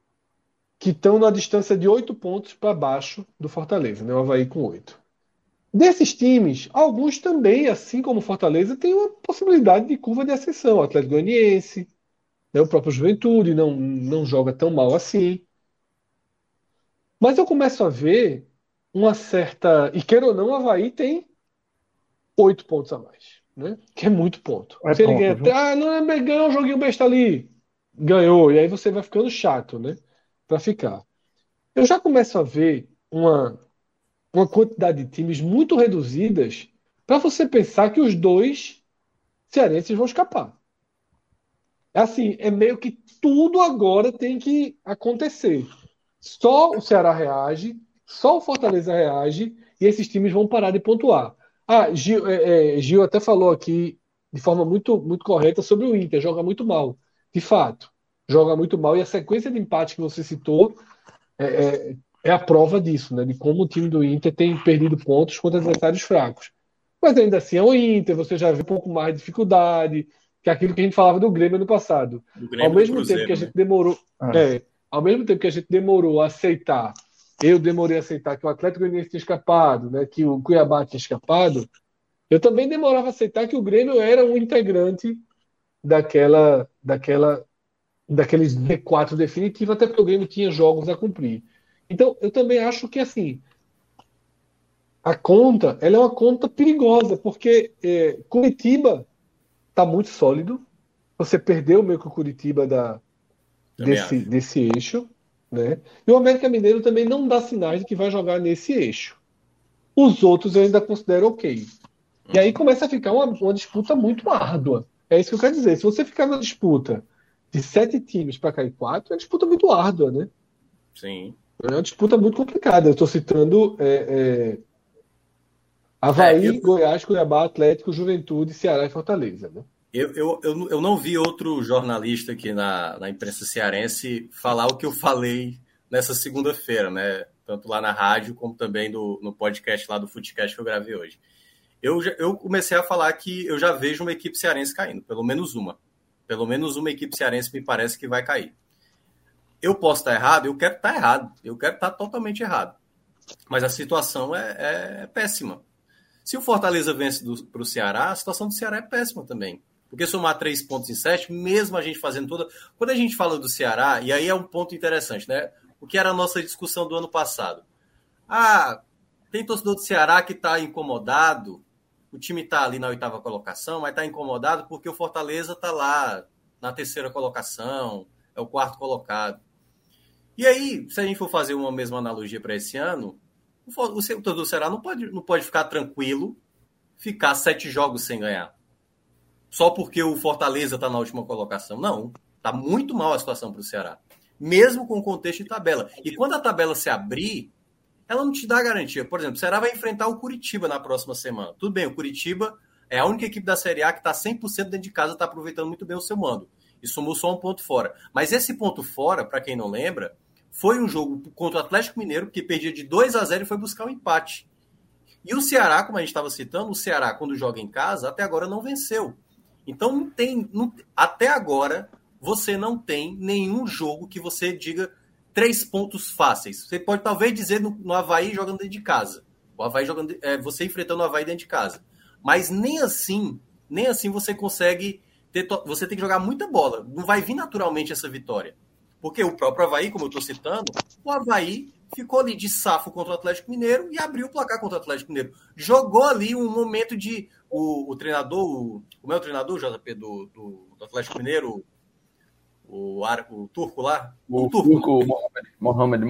que estão na distância de 8 pontos para baixo do Fortaleza, né? O Avaí com 8. Desses times, alguns também, assim como o Fortaleza, têm uma possibilidade de curva de ascensão. O Atlético Goianiense, né, o próprio Juventude não joga tão mal assim. Mas eu começo a ver uma certa. E queira ou não, o Avaí tem 8 pontos a mais, né? Que é muito ponto. É Se ele ponto, ganha. viu? Não é ganhou um joguinho besta ali. Ganhou. E aí você vai ficando chato, né? Pra ficar. Eu já começo a ver uma quantidade de times muito reduzidas para você pensar que os dois cearenses vão escapar. É assim, é meio que tudo agora tem que acontecer. Só o Ceará reage, só o Fortaleza reage e esses times vão parar de pontuar. Gil até falou aqui de forma muito correta sobre o Inter, joga muito mal. De fato, joga muito mal e a sequência de empate que você citou é a prova disso, né? De como o time do Inter tem perdido pontos contra adversários fracos. Mas ainda assim é o Inter, você já vê um pouco mais de dificuldade, que é aquilo que a gente falava do Grêmio ano passado. Do Ao Grêmio do mesmo tempo que a Cruzeiro, gente né? demorou, É. ao mesmo tempo que a gente demorou a aceitar, eu demorei a aceitar que o Atlético Goianiense tinha escapado, né? Que o Cuiabá tinha escapado. Eu também demorava a aceitar que o Grêmio era um integrante daqueles D4 definitivo, até porque o Grêmio tinha jogos a cumprir. Então, eu também acho que assim, a conta, ela é uma conta perigosa, porque Curitiba está muito sólido. Você perdeu meio que o Curitiba Também acho. desse eixo, né? E o América Mineiro também não dá sinais de que vai jogar nesse eixo. Os outros eu ainda considero ok. E aí começa a ficar uma disputa muito árdua. É isso que eu quero dizer. Se você ficar na disputa de 7 times para cair 4, é uma disputa muito árdua, né? Sim. É uma disputa muito complicada. Eu estou citando Avaí, Goiás, Cuiabá, Atlético, Juventude, Ceará e Fortaleza, né? Eu não vi outro jornalista aqui na imprensa cearense falar o que eu falei nessa segunda-feira, né? Tanto lá na rádio como também no podcast lá do Futecast que eu gravei hoje. Eu comecei a falar que eu já vejo uma equipe cearense caindo, pelo menos uma. Pelo menos uma equipe cearense me parece que vai cair. Eu posso estar errado? Eu quero estar errado. Eu quero estar totalmente errado. Mas a situação é péssima. Se o Fortaleza vence para o Ceará, a situação do Ceará é péssima também. Porque somar 3 pontos em 7, mesmo a gente fazendo toda... Quando a gente fala do Ceará, e aí é um ponto interessante, né? O que era a nossa discussão do ano passado. Tem torcedor do Ceará que está incomodado, o time está ali na 8ª colocação, mas está incomodado porque o Fortaleza está lá na 3ª colocação, é o 4º colocado. E aí, se a gente for fazer uma mesma analogia para esse ano, o torcedor do Ceará não pode ficar tranquilo, ficar 7 jogos sem ganhar. Só porque o Fortaleza está na última colocação. Não, está muito mal a situação para o Ceará. Mesmo com o contexto de tabela. E quando a tabela se abrir, ela não te dá garantia. Por exemplo, o Ceará vai enfrentar o Curitiba na próxima semana. Tudo bem, o Curitiba é a única equipe da Série A que está 100% dentro de casa, está aproveitando muito bem o seu mando. E somou só um ponto fora. Mas esse ponto fora, para quem não lembra, foi um jogo contra o Atlético Mineiro, que perdia de 2-0 e foi buscar um empate. E o Ceará, como a gente estava citando, o Ceará, quando joga em casa, até agora não venceu. Então, até agora, você não tem nenhum jogo que você diga 3 pontos fáceis. Você pode talvez dizer no Avaí jogando dentro de casa. O Avaí você enfrentando o Avaí dentro de casa. Mas nem assim você consegue você tem que jogar muita bola. Não vai vir naturalmente essa vitória. Porque o próprio Avaí, como eu estou citando, o Avaí ficou ali de safo contra o Atlético Mineiro e abriu o placar contra o Atlético Mineiro. Jogou ali um momento de... O treinador, como é o treinador, JP, do Atlético Mineiro? O turco lá? O turco, Mohamed.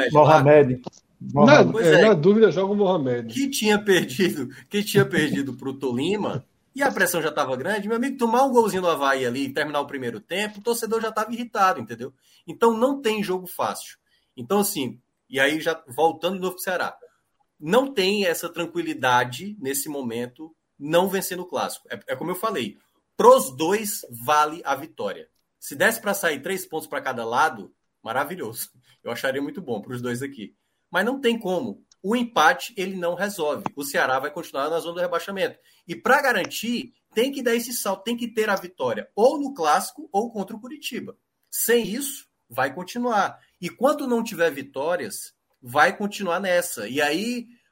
Na dúvida, joga o Mohamed. Que tinha perdido para o Tolima, e a pressão já estava grande, meu amigo, tomar um golzinho do Avaí ali e terminar o primeiro tempo, o torcedor já estava irritado, entendeu? Então não tem jogo fácil. Então, assim, e aí já voltando de novo para o Ceará, não tem essa tranquilidade nesse momento, não vencendo o clássico. É como eu falei, pros dois vale a vitória. Se desse para sair 3 pontos para cada lado, maravilhoso. Eu acharia muito bom para os dois aqui. Mas não tem como. O empate, ele não resolve. O Ceará vai continuar na zona do rebaixamento. E para garantir, tem que dar esse salto, tem que ter a vitória ou no clássico ou contra o Curitiba. Sem isso, vai continuar. E quando não tiver vitórias, vai continuar nessa. E aí,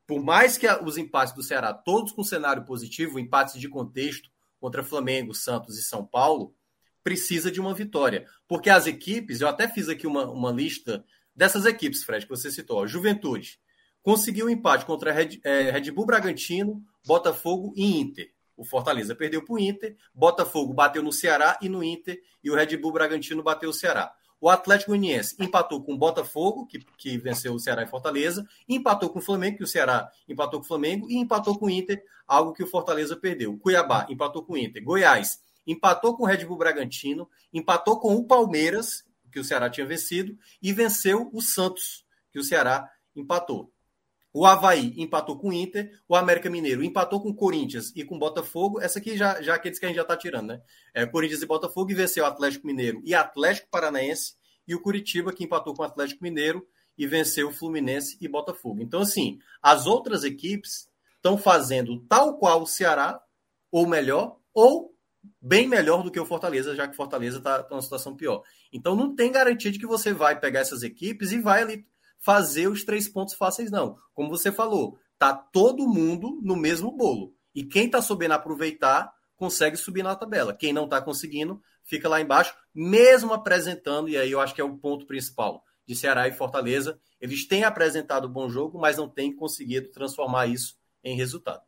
por mais que os empates do Ceará, todos com cenário positivo, empates de contexto contra Flamengo, Santos e São Paulo, precisa de uma vitória. Porque as equipes, eu até fiz aqui uma lista dessas equipes, Fred, que você citou. Ó, Juventude conseguiu um empate contra Red Bull Bragantino, Botafogo e Inter. O Fortaleza perdeu para o Inter, Botafogo bateu no Ceará e no Inter, e o Red Bull Bragantino bateu o Ceará. O Atlético Goianiense empatou com o Botafogo, que venceu o Ceará e Fortaleza, empatou com o Flamengo, que o Ceará empatou com o Flamengo, e empatou com o Inter, algo que o Fortaleza perdeu. Cuiabá empatou com o Inter. Goiás empatou com o Red Bull Bragantino, empatou com o Palmeiras, que o Ceará tinha vencido, e venceu o Santos, que o Ceará empatou. O Avaí empatou com o Inter, o América Mineiro empatou com o Corinthians e com o Botafogo. Essa aqui já aqueles que a gente já está tirando, né? Corinthians e Botafogo, e venceu o Atlético Mineiro e Atlético Paranaense, e o Curitiba, que empatou com o Atlético Mineiro e venceu o Fluminense e Botafogo. Então, assim, as outras equipes estão fazendo tal qual o Ceará, ou melhor, ou bem melhor do que o Fortaleza, já que o Fortaleza está numa situação pior. Então, não tem garantia de que você vai pegar essas equipes e vai ali fazer os 3 pontos fáceis, não. Como você falou, tá todo mundo no mesmo bolo. E quem tá sabendo aproveitar, consegue subir na tabela. Quem não tá conseguindo, fica lá embaixo, mesmo apresentando, e aí eu acho que é o ponto principal de Ceará e Fortaleza, eles têm apresentado bom jogo, mas não têm conseguido transformar isso em resultado.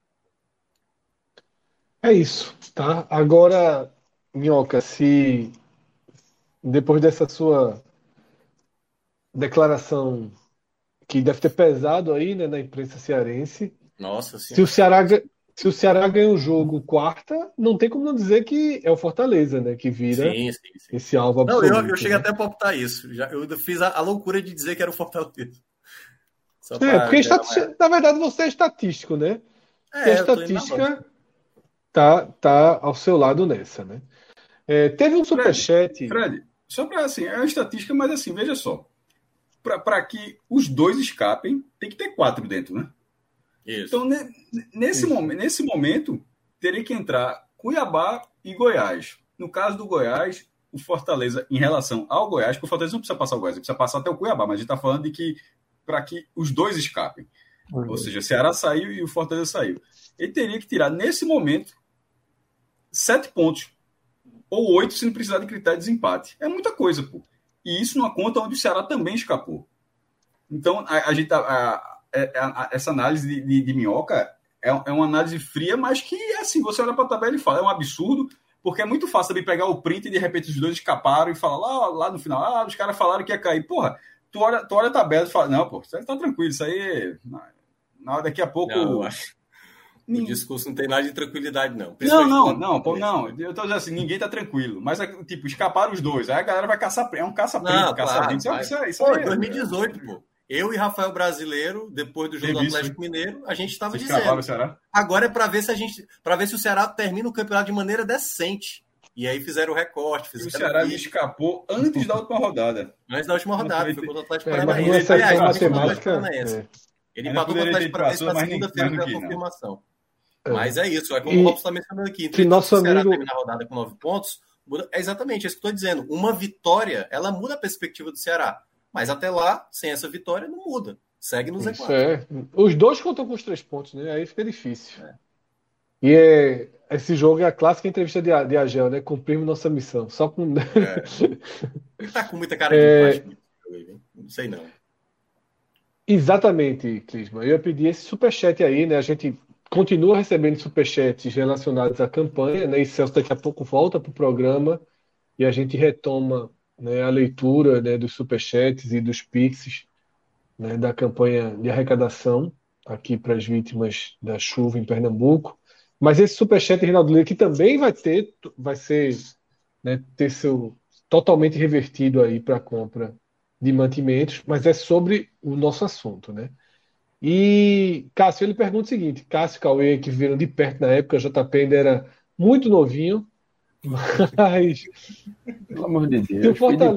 É isso, tá? Agora, Minhoca, se depois dessa sua declaração que deve ter pesado aí, né, na imprensa cearense. Nossa Se Senhora. o Ceará ganha o jogo quarta, não tem como não dizer que é o Fortaleza, né, que vira Sim. esse alvo Não, absoluto. eu cheguei né? até a palpitar isso. Eu fiz a loucura de dizer que era o Fortaleza. Porque na verdade você é estatístico, né? E a estatística tá ao seu lado nessa, né? Teve um superchat. Fred, só para assim, é uma estatística, mas assim, veja só. Para que os dois escapem, tem que ter 4 dentro, né? Isso. Então, nesse momento, teria que entrar Cuiabá e Goiás. No caso do Goiás, o Fortaleza, em relação ao Goiás, porque o Fortaleza não precisa passar o Goiás, ele precisa passar até o Cuiabá, mas a gente está falando de que para que os dois escapem. Ou seja, o Ceará saiu e o Fortaleza saiu. Ele teria que tirar, nesse momento, 7 pontos. Ou 8, se não precisar de critério de desempate. É muita coisa, pô. E isso numa conta onde o Ceará também escapou. Então, a gente essa análise de Minhoca é uma análise fria, mas que, assim, você olha para a tabela e fala, é um absurdo, porque é muito fácil também pegar o print e, de repente, os dois escaparam e falar lá no final, os caras falaram que ia cair. Porra, tu olha a tabela e fala, não, pô, você tá tranquilo, isso aí, daqui a pouco... Não, eu acho... O discurso não tem nada de tranquilidade, não. Não. Eu tô dizendo assim, ninguém tá tranquilo. Mas, tipo, escaparam os dois. Aí a galera vai caçar... É um caça-print, caça-print. Isso aí, 2018, pô. Eu e Rafael Brasileiro, depois do jogo do Atlético Mineiro, a gente estava dizendo. Agora é para ver se o Ceará termina o campeonato de maneira decente. E aí fizeram o recorte. O Ceará escapou antes da última rodada. Antes da última rodada. Foi contra o Atlético Paranaense. Ele empatou com o Atlético Paranaense na segunda-feira da confirmação. Mas é isso, é como o Robson está mencionando aqui. Que nosso o Ceará amigo... terminar a rodada com 9 pontos, é exatamente isso que eu estou dizendo. Uma vitória, ela muda a perspectiva do Ceará. Mas até lá, sem essa vitória, não muda. Segue no Z4. Os dois contam com os 3 pontos, né? Aí fica difícil. E esse jogo é a clássica entrevista de Agel, né? Cumprimos nossa missão. Só com... Ele tá com muita cara de empate. Não sei não. Exatamente, Clisma. Eu ia pedir esse superchat aí, né? A gente continua recebendo superchats relacionados à campanha, né? E Celso daqui a pouco volta para o programa e a gente retoma, né, a leitura, né, dos superchats e dos pixies, né, da campanha de arrecadação aqui para as vítimas da chuva em Pernambuco. Mas esse superchat, Reinaldo Lira, que também vai ser, né, ter seu totalmente revertido aí para a compra de mantimentos, mas é sobre o nosso assunto, né? E Cássio, ele pergunta o seguinte: Cássio e Cauê, que viram de perto na época, o JP ainda era muito novinho, mas pelo amor de Deus, se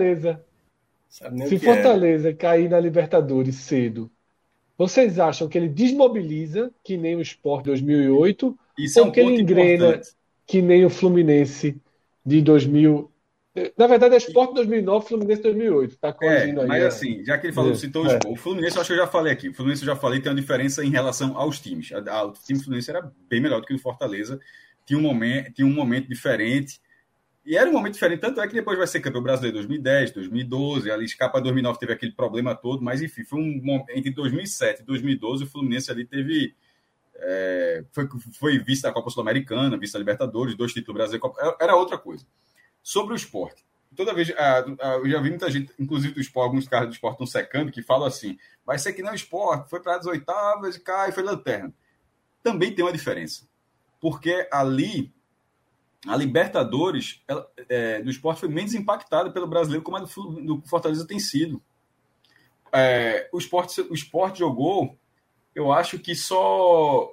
o Fortaleza cair na Libertadores cedo, vocês acham que ele desmobiliza que nem o Sport 2008 Isso ou que ele engrena que nem o Fluminense de 2000 Na verdade, é Sport 2009, Fluminense 2008. Tá corrigindo aí. Mas assim, já que ele falou, citou o Fluminense, eu acho que eu já falei aqui. O Fluminense eu já falei, tem uma diferença em relação aos times. O time do Fluminense era bem melhor do que o do Fortaleza. Tinha um momento diferente. E era um momento diferente, tanto é que depois vai ser campeão brasileiro 2010, 2012, ali escapa 2009 teve aquele problema todo, mas enfim, foi entre 2007 e 2012 o Fluminense ali teve foi vice da Copa Sul-Americana, vice da Libertadores, 2 títulos brasileiros, era outra coisa. Sobre o Sport, toda vez, eu já vi muita gente, inclusive do Sport, alguns caras do Sport estão secando, que falam assim, vai ser que não o Sport, foi para as oitavas e cai, foi lanterna. Também tem uma diferença, porque ali a Libertadores do Sport foi menos impactada pelo brasileiro como a do Fortaleza tem sido. O Sport jogou, eu acho que só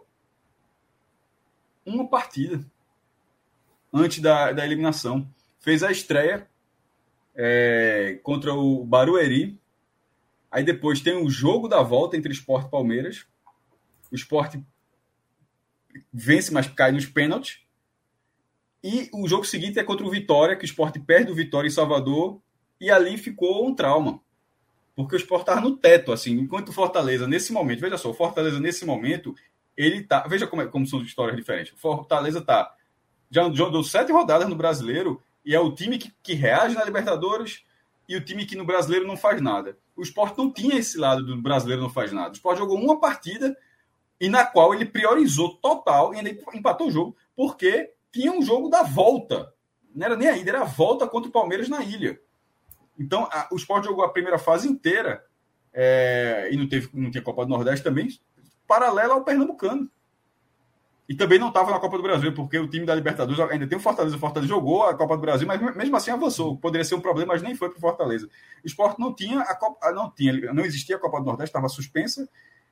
uma partida antes da eliminação. Fez a estreia contra o Barueri. Aí depois tem o jogo da volta entre Sport e Palmeiras. O Sport vence, mas cai nos pênaltis. E o jogo seguinte é contra o Vitória, que o Sport perde o Vitória em Salvador, e ali ficou um trauma. Porque o Sport estava no teto, assim, enquanto o Fortaleza, nesse momento, veja só, o Fortaleza, nesse momento, ele tá. Veja como são histórias diferentes. O Fortaleza já deu 7 rodadas no Brasileiro, e é o time que reage na Libertadores, e o time que no Brasileiro não faz nada. O Sport não tinha esse lado do Brasileiro não faz nada. O Sport jogou uma partida, e na qual ele priorizou total, e ele empatou o jogo, porque tinha um jogo da volta. Não era nem a ida, era a volta contra o Palmeiras na ilha. Então, o Sport jogou a primeira fase inteira, e não tinha Copa do Nordeste também, paralela ao Pernambucano. E também não estava na Copa do Brasil, porque o time da Libertadores ainda tem o Fortaleza. O Fortaleza jogou a Copa do Brasil, mas mesmo assim avançou. Poderia ser um problema, mas nem foi para o Fortaleza. O Sport não tinha a Copa, não existia a Copa do Nordeste, estava suspensa.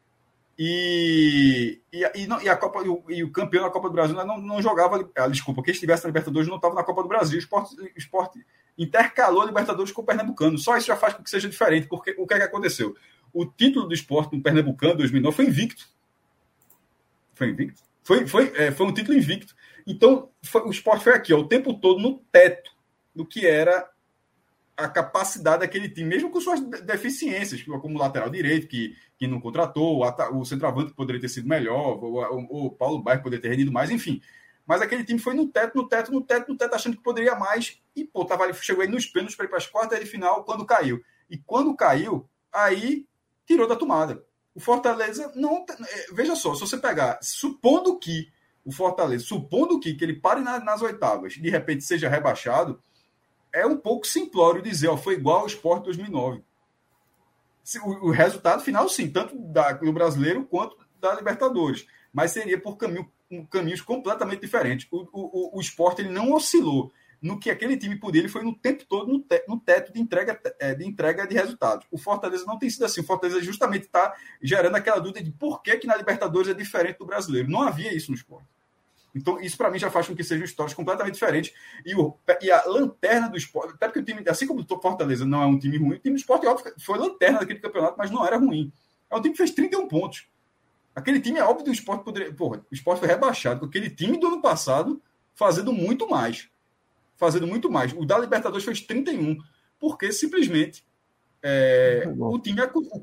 E o campeão da Copa do Brasil não jogava. Desculpa, quem estivesse na Libertadores não estava na Copa do Brasil. O Sport intercalou a Libertadores com o Pernambucano. Só isso já faz com que seja diferente, porque o que é que aconteceu? O título do Sport no Pernambucano 2009 foi invicto. Foi invicto? Foi um título invicto. Então, o Sport foi aqui, o tempo todo no teto do que era a capacidade daquele time, mesmo com suas deficiências, como o lateral direito, que não contratou, o centroavante que poderia ter sido melhor, o Paulo Bairro poderia ter rendido mais, enfim. Mas aquele time foi no teto, achando que poderia mais, e chegou aí nos pênaltis para ir para as quartas de final, quando caiu. E quando caiu, aí tirou da tomada. O Fortaleza não... Veja só, se você pegar, supondo que ele pare nas oitavas, de repente seja rebaixado, é um pouco simplório dizer, foi igual ao Sport 2009. O resultado final, sim, tanto do brasileiro quanto da Libertadores. Mas seria por caminhos completamente diferentes. O Sport ele não oscilou. No que aquele time podia, ele foi no tempo todo no teto de entrega de resultados. O Fortaleza não tem sido assim. O Fortaleza justamente está gerando aquela dúvida de por que na Libertadores é diferente do brasileiro. Não havia isso no Sport. Então, isso para mim já faz com que sejam histórias completamente diferentes. E a lanterna do Sport, até porque o time, assim como o Fortaleza não é um time ruim, o time do Sport foi lanterna daquele campeonato, mas não era ruim. É um time que fez 31 pontos. Aquele time, é óbvio que o Sport poderia... o Sport foi rebaixado com aquele time do ano passado fazendo muito mais. O da Libertadores fez 31, porque simplesmente o time,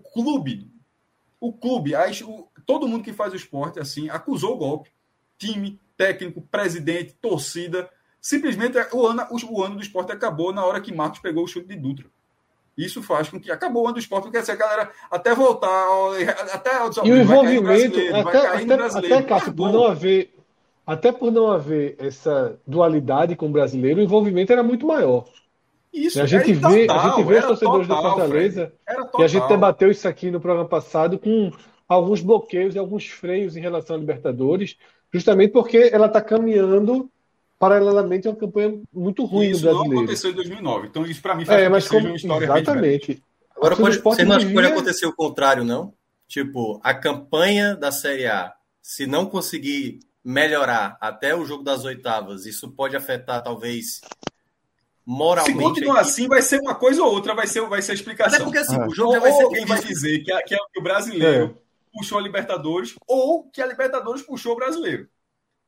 o clube, todo mundo que faz o Sport assim, acusou o golpe. Time, técnico, presidente, torcida. Simplesmente o ano do Sport acabou na hora que Marcos pegou o chute de Dutra. Isso faz com que acabou o ano do Sport, porque assim, a galera até voltar, e o envolvimento, até Cássio, por não haver essa dualidade com o brasileiro, o envolvimento era muito maior. Isso, a gente vê os torcedores da Fortaleza, e a gente debateu isso aqui no programa passado, com alguns bloqueios e alguns freios em relação à Libertadores, justamente porque ela está caminhando paralelamente a uma campanha muito ruim no brasileiro. Isso não aconteceu em 2009, então isso para mim faz mas como uma história exatamente. Agora, você não acha que pode acontecer o contrário, não? Tipo, a campanha da Série A, se não conseguir melhorar até o jogo das oitavas, isso pode afetar, talvez, moralmente. Se continuar assim, vai ser uma coisa ou outra, vai ser a explicação. Até porque assim, o jogo já vai ser... Alguém vai dizer que é o brasileiro puxou a Libertadores, ou que a Libertadores puxou o brasileiro.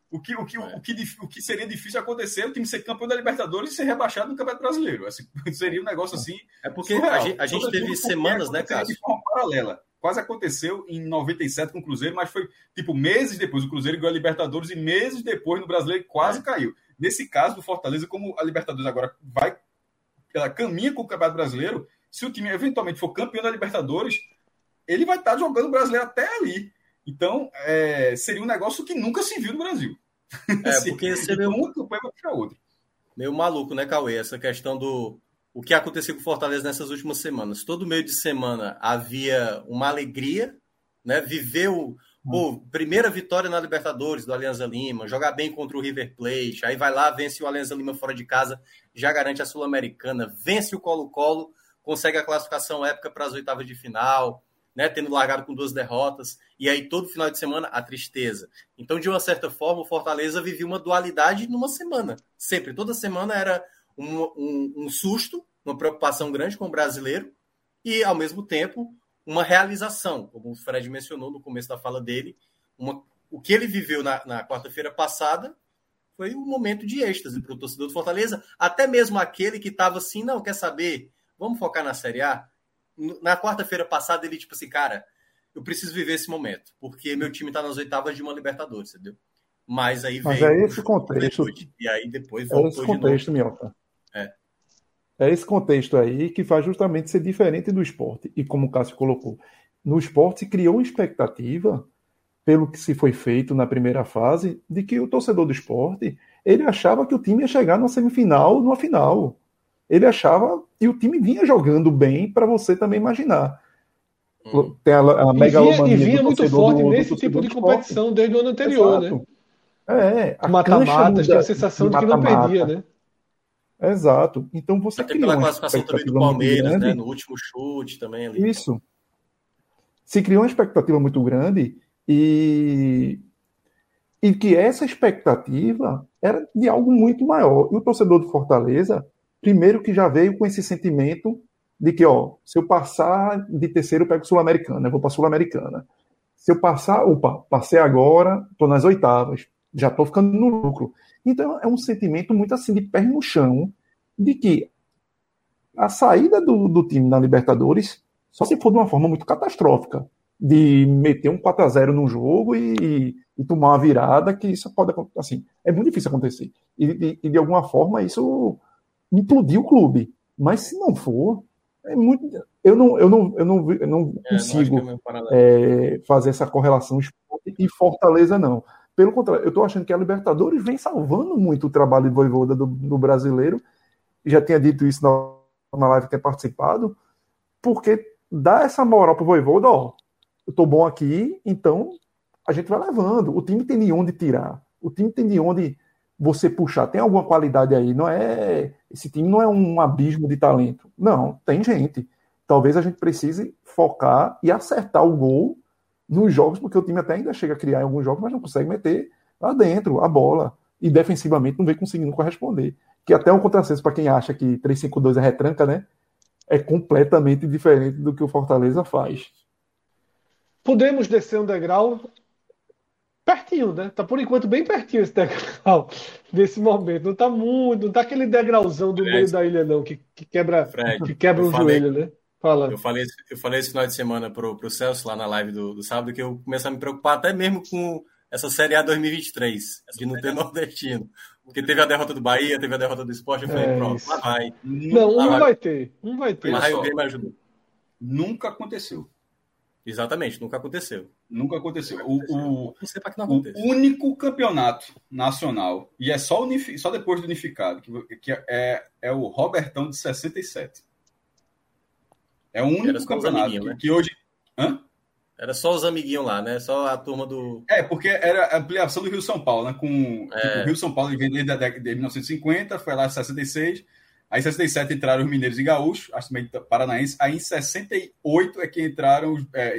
O que seria difícil acontecer, o time ser campeão da Libertadores e ser rebaixado no Campeonato Brasileiro. Assim, seria um negócio assim. É porque a gente teve semanas, né, Cássio? De forma paralela. Quase aconteceu em 97 com o Cruzeiro, mas foi tipo meses depois. O Cruzeiro ganhou a Libertadores e meses depois no Brasileiro quase caiu. Nesse caso do Fortaleza, como a Libertadores agora ela caminha com o Campeonato Brasileiro, se o time eventualmente for campeão da Libertadores, ele vai estar jogando o Brasileiro até ali. Então, seria um negócio que nunca se viu no Brasil. Porque você então, uma campanha vai puxar outra. Meio maluco, né, Cauê? Essa questão do o que aconteceu com o Fortaleza nessas últimas semanas. Todo meio de semana havia uma alegria, né? Viveu, primeira vitória na Libertadores do Alianza Lima, jogar bem contra o River Plate, aí vai lá, vence o Alianza Lima fora de casa, já garante a Sul-Americana, vence o Colo-Colo, consegue a classificação épica para as oitavas de final, né, tendo largado com 2 derrotas, e aí todo final de semana a tristeza. Então, de uma certa forma, o Fortaleza vivia uma dualidade numa semana. Sempre, toda semana era um susto, uma preocupação grande com o brasileiro, e, ao mesmo tempo, uma realização, como o Fred mencionou no começo da fala dele, o que ele viveu na quarta-feira passada foi um momento de êxtase para o torcedor do Fortaleza, até mesmo aquele que estava assim, não, quer saber, vamos focar na Série A? Na quarta-feira passada, ele, tipo assim, cara, eu preciso viver esse momento, porque meu time tá nas oitavas de uma Libertadores, entendeu? Mas aí veio... é esse contexto. E aí depois voltou esse contexto, de novo. Minhoca. É esse contexto aí que faz justamente ser diferente do esporte. E como o Cássio colocou, no esporte se criou uma expectativa, pelo que se foi feito na primeira fase, de que o torcedor do esporte, ele achava que o time ia chegar numa semifinal, numa final. Ele achava que o time vinha jogando bem para você também imaginar. Tem a megalomania. E vinha muito forte nesse tipo de competição desde o ano anterior, exato, né? Mata-matas, tinha a sensação de que não perdia, né? Exato. Então você até pela classificação também do Palmeiras, né? No último chute também ali. Isso. Se criou uma expectativa muito grande e que essa expectativa era de algo muito maior. E o torcedor do Fortaleza, primeiro que já veio com esse sentimento de que, se eu passar de terceiro, eu pego Sul-Americana, eu vou para Sul-Americana. Se eu passar, passei agora, estou nas oitavas, já estou ficando no lucro. Então é um sentimento muito assim de pé no chão, de que a saída do time na Libertadores só se for de uma forma muito catastrófica, de meter um 4-0 no jogo e tomar uma virada, que isso pode acontecer. Assim, é muito difícil acontecer. E de alguma forma isso implodir o clube. Mas se não for, é muito. Eu não consigo fazer essa correlação esporte e Fortaleza, não. Pelo contrário, eu estou achando que a Libertadores vem salvando muito o trabalho de Vojvoda do brasileiro. Já tinha dito isso na live que tem participado, porque dá essa moral para o Vojvoda, eu estou bom aqui, então a gente vai levando. O time tem de onde tirar. O time tem de onde você puxar. Tem alguma qualidade aí. Esse time não é um abismo de talento. Não, tem gente. Talvez a gente precise focar e acertar o gol nos jogos, porque o time até ainda chega a criar em alguns jogos, mas não consegue meter lá dentro a bola. E defensivamente não vem conseguindo corresponder. Que até um contrassenso para quem acha que 3-5-2 é retranca, né? É completamente diferente do que o Fortaleza faz. Podemos descer um degrau pertinho, né? Tá por enquanto bem pertinho esse degrau nesse momento. Não tá muito, não tá aquele degrauzão do meio da ilha, não, que quebra, o joelho, né? Fala. Eu falei esse final de semana pro Celso lá na live do sábado, que eu comecei a me preocupar até mesmo com essa Série A 2023, de não ter nordestino. Porque teve a derrota do Bahia, teve a derrota do Sport, eu falei, pronto, lá vai. Não vai ter. Mas Raio B me ajudou. Nunca aconteceu. Exatamente, nunca aconteceu. Nunca aconteceu. O único campeonato nacional, e é só depois do unificado, que é o Robertão de 67. É o único campeonato que hoje... Hã? Era só os amiguinhos lá, né? Só a turma do... porque era a ampliação do Rio-São Paulo, né? O Rio-São Paulo vem desde a década de 1950, foi lá em 66... Aí em 67 entraram os mineiros e gaúchos, acho também paranaenses. Aí em 68 é que entraram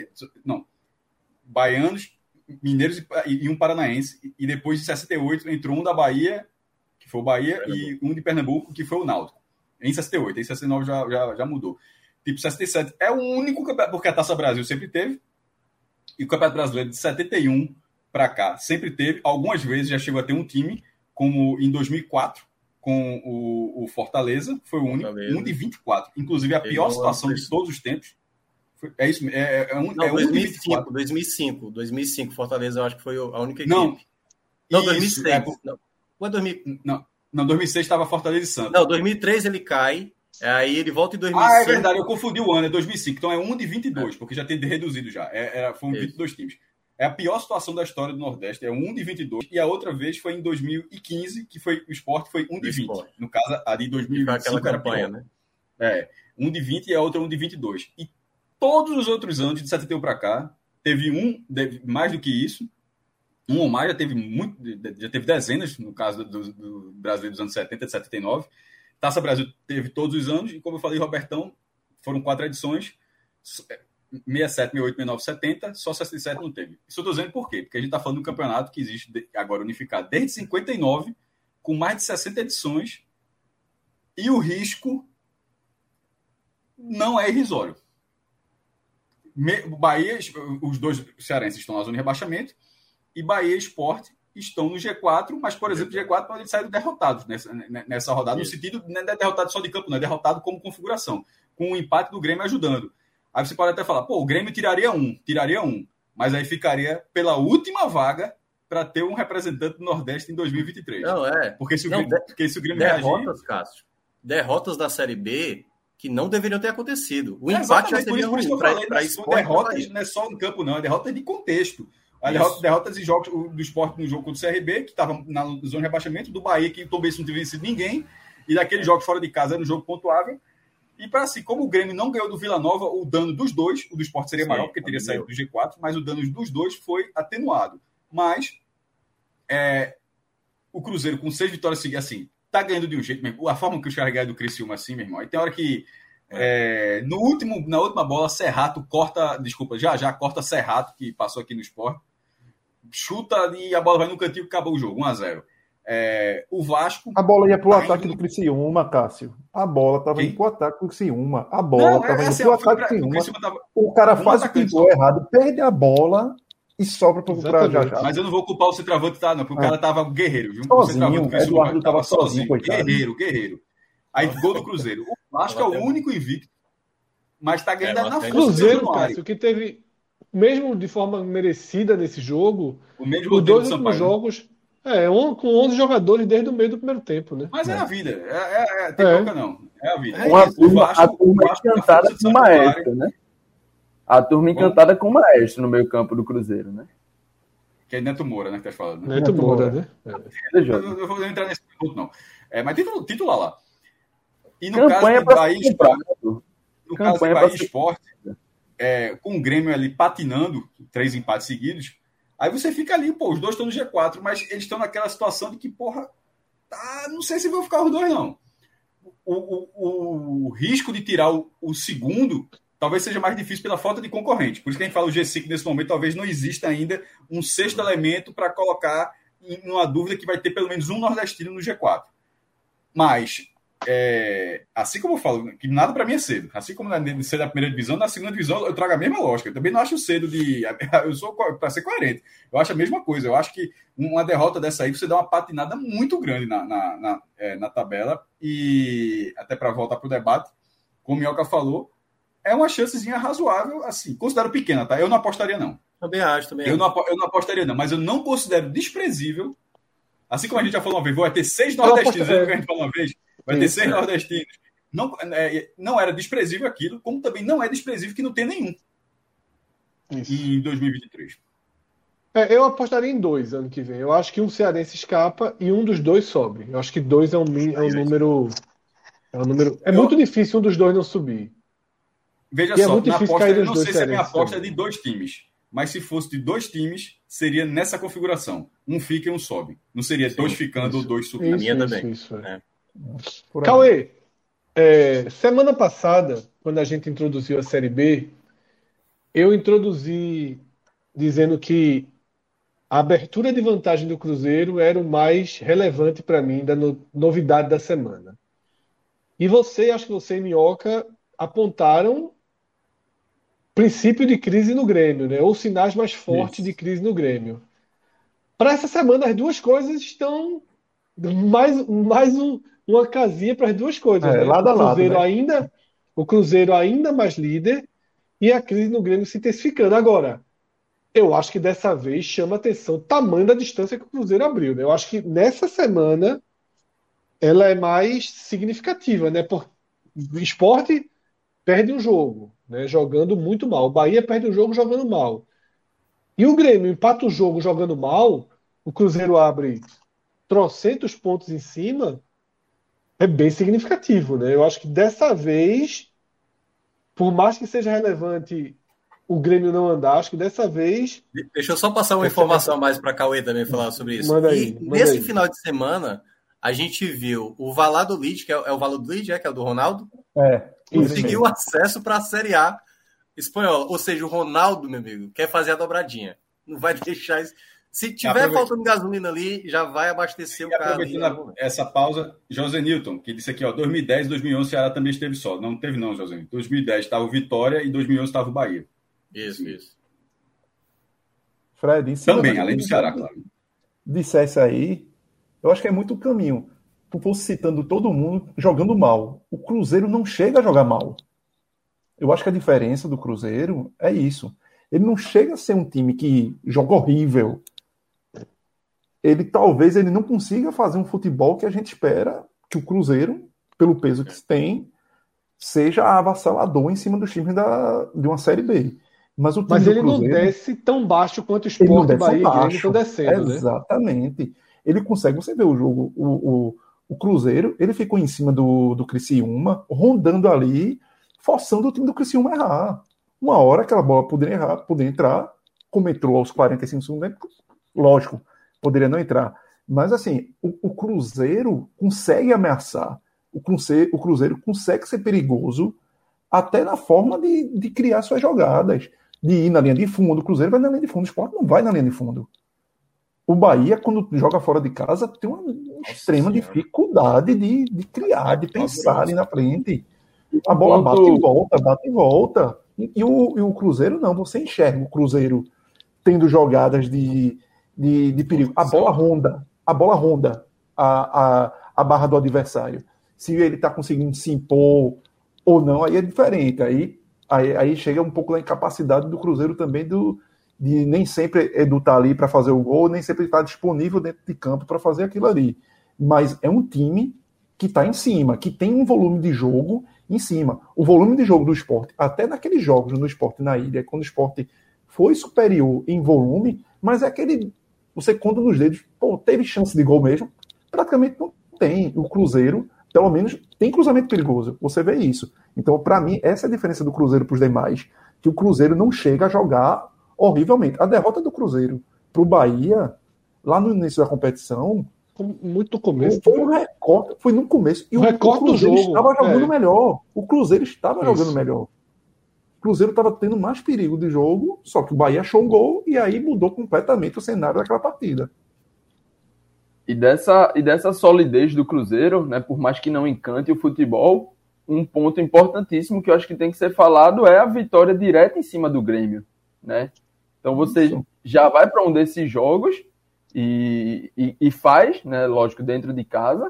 baianos, mineiros e um paranaense. E depois de 68 entrou um da Bahia, que foi o Bahia, e um de Pernambuco, que foi o Náutico. Em 68, em 69 já mudou. Tipo, 67 é o único campeonato, porque a Taça Brasil sempre teve. E o Campeonato Brasileiro de 71 para cá sempre teve. Algumas vezes já chegou a ter um time, como em 2004, com o Fortaleza, foi o único, 1 de 24. Inclusive, a pior situação de todos os tempos. É isso? Não, 2005, 2005. Fortaleza, eu acho que foi a única equipe. Não, 2006. Não, foi 2000. Não, 2006 estava Fortaleza e Santos. Não, 2003 ele cai, aí ele volta em 2005. Ah, é verdade, eu confundi o ano, é 2005. Então é 1 de 22, porque já tem reduzido já. Foram 22 times. É a pior situação da história do Nordeste, é 1 de 22. E a outra vez foi em 2015, que foi o Sport foi 1 de 20. No caso, a de 2005 aquela campanha, né? 1 de 20 e a outra 1 de 22. E todos os outros anos, de 71 para cá, teve mais do que isso. Um ou mais, já teve dezenas, no caso do Brasileiro dos anos 70, de 79. Taça Brasil teve todos os anos, e como eu falei, Robertão, foram 4 edições, 67, 68, 69, 70, só 67 não teve. Isso eu estou dizendo por quê? Porque a gente está falando de um campeonato que existe agora unificado desde 59, com mais de 60 edições, e o risco não é irrisório. Bahia, os dois cearenses estão na zona de rebaixamento, e Bahia e Sport estão no G4, mas, por exemplo, o G4 pode sair derrotados nessa rodada, no sentido, não é derrotado só de campo, não, é derrotado como configuração, com o empate do Grêmio ajudando. Aí você pode até falar, o Grêmio tiraria um, mas aí ficaria pela última vaga para ter um representante do Nordeste em 2023. Não, Porque se o Grêmio derrotas, Cássio, derrotas da Série B que não deveriam ter acontecido. O empate já seria ruim para Sport. Derrotas não é só em campo, não, é derrota de contexto. Derrotas em jogos do Sport no jogo contra o CRB, que estava na zona de rebaixamento, do Bahia, que talvez não tivesse vencido ninguém, e daqueles jogos fora de casa era um jogo pontuável. E para assim, como o Grêmio não ganhou do Vila Nova, o dano dos dois, o do Sport seria maior, porque teria saído do G4, mas o dano dos dois foi atenuado. Mas o Cruzeiro, com 6 vitórias seguidas, assim, tá ganhando de um jeito mesmo. A forma que os caras ganham do Criciúma, assim, meu irmão, aí tem hora que na última bola, Serrato corta, já corta Serrato, que passou aqui no Sport, chuta e a bola vai no cantinho e acabou o jogo, 1-0. O Vasco... A bola ia pro ataque do Criciúma, Cássio. A bola tava indo pro ataque do Criciúma. A bola tava indo pro ataque do Criciúma. O cara faz o que for errado, perde a bola e sobra pra já. Mas eu não vou culpar o centroavante, não, porque o cara tava guerreiro. Sozinho, o Eduardo tava sozinho, coitado. Guerreiro. Aí, gol do Cruzeiro. O Vasco é o único invicto, mas tá ganhando na força. Cruzeiro, Cássio, que teve, mesmo de forma merecida nesse jogo, os 2 últimos jogos, com 11 jogadores desde o meio do primeiro tempo, né? Mas é a vida. Tem boca não. É a vida. A turma encantada com o Maestro, né? A turma encantada com o Maestro no meio campo do Cruzeiro, né? Que é Neto Moura, né? Que tá falando. Né? Neto Moura, né? Eu vou entrar nesse ponto, não. Mas titular lá. E no caso do Bahia Sport, com o Grêmio ali patinando, 3 empates seguidos, aí você fica ali, os dois estão no G4, mas eles estão naquela situação de que, não sei se vão ficar os dois, não. O risco de tirar o segundo talvez seja mais difícil pela falta de concorrente. Por isso que a gente fala o G5 nesse momento, talvez não exista ainda um 6º elemento para colocar em uma dúvida que vai ter pelo menos um nordestino no G4. Mas... assim como eu falo, que nada para mim é cedo. Assim como na cedo da primeira divisão, na segunda divisão eu trago a mesma lógica. Eu também não acho cedo eu sou para ser coerente. Eu acho a mesma coisa. Eu acho que uma derrota dessa aí você dá uma patinada muito grande na tabela. E até para voltar para o debate, como o Minhoca falou, é uma chancezinha razoável, assim. Considero pequena, tá? Eu não apostaria, não. Também acho. Eu não apostaria, não. Mas eu não considero desprezível. Assim como a gente já falou uma vez, vai ter 6 nordestinos, que a gente falou uma vez. Vai ter 6 nordestinos. Não era desprezível aquilo, como também não é desprezível que não tem nenhum em 2023. Eu apostaria em 2 ano que vem. Eu acho que um cearense escapa e um dos 2 sobe. Eu acho que 2 é um número. É muito difícil um dos 2 não subir. Veja só, na aposta, eu não sei se a minha aposta é de 2 times. Mas se fosse de 2 times, seria nessa configuração. Um fica e um sobe. Não seria 2 ficando ou 2 subindo. A minha também. Cauê, semana passada, quando a gente introduziu a Série B, eu introduzi dizendo que a abertura de vantagem do Cruzeiro era o mais relevante para mim da novidade da semana. E acho que você e Minhoca apontaram princípio de crise no Grêmio, né? Ou sinais mais fortes de crise no Grêmio. para essa semana as duas coisas estão uma casinha para as duas coisas, né? Lado a lado, né? O Cruzeiro ainda mais líder e a crise no Grêmio se intensificando. Agora, eu acho que dessa vez chama atenção o tamanho da distância que o Cruzeiro abriu, né? Eu acho que nessa semana ela é mais significativa, né? O Sport perde um jogo, né? Jogando muito mal. O Bahia perde um jogo jogando mal. E o Grêmio empata o jogo jogando mal, o Cruzeiro abre trocentos pontos em cima, é bem significativo, né? Eu acho que dessa vez, por mais que seja relevante o Grêmio não andar, acho que dessa vez... Deixa eu só passar uma informação a mais para Cauê também falar sobre isso. Nesse final de semana, a gente viu o Valladolid, que é o Valladolid, que é o do Ronaldo, conseguiu acesso para a Série A espanhola. Ou seja, o Ronaldo, meu amigo, quer fazer a dobradinha. Não vai deixar isso. Se tiver faltando gasolina ali, já vai abastecer o carro. Aproveitando essa pausa, José Newton, que disse aqui, 2010 e 2011 o Ceará também esteve só. Não teve não, José Newton. 2010 estava o Vitória e 2011 estava o Bahia. Isso. Fred, também, além do Ceará, claro. Dissesse aí, eu acho que é muito caminho. Tu fosse citando todo mundo jogando mal. O Cruzeiro não chega a jogar mal. Eu acho que a diferença do Cruzeiro é isso. Ele não chega a ser um time que joga horrível. Talvez ele não consiga fazer um futebol que a gente espera que o Cruzeiro, pelo peso que tem, seja avassalador em cima dos times de uma Série B. Mas ele não desce tão baixo quanto o Sport, Bahia e Grêmio estão descendo, né? Exatamente. Ele consegue, você vê o jogo, o Cruzeiro, ele ficou em cima do Criciúma, rondando ali, forçando o time do Criciúma a errar. Uma hora aquela bola poderia entrar, como entrou aos 45 segundos, lógico, poderia não entrar. Mas assim, o Cruzeiro consegue ameaçar, o Cruzeiro consegue ser perigoso até na forma de criar suas jogadas, de ir na linha de fundo. O Cruzeiro vai na linha de fundo, o Sport não vai na linha de fundo. O Bahia, quando joga fora de casa, tem uma extrema dificuldade de criar, de pensar ali na frente. A bola bate e volta. E o Cruzeiro não, você enxerga o Cruzeiro tendo jogadas de perigo. A bola ronda a barra do adversário. Se ele está conseguindo se impor ou não, aí é diferente. Aí chega um pouco da incapacidade do Cruzeiro também de nem sempre Edu tá ali para fazer o gol, nem sempre está disponível dentro de campo para fazer aquilo ali. Mas é um time que está em cima, que tem um volume de jogo em cima. O volume de jogo do Sport, até naqueles jogos no Sport na ilha, quando o Sport foi superior em volume, mas é aquele... Você conta nos dedos, teve chance de gol mesmo? Praticamente não tem. O Cruzeiro, pelo menos, tem cruzamento perigoso. Você vê isso. Então, para mim, essa é a diferença do Cruzeiro para os demais, que o Cruzeiro não chega a jogar horrivelmente. A derrota do Cruzeiro para o Bahia, lá no início da competição, muito no começo. Foi um recorte, foi no começo. E o recorte do jogo estava jogando melhor. O Cruzeiro estava jogando melhor. O Cruzeiro estava tendo mais perigo de jogo, só que o Bahia achou um gol e aí mudou completamente o cenário daquela partida. E dessa solidez do Cruzeiro, né, por mais que não encante o futebol, um ponto importantíssimo que eu acho que tem que ser falado é a vitória direta em cima do Grêmio, né? Então você já vai para um desses jogos e faz, né, lógico, dentro de casa,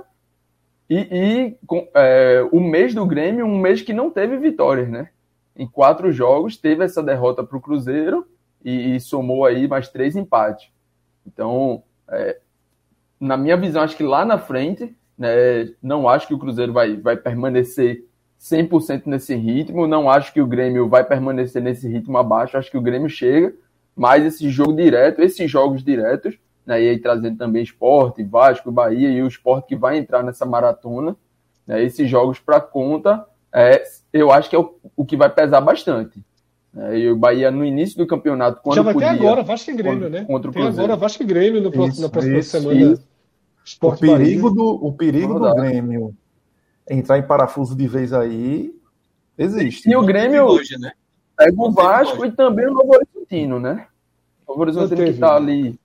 o mês do Grêmio, um mês que não teve vitórias, né? Em 4 jogos teve essa derrota para o Cruzeiro e somou aí mais 3 empates. Então, na minha visão, acho que lá na frente, né, não acho que o Cruzeiro vai permanecer 100% nesse ritmo, não acho que o Grêmio vai permanecer nesse ritmo abaixo, acho que o Grêmio chega, mas esses jogos diretos, né, e aí trazendo também Sport, Vasco, Bahia e o Sport que vai entrar nessa maratona, né, esses jogos para conta, eu acho que é o que vai pesar bastante. E o Bahia, no início do campeonato, quando já vai podia... ter agora Vasco e Grêmio, né? Contra o tem agora Vasco e Grêmio na próxima semana. Isso. O perigo do Grêmio entrar em parafuso de vez aí existe. E o Grêmio hoje, né? Pega o Vasco e também o Novo Horizontino, né? O Novo Horizontino que tá ali...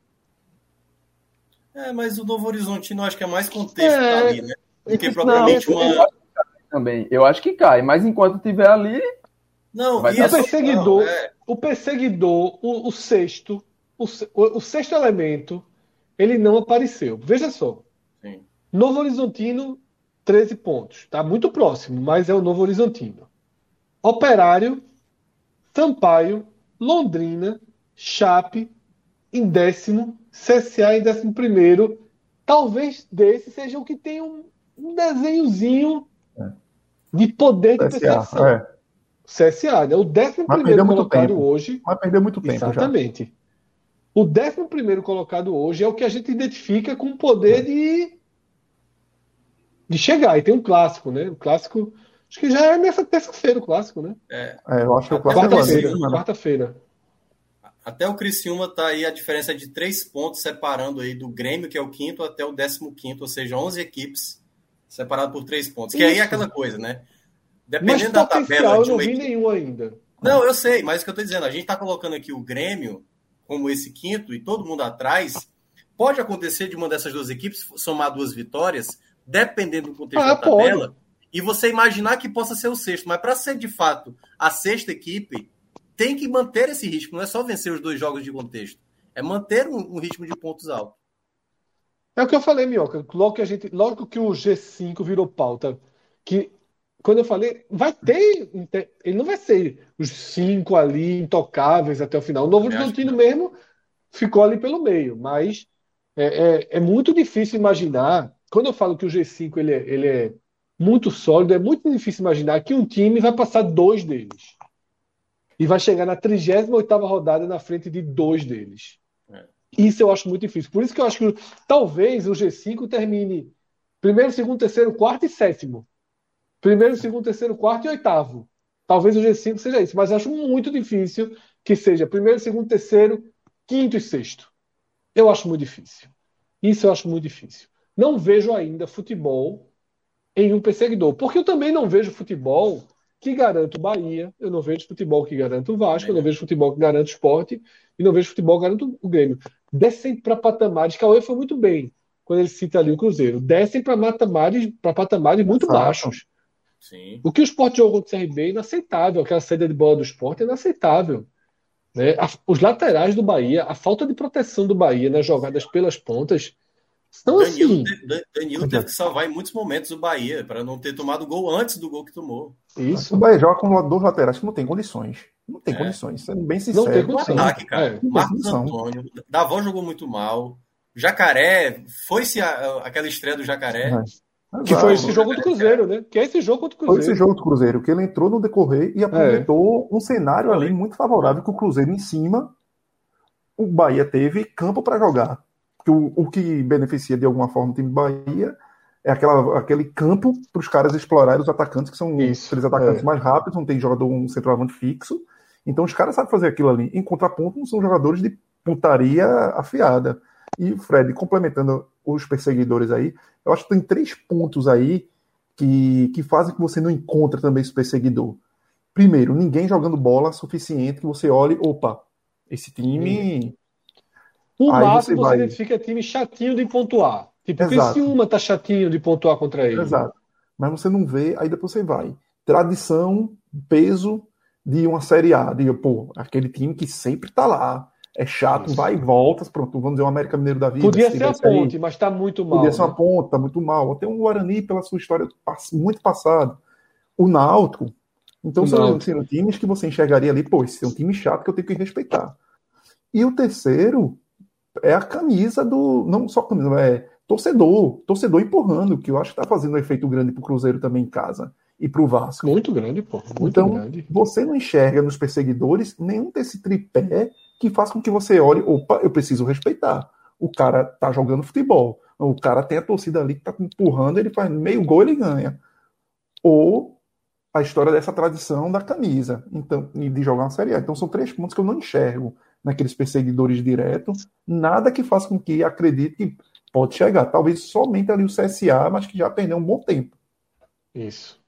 mas o Novo Horizontino acho que é mais contexto ali, né? Porque propriamente Eu acho que cai, mas enquanto tiver ali... Não, e o perseguidor, o sexto, o sexto elemento, ele não apareceu. Veja só. Sim. Novo Horizontino, 13 pontos. Está muito próximo, mas é o Novo Horizontino. Operário, Sampaio, Londrina, Chape em 10º, CSA em 11º. Talvez desse seja o que tem um desenhozinho de poder de percepção. CSA, né? O 11º colocado tempo. hoje. Vai perder muito tempo. Exatamente. Já. O 11º colocado hoje é o que a gente identifica com o poder de chegar. E tem um clássico, né? O clássico. Acho que já é nessa terça-feira o clássico, né? Eu acho que é o clássico quarta-feira. Até o Criciúma tá aí a diferença de 3 pontos separando aí do Grêmio, que é o 5º, até o 15º, ou seja, 11 equipes separadas por 3 pontos. Que aí é aquela coisa, né? Dependendo da tabela de uma equipe... eu não vi nenhum ainda. Não, eu sei, mas o que eu tô dizendo, a gente tá colocando aqui o Grêmio como esse 5º e todo mundo atrás. Pode acontecer de uma dessas duas equipes somar 2 vitórias, dependendo do contexto da tabela, pode. E você imaginar que possa ser o 6º. Mas para ser de fato a 6ª equipe, tem que manter esse ritmo. Não é só vencer os 2 jogos de contexto. É manter um ritmo de pontos alto. É o que eu falei, Minhoca. Logo que o G5 virou pauta, que quando eu falei, vai ter. Ele não vai ser os 5 ali intocáveis até o final. O Novo Horizontino mesmo ficou ali pelo meio. Mas é muito difícil imaginar. Quando eu falo que o G5 ele é muito sólido, é muito difícil imaginar que um time vai passar 2 deles. E vai chegar na 38ª rodada na frente de 2 deles. Isso eu acho muito difícil. Por isso que eu acho que talvez o G5 termine 1º, 2º, 3º, 4º e 7º. 1º, 2º, 3º, 4º e 8º. Talvez o G5 seja isso. Mas eu acho muito difícil que seja 1º, 2º, 3º, 5º e 6º. Eu acho muito difícil. Isso eu acho muito difícil. Não vejo ainda futebol em um perseguidor. Porque eu também não vejo futebol que garante o Bahia, eu não vejo futebol que garante o Vasco, eu não vejo futebol que garante o Sport, e não vejo futebol que garante o Grêmio. Descem para patamares, Cauê foi muito bem quando ele cita ali o Cruzeiro, descem para patamares muito baixos. Sim. O que o Sport jogou contra o CRB é inaceitável, aquela saída de bola do Sport é inaceitável. Né? Os laterais do Bahia, a falta de proteção do Bahia nas jogadas pelas pontas, são assim. Danilo teve que salvar em muitos momentos o Bahia, para não ter tomado gol antes do gol que tomou. Isso. O Bahia joga com 2 laterais que não tem condições. Não tem condições, sendo bem sincero. Não tem condições. Ataque, cara. Marcos Antônio, Davó jogou muito mal. Jacaré, foi-se aquela estreia do Jacaré. Que foi esse jogo do Cruzeiro, né? Que é esse jogo contra o Cruzeiro. Foi esse jogo do Cruzeiro, que ele entrou no decorrer e aproveitou um cenário ali muito favorável que o Cruzeiro em cima, o Bahia teve campo para jogar. O que beneficia de alguma forma o time do Bahia é aquele campo para os caras explorarem os atacantes, que são os 3 atacantes mais rápidos, não tem jogador, um centroavante fixo. Então os caras sabem fazer aquilo ali. Em contraponto, não são jogadores de pontaria afiada. E o Fred, complementando os perseguidores aí, eu acho que tem 3 pontos aí que fazem que você não encontre também esse perseguidor. Primeiro, ninguém jogando bola suficiente que você olhe, opa, esse time... O máximo você identifica time chatinho de pontuar. Tipo, o Criciúma tá chatinho de pontuar contra ele. Exato. Mas você não vê, aí depois você vai. Tradição, peso de uma Série A. Aquele time que sempre tá lá. É chato, vai e volta. Pronto, vamos dizer um América Mineiro da vida. Podia ser a ponte, mas tá muito mal. Podia ser uma ponte, tá muito mal. Até um Guarani pela sua história muito passada. O Náutico. Então são times que você enxergaria ali, esse é um time chato que eu tenho que respeitar. E o terceiro é a camisa não só camisa, torcedor empurrando, que eu acho que tá fazendo um efeito grande pro Cruzeiro também em casa e pro Vasco. Muito grande, Então, grande. Você não enxerga nos perseguidores nenhum desse tripé que faz com que você olhe, opa, eu preciso respeitar. O cara tá jogando futebol, o cara tem a torcida ali que tá empurrando, ele faz meio gol, ele ganha. Ou a história dessa tradição da camisa, então, e de jogar uma Série A. Então são 3 pontos que eu não enxergo naqueles perseguidores diretos, nada que faça com que acredite que pode chegar. Talvez somente ali o CSA, mas que já perdeu um bom tempo. Isso.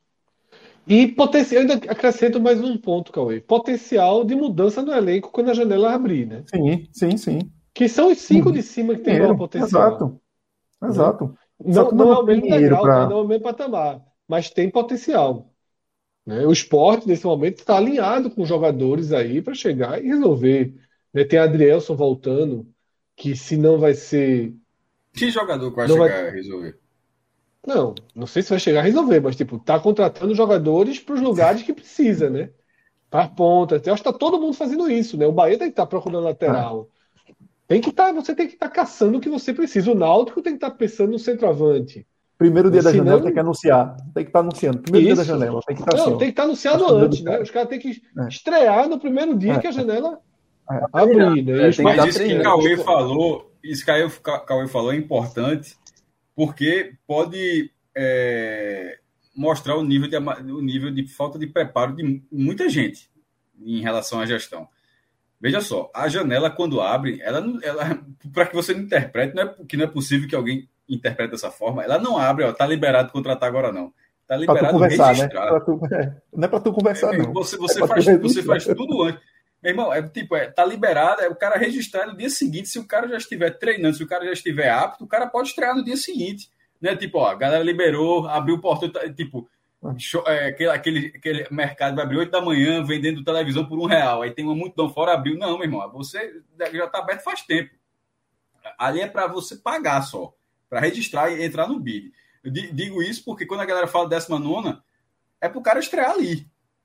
E potencial, ainda acrescento mais um ponto, Cauê. Potencial de mudança no elenco quando a janela abrir, né? Sim. Que são os 5 de cima que tem potencial. Exato. Não é o mesmo degrau, não é o mesmo patamar, mas tem potencial. Né? O Sport, nesse momento, está alinhado com jogadores aí para chegar e resolver né? Tem Adrielson voltando, que se não vai ser. Que jogador que vai Não chegar vai. a resolver? Não sei se vai chegar a resolver, mas tipo, tá contratando jogadores para os lugares que precisa, né? Para ponta. Eu acho que tá todo mundo fazendo isso, né? O Bahia tem que estar procurando lateral. Você tem que estar caçando o que você precisa. O Náutico tem que estar pensando no centroavante. Primeiro dia da Se janela não, tem que anunciar. Tem que estar anunciando. Primeiro dia da isso. janela. Tem que estar assim, Não, ó. tem que estar anunciado Tá antes, né? cara. Os caras têm que É. estrear no primeiro dia que a janela abrir, né? E os Tem que Mas dar isso que treinando. Cauê falou, Cauê falou é importante, porque pode mostrar o nível de falta de preparo de muita gente em relação à gestão. Veja só, a janela, quando abre, ela para que você não interprete, que não é possível que alguém interprete dessa forma, ela não abre, ó, tá liberado contratar agora não. Tá Pra tu liberado conversar, né? registrar. Não é pra tu conversar, não. Você É pra tu você registrar. faz tudo antes. Meu irmão, tá liberado, é o cara registrar no dia seguinte, se o cara já estiver treinando, se o cara já estiver apto, o cara pode estrear no dia seguinte. Né? Tipo, ó, a galera liberou, abriu o portão, tipo, aquele mercado vai abrir 8 da manhã, vendendo televisão por R$1. Aí tem uma multidão fora, abriu. Não, meu irmão, você já tá aberto faz tempo. Ali é para você pagar só, para registrar e entrar no bid. Eu digo isso porque quando a galera fala 19ª, é pro cara estrear ali.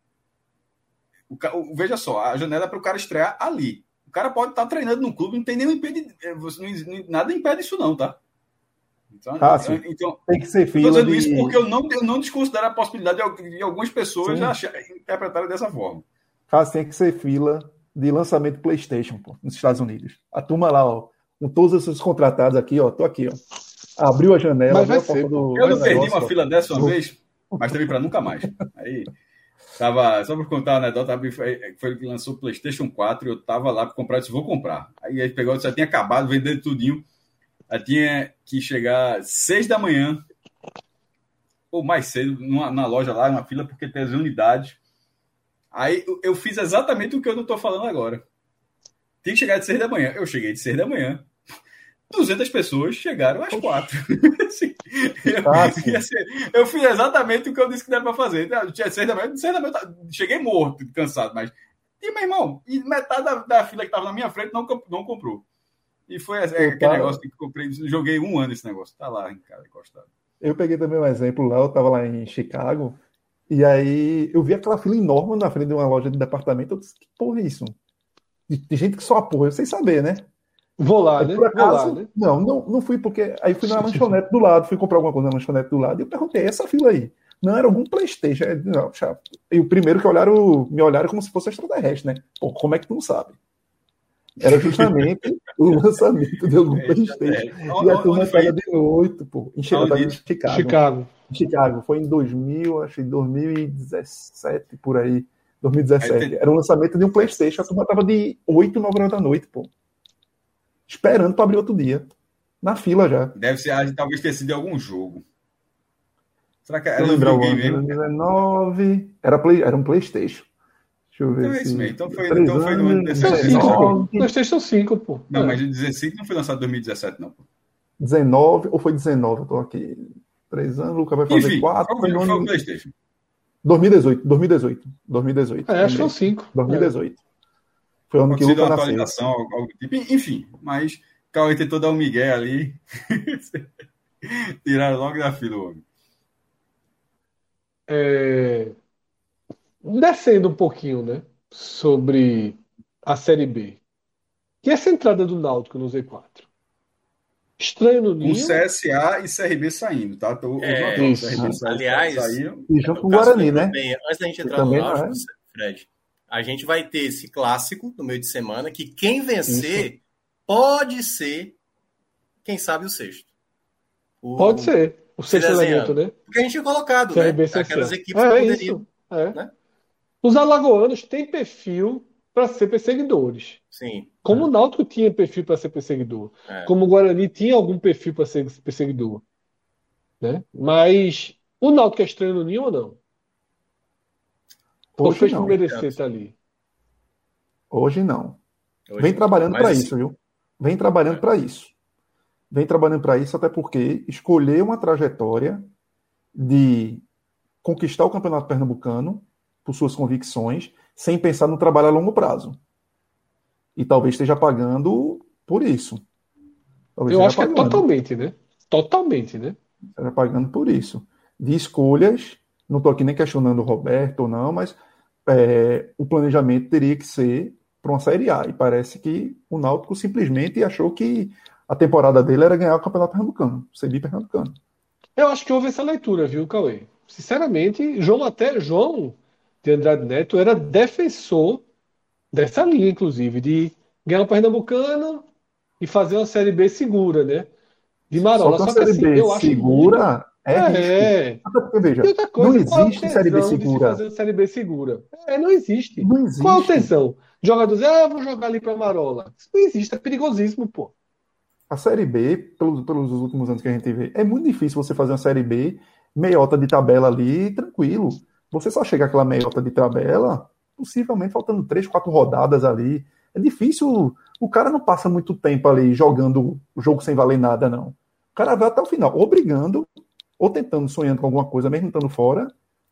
Veja só, a janela é para o cara estrear ali. O cara pode estar treinando no clube, não tem nenhum nada impede isso não, tá? Então tem que ser fila. Estou dizendo isso porque eu não desconsidero a possibilidade de algumas pessoas interpretarem dessa forma. Cássio, tem que ser fila de lançamento PlayStation, pô, nos Estados Unidos. A turma lá, ó, com todos esses contratados aqui, ó, tô aqui, ó. Abriu a janela. Mas vai ser, eu não perdi uma fila dessa uma vez, mas também para nunca mais. Aí tava, só para contar uma anedota, foi ele que lançou o PlayStation 4 e eu tava lá para comprar, eu disse, vou comprar. Aí ele pegou, já tinha acabado, vendendo tudinho. Eu tinha que chegar 6 da manhã, ou mais cedo, na loja lá, na fila, porque tem as unidades. Aí eu fiz exatamente o que eu não estou falando agora. Tinha que chegar de 6 da manhã. Eu cheguei de 6 da manhã. 200 pessoas chegaram às 4. Assim, eu fiz exatamente o que eu disse que dava para fazer. Tinha 6 da manhã, cheguei morto, cansado, mas... E, meu irmão, metade da fila que estava na minha frente não comprou. E foi aquele negócio que comprei, joguei 1 ano esse negócio. Tá lá, cara, encostado. Eu peguei também um exemplo lá, eu tava lá em Chicago, e aí eu vi aquela fila enorme na frente de uma loja de departamento, eu disse, que porra é isso? Tem gente que só apoia, sem saber, né? Vou lá, né? Por acaso, não fui, porque aí fui na lanchonete do lado, fui comprar alguma coisa na lanchonete do lado, e eu perguntei, essa fila aí? Não, era algum PlayStation. Não, e o primeiro que me olharam como se fosse extraterrestre, né? Pô, como é que tu não sabe? Era justamente o lançamento de algum PlayStation. E a turma estava de noite, pô. Em Chicago. Chicago. Foi em 2017, por aí. 2017. Era o lançamento de um PlayStation. A turma estava de 8, 9 horas da noite, pô. Esperando para abrir outro dia. Na fila já. Deve ser, talvez tenha sido algum jogo. Será que era um videogame mesmo? 2019. Era um PlayStation. Deixa eu ver. Então é isso mesmo. Então foi no ano desse. PlayStation 5, pô. Não, mas o 16 não foi lançado em 2017, não, pô. 19 ou foi 19? Eu tô aqui. 3 anos, o Lucas vai fazer 4. Foi o PlayStation. 2018. Acho que foi 5. 2018. Foi o ano que o Lucas nasceu. Atualização, algo do tipo. Enfim, mas Cauê tentou dar um migué ali. Tiraram logo da fila o homem. Descendo um pouquinho, né? Sobre a Série B. E essa entrada do Náutico no Z4? Estranho no Ninho. Com CSA e CRB saindo, tá? Aliás, e junto com o Guarani, né? Bem, antes da gente entrar no Náutico, Fred, a gente vai ter esse clássico no meio de semana, que quem vencer pode ser, quem sabe, o sexto. Pode ser. O sexto elemento, né? Porque a gente tinha colocado, CRB, né? Aquelas equipes que poderiam. Né? Os alagoanos têm perfil para ser perseguidores. Sim. Como o Náutico tinha perfil para ser perseguidor. Como o Guarani tinha algum perfil para ser perseguidor. Né? Mas o Náutico é estranho no Ninho ou não? Ou fez por merecer estar ali? Hoje não. Vem trabalhando para isso, viu? Vem trabalhando para isso. Vem trabalhando para isso, até porque escolher uma trajetória de conquistar o Campeonato Pernambucano por suas convicções, sem pensar no trabalho a longo prazo. E talvez esteja pagando por isso. Talvez Eu esteja acho que é pagando. totalmente, né? Totalmente, né? Esteja pagando por isso. De escolhas, não estou aqui nem questionando o Roberto ou não, mas o planejamento teria que ser para uma Série A. E parece que o Náutico simplesmente achou que a temporada dele era ganhar o Campeonato Pernambucano, ser bi-pernambucano. Eu acho que houve essa leitura, viu, Cauê? Sinceramente, João de Andrade Neto era defensor dessa linha, inclusive, de ganhar o Pernambucano e fazer uma Série B segura, né? De Só Marola. que uma Só que Série assim, B eu acho muito. segura é risco. É. Até porque, E veja, outra não coisa, qual é o existe Série B tesão de se segura. fazer uma Série B segura? Não existe. Não Qual é o existe. tesão? Jogadores, eu vou jogar ali pra Marola. Isso não existe, é perigosíssimo, pô. A Série B, pelos últimos anos que a gente vê, é muito difícil você fazer uma Série B meiota de tabela ali, tranquilo. Você só chega àquela meiota de tabela, possivelmente faltando 3, 4 rodadas ali. É difícil, o cara não passa muito tempo ali jogando o jogo sem valer nada, não. O cara vai até o final, ou brigando, ou tentando, sonhando com alguma coisa, mesmo estando fora,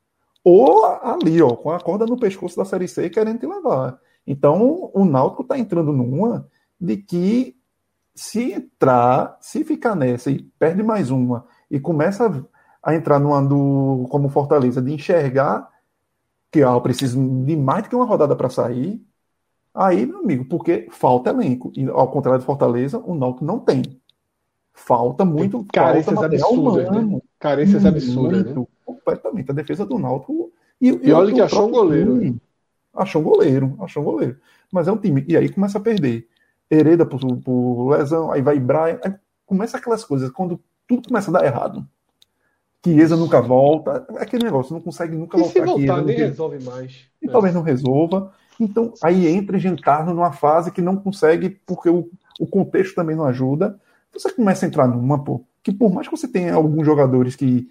ou ali, ó, com a corda no pescoço da Série C querendo te levar. Então, o Náutico está entrando numa de que se entrar, se ficar nessa e perde mais uma e começa a entrar numa como Fortaleza, de enxergar que eu preciso de mais do que uma rodada para sair, aí, meu amigo, porque falta elenco. E ao contrário do Fortaleza, o Náutico não tem. Falta muito, Carências falta material absurdas, né? humano. Carências absurdas, né? Muito, completamente. A defesa do Náutico. E olha que achou um goleiro, né? Achou um goleiro. Mas é um time. E aí começa a perder. Hereda por lesão, aí vai Brian. Aí começa aquelas coisas, quando tudo começa a dar errado. Chiesa nunca volta. É aquele negócio, não consegue nunca E voltar. se voltar, Chiesa, nem resolve mais. e talvez não resolva. Então, aí entra Giancarlo numa fase que não consegue, porque o contexto também não ajuda. Você começa a entrar numa, pô, que por mais que você tenha alguns jogadores que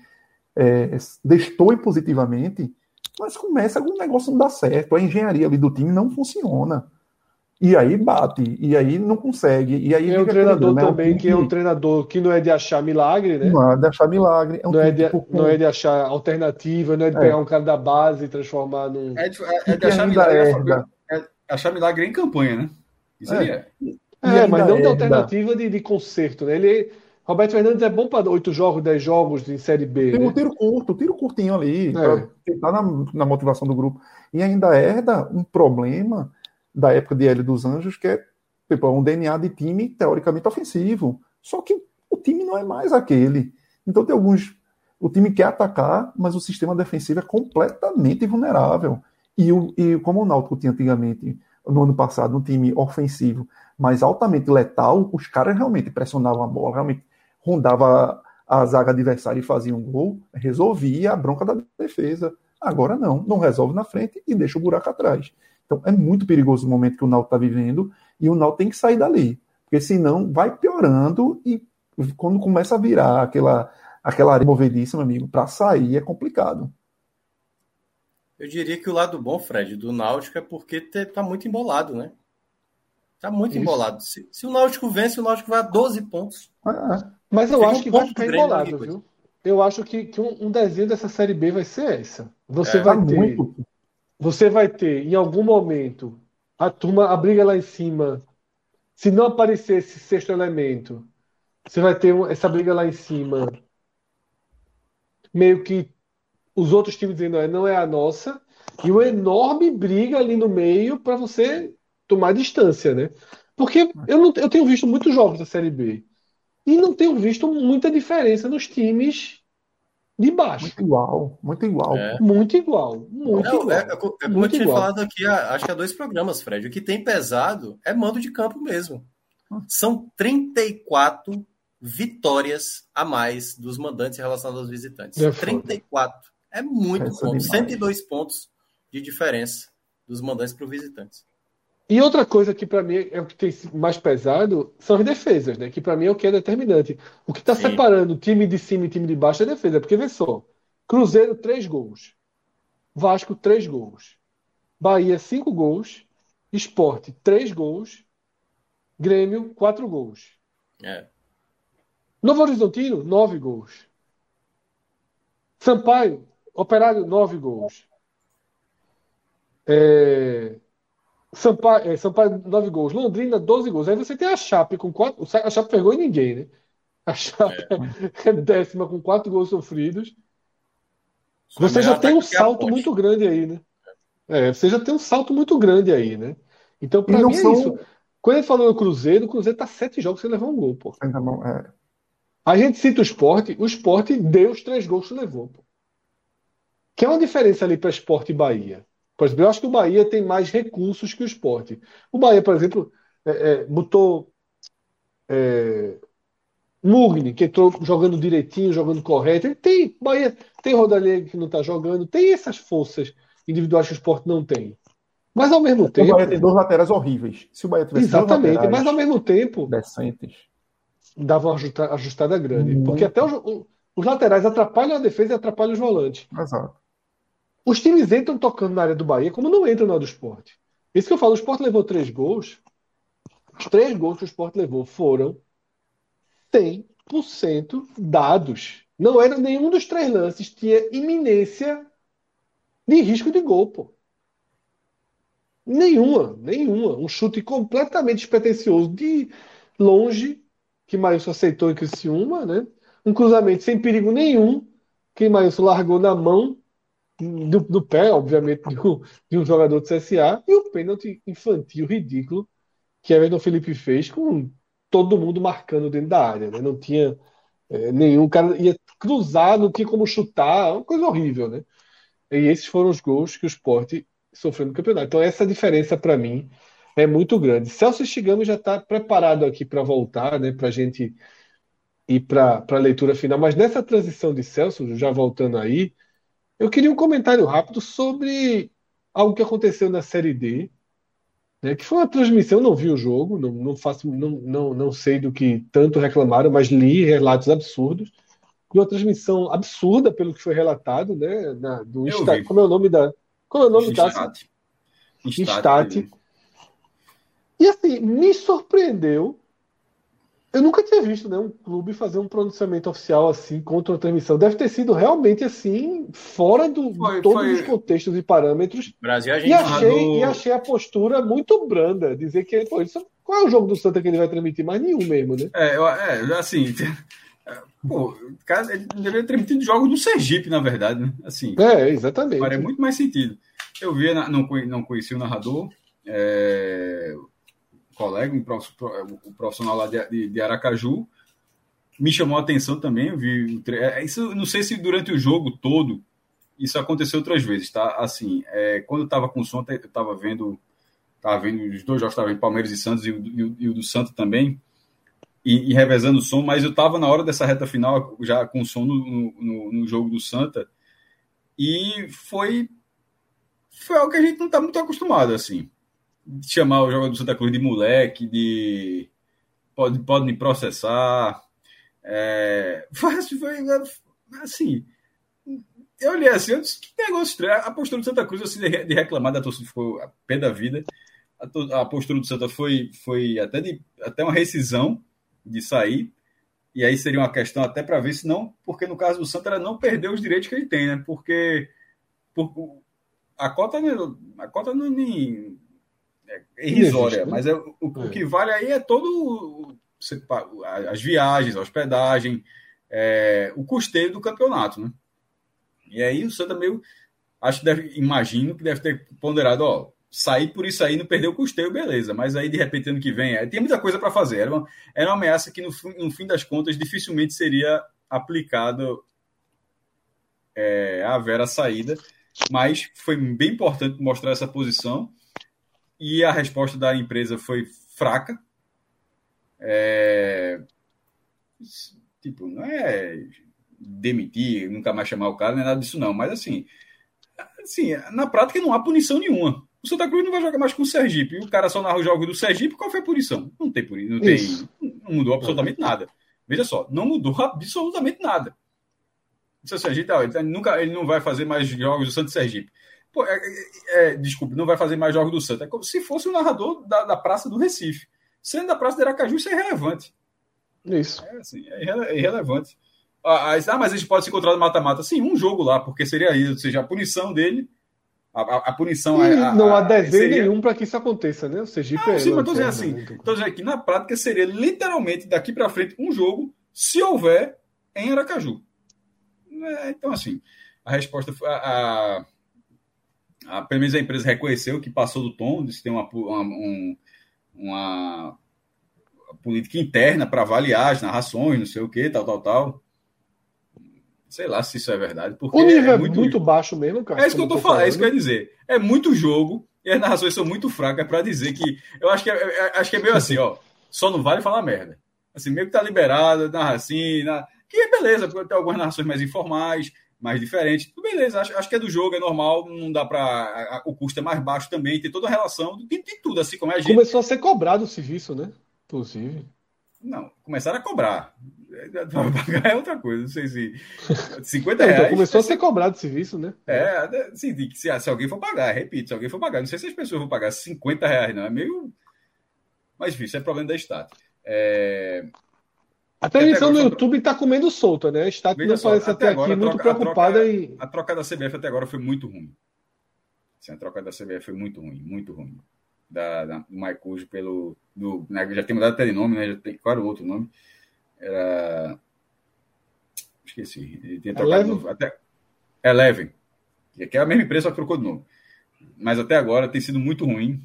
destoem positivamente, mas começa algum negócio não dá certo. A engenharia ali do time não funciona. E aí bate, e aí não consegue. E aí Tem um treinador também que é um treinador que não é de achar milagre, né? Não é de achar milagre. Não é de achar alternativa, não é de pegar um cara da base e transformar num. É de achar milagre. Achar milagre em campanha, né? Isso aí é. Mas não de alternativa de conserto, né? Roberto Fernandes é bom para 8 jogos, 10 jogos em Série B. Tem né? um tiro curtinho ali, para tentar na motivação do grupo. E ainda herda um problema da época de Hélio dos Anjos, que é tipo, um DNA de time teoricamente ofensivo. Só que o time não é mais aquele. Então tem alguns. O time quer atacar, mas o sistema defensivo é completamente vulnerável. E como o Náutico tinha antigamente, no ano passado, um time ofensivo, mas altamente letal, os caras realmente pressionavam a bola, realmente rondava a zaga adversária e fazia um gol, resolvia a bronca da defesa. Agora não resolve na frente e deixa o buraco atrás. Então é muito perigoso o momento que o Náutico está vivendo e o Náutico tem que sair dali, porque senão vai piorando e quando começa a virar aquela área movediça, meu amigo, para sair é complicado. Eu diria que o lado bom, Fred, do Náutico é porque tá muito embolado, né? Tá muito embolado. Se o Náutico vence, o Náutico vai a 12 pontos. Mas eu acho que vai ficar embolado, viu? Eu acho que um desenho dessa Série B vai ser essa. Você vai ter, em algum momento, a briga lá em cima. Se não aparecer esse sexto elemento, você vai ter essa briga lá em cima. Meio que os outros times dizendo não é a nossa. E uma enorme briga ali no meio para você tomar distância, né? Porque eu tenho visto muitos jogos da Série B. E não tenho visto muita diferença nos times de baixo. Muito igual. Muito igual. Como eu tinha falado aqui, acho que há 2 programas, Fred. O que tem pesado é mando de campo mesmo. São 34 vitórias a mais dos mandantes relacionados aos visitantes. 34. É muito ponto. 102 pontos de diferença dos mandantes para os visitantes. E outra coisa que para mim é o que tem mais pesado são as defesas, né? Que para mim é o que é determinante. O que está separando time de cima e time de baixo é a defesa. Porque vê só, Cruzeiro 3 gols, Vasco 3 gols, Bahia 5 gols, Sport 3 gols, Grêmio 4 gols. Novo Horizontino 9 gols. Sampaio, Operário 9 gols. Sampaio 9 gols, Londrina 12 gols. Aí você tem a Chape com 4. A Chape pegou em ninguém, né? A Chape é 10ª com 4 gols sofridos. Você já tem um salto muito grande aí, né? Você já tem um salto muito grande aí, né? Então, pra mim é isso. Quando ele falou no Cruzeiro, o Cruzeiro tá 7 jogos sem levar um gol, pô. A gente cita o Sport deu os 3 gols que levou, pô. Que é uma diferença ali para Sport e Bahia. Por exemplo, eu acho que o Bahia tem mais recursos que o Sport. O Bahia, por exemplo, botou Mugni, que entrou jogando direitinho, jogando correto. O Bahia tem Rodallega que não está jogando, tem essas forças individuais que o Sport não tem. Mas ao mesmo tempo. O Bahia tem 2 laterais horríveis. Se o Bahia tivesse exatamente, mas ao mesmo tempo. Decentes. Dava uma ajustada grande. Porque até os laterais atrapalham a defesa e atrapalham os volantes. Exato. Os times entram tocando na área do Bahia, como não entram na do Sport. Isso que eu falo, o Sport levou 3 gols. Os 3 gols que o Sport levou foram 100% dados. Não era nenhum dos 3 lances tinha iminência de risco de gol, pô. Nenhuma. Um chute completamente despretensioso de longe, que Maílson aceitou em Criciúma, né? Um cruzamento sem perigo nenhum, que Maílson largou na mão do pé, obviamente, de um jogador do CSA, e o pênalti infantil ridículo que Everton Felipe fez com todo mundo marcando dentro da área, né? Não tinha nenhum cara ia cruzar, não tinha como chutar, uma coisa horrível, né? E esses foram os gols que o Sport sofreu no campeonato. Então essa diferença para mim é muito grande. Celso Shigami já está preparado aqui para voltar, né? Para a gente ir para a leitura final. Mas nessa transição de Celso, já voltando aí, eu queria um comentário rápido sobre algo que aconteceu na Série D, né, que foi uma transmissão, eu não vi o jogo, não sei do que tanto reclamaram, mas li relatos absurdos. E uma transmissão absurda pelo que foi relatado, né? Como é o nome da. Como é o nome da. Instat. E assim, me surpreendeu. Eu nunca tinha visto, né, um clube fazer um pronunciamento oficial assim contra uma transmissão. Deve ter sido realmente assim, fora de todos os contextos e parâmetros. Brasil, e achei a postura muito branda. Dizer que qual é o jogo do Santa que ele vai transmitir? Mais nenhum mesmo, né? Assim. Pô, cara, ele deveria ter transmitido jogos do Sergipe, na verdade, né? Assim. Exatamente. Faria muito mais sentido. Eu via, não conhecia o narrador. Colega, o profissional lá de Aracaju, me chamou a atenção também. Eu vi isso, não sei se durante o jogo todo isso aconteceu outras vezes, tá? Assim, quando eu estava com o som, eu estava vendo os 2 jogos, estava vendo Palmeiras e Santos e o do Santos também, e revezando o som, mas eu estava na hora dessa reta final já com o som no jogo do Santa, e foi algo que a gente não está muito acostumado, assim. Chamar o jogador do Santa Cruz de moleque, pode me processar. Foi assim. Eu olhei assim, eu disse, que negócio estranho. A postura do Santa Cruz, assim, de reclamar da torcida, ficou a pé da vida. A postura do Santa foi até uma rescisão de sair. E aí seria uma questão até para ver se não, porque no caso do Santa era não perder os direitos que ele tem, né? Porque a cota não é nem irrisória, mas o que vale aí é todo as viagens, a hospedagem, o custeio do campeonato, né? E aí o Santa imagino que deve ter ponderado, sair por isso aí, não perder o custeio, beleza, mas aí de repente ano que vem, tem muita coisa para fazer, era uma ameaça que no fim das contas dificilmente seria aplicado a vera saída, mas foi bem importante mostrar essa posição. E a resposta da empresa foi fraca. Não é demitir, nunca mais chamar o cara, não é nada disso não. Mas assim, na prática não há punição nenhuma. O Santa Cruz não vai jogar mais com o Sergipe. E o cara só narra os jogos do Sergipe, qual foi a punição? Não tem punição. Não mudou absolutamente nada. Veja só, não mudou absolutamente nada. O Sergipe, ele não vai fazer mais jogos do Santa Sergipe. Pô, desculpe, não vai fazer mais jogos do Santa. É como se fosse o narrador da Praça do Recife. Sendo da Praça de Aracaju, isso é irrelevante. Isso. É irrelevante. Mas a gente pode se encontrar no mata-mata. Sim, um jogo lá, porque seria isso. Ou seja, a punição dele A punição... Não há desenho nenhum para que isso aconteça, né? O Sergipe sim, mas estou dizendo assim, estou dizendo que na prática seria literalmente daqui para frente um jogo, se houver, em Aracaju. Então, assim, a resposta foi... Pelo menos a empresa reconheceu que passou do tom, disse que tem uma política interna para avaliar as narrações, não sei o que, tal. Sei lá se isso é verdade. Porque o nível é muito baixo mesmo, cara. É isso que eu tô falando, é isso que eu ia dizer. É muito jogo e as narrações são muito fracas para dizer que... Eu acho que é meio assim, ó. Só não vale falar merda. Assim, meio que tá liberado, narra assim... Que é beleza, porque tem algumas narrações mais informais, mais diferentes. Beleza, acho que é do jogo, é normal, não dá para... O custo é mais baixo também, tem toda a relação, tem tudo, assim como a gente... Começou a ser cobrado o serviço, né? Inclusive. Não, começaram a cobrar. Pagar é outra coisa, não sei se... 50 então, reais... começou a ser cobrado o serviço, né? Se alguém for pagar, repito, se alguém for pagar, não sei se as pessoas vão pagar 50 reais, não, é meio... Mas, enfim, isso é problema da Estat. A transmissão no YouTube está comendo solta, né? A Estat não parece até aqui muito preocupada em... A troca da CBF até agora foi muito ruim. Assim, a troca da CBF foi muito ruim, muito ruim. Do Maicujo pelo... já tem mudado até de nome, né? Já tem, qual era o outro nome? Era... Esqueci. Ele tinha trocado até Eleven, que é a mesma empresa, só que trocou de nome. Mas até agora tem sido muito ruim.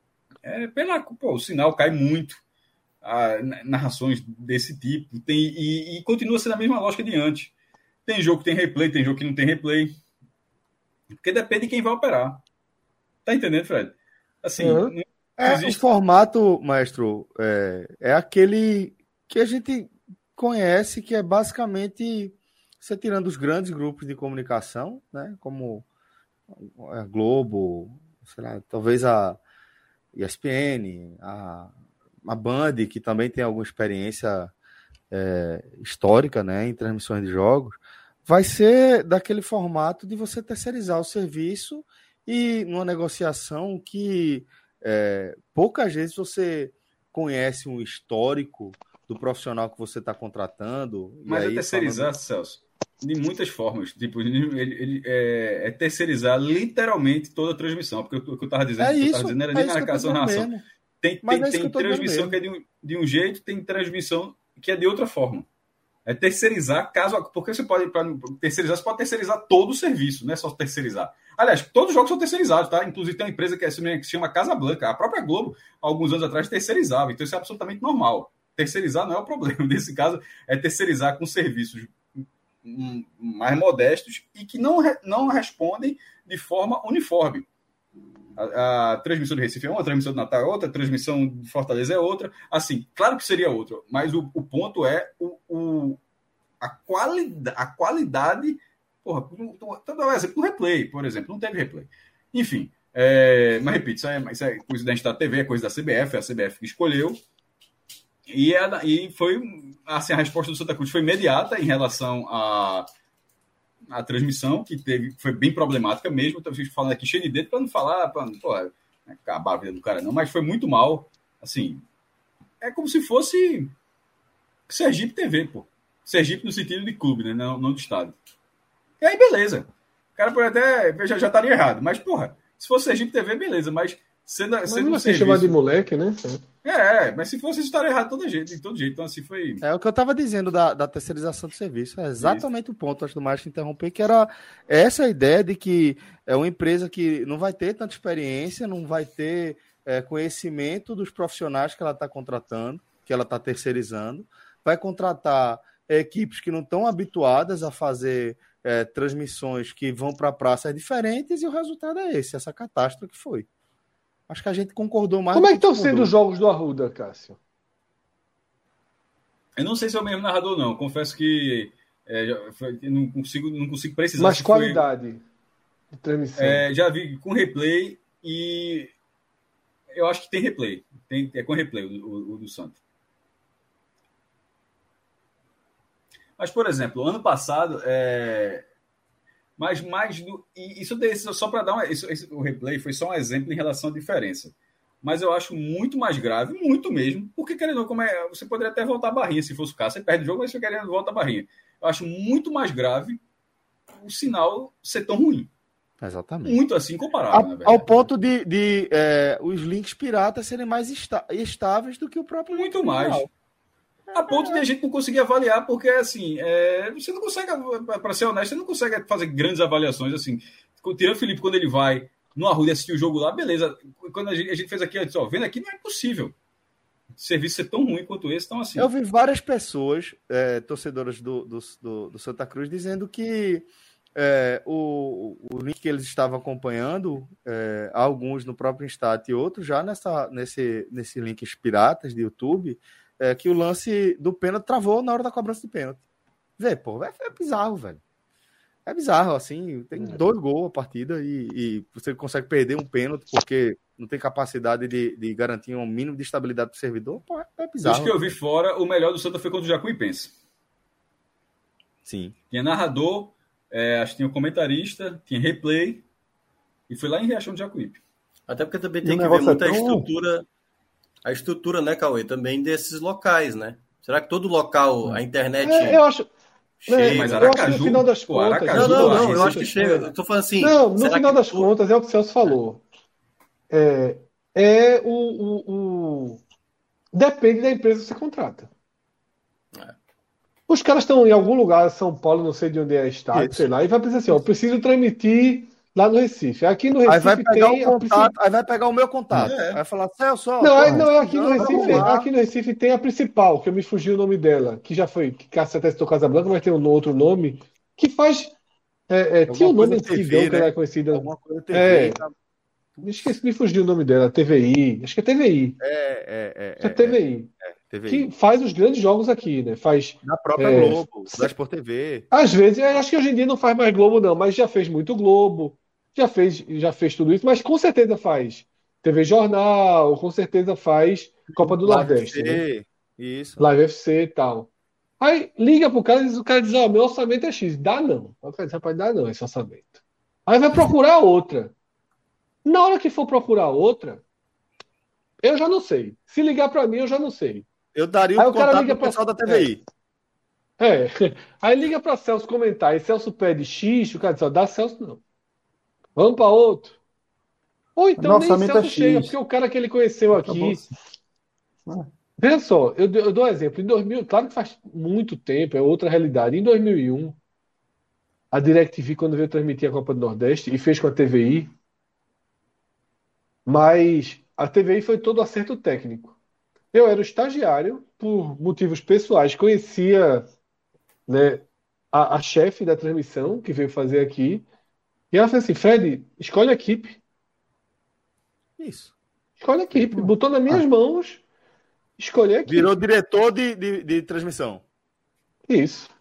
O sinal cai muito. Narrações desse tipo. E continua sendo a mesma lógica de antes. Tem jogo que tem replay, tem jogo que não tem replay. Porque depende de quem vai operar. Tá entendendo, Fred? Assim, o formato, maestro, é aquele que a gente conhece, que é basicamente você tirando os grandes grupos de comunicação, né, como a Globo, sei lá, talvez a ESPN, a Band, que também tem alguma experiência histórica, né, em transmissões de jogos, vai ser daquele formato de você terceirizar o serviço e numa negociação que poucas vezes você conhece um histórico do profissional que você está contratando. Mas é terceirizar, Celso, de muitas formas. Tipo, ele é terceirizar literalmente toda a transmissão. Porque o que eu estava dizendo, não era nem marcação narração. Tem transmissão que é de um jeito, tem transmissão que é de outra forma. É terceirizar porque você pode terceirizar, você pode terceirizar todo o serviço, não é só terceirizar. Aliás, todos os jogos são terceirizados, tá? Inclusive tem uma empresa que se chama Casablanca. A própria Globo, alguns anos atrás, terceirizava. Então isso é absolutamente normal. Terceirizar não é o problema. Nesse caso, é terceirizar com serviços mais modestos e que não respondem de forma uniforme. A transmissão de Recife é uma, a transmissão de Natal é outra, a transmissão de Fortaleza é outra. Assim, claro que seria outra, mas o ponto é a qualidade. Porra, vou dar um exemplo, no replay, por exemplo, não teve replay. Enfim, mas repito, isso é coisa da Estado TV, é coisa da CBF, é a CBF que escolheu. E foi, assim, a resposta do Santa Cruz foi imediata em relação à transmissão, que foi bem problemática mesmo. Estou falando aqui cheio de dedo para não falar, para não acabar a vida do cara, não, mas foi muito mal. Assim, é como se fosse Sergipe TV, pô. Sergipe no sentido de clube, né? Não de estado. E aí, beleza. O cara pode até... Já estaria errado. Mas, porra, se fosse Sergipe TV, beleza. Mas sendo um serviço... chamar de moleque, né? Mas se fosse, estaria errado de todo jeito. Então, assim, foi... É o que eu estava dizendo da terceirização do serviço. É exatamente o ponto, acho, do Márcio interromper, que era essa ideia de que é uma empresa que não vai ter tanta experiência, não vai ter conhecimento dos profissionais que ela está contratando, que ela está terceirizando, vai contratar equipes que não estão habituadas a fazer transmissões que vão para praças diferentes, e o resultado é essa catástrofe que foi. Acho que a gente concordou mais. Como é que estão sendo os jogos do Arruda, Cássio? Eu não sei se é o mesmo narrador, não. Confesso que não consigo precisar. Mas qualidade de transmissão. Já vi com replay e eu acho que tem replay. É com replay o do Santos. Mas, por exemplo, ano passado, isso só para dar o replay foi só um exemplo em relação à diferença. Mas eu acho muito mais grave, muito mesmo, porque querendo você poderia até voltar a barrinha, se fosse o caso. Você perde o jogo, mas você querendo volta a barrinha. Eu acho muito mais grave o sinal ser tão ruim. Exatamente. Muito assim comparado, ao ponto de os links piratas serem mais estáveis do que o próprio link muito mais. A ponto de a gente não conseguir avaliar, porque, assim, você não consegue, para ser honesto, você não consegue fazer grandes avaliações, assim. Tirando o Felipe, quando ele vai no Arruda assistir o jogo lá, beleza. Quando a gente fez aqui, vendo aqui, não é possível. O serviço ser tão ruim quanto esse, então, assim... Eu vi várias pessoas, torcedoras do Santa Cruz, dizendo que o link que eles estavam acompanhando, alguns no próprio Instat e outros já nesse links piratas de YouTube, que o lance do pênalti travou na hora da cobrança de pênalti. É bizarro, velho. É bizarro, assim, tem 2 gols a partida e você consegue perder um pênalti porque não tem capacidade de garantir um mínimo de estabilidade para o servidor. Pô, é bizarro. Dos que eu vi fora, o melhor do Santa foi contra o Jacuipense. Sim. Tinha narrador, acho que tinha o comentarista, tinha replay e foi lá em Riachão do Jacuípe. Até porque também tem que ver muita a estrutura, né, Cauê, também desses locais, né? Será que todo local, a internet... eu acho... Mas Aracaju, no final das contas... Não, eu acho que chega. Eu tô falando assim... Não, no final das contas, é o que o Celso falou. Depende da empresa que você contrata. Os caras estão em algum lugar, São Paulo, não sei de onde é estado, sei lá, e vai pensar assim, eu preciso transmitir lá no Recife. Aqui no Recife aí vai pegar o contato, aí vai pegar o meu contato. Vai falar, Celso, aqui no Recife, aqui no Recife tem a principal, que eu me fugi o nome dela, que já foi, que Caceta citou Casablanca, mas tem um outro nome, que faz... tinha um nome antigão, né? Que ela é conhecida. Alguma coisa TV. Esqueci, me fugiu o nome dela, TVI. Acho que é TVI. TVI. Que faz os grandes jogos aqui, né? Faz. Na própria Globo, da Sport TV. Às vezes, eu acho que hoje em dia não faz mais Globo, não, mas já fez muito Globo, já fez tudo isso, mas com certeza faz TV Jornal, com certeza faz Copa do Nordeste. Né? Isso. Live FC e tal. Aí liga pro cara e o cara diz: meu orçamento é X. Dá não. O cara diz: rapaz, dá não esse orçamento. Aí vai procurar outra. Na hora que for procurar outra, eu já não sei. Se ligar para mim, eu já não sei. Eu daria o contato pro pessoal da TVI. Aí liga para Celso comentar. E Celso pede X, o cara diz: dá Celso não. Vamos para outro. Ou então nem Celso chega, porque o cara que ele conheceu aqui... Veja só, eu dou um exemplo. Em 2000, claro que faz muito tempo, é outra realidade. Em 2001, a DirecTV, quando veio transmitir a Copa do Nordeste, e fez com a TVI, mas a TVI foi todo acerto técnico. Eu era o estagiário, por motivos pessoais, conhecia, né, a chefe da transmissão, que veio fazer aqui, e ela falou assim: Fred, escolhe a equipe. Isso. Escolhe a equipe. Botou nas minhas mãos, escolher a equipe. Virou diretor de transmissão. Isso.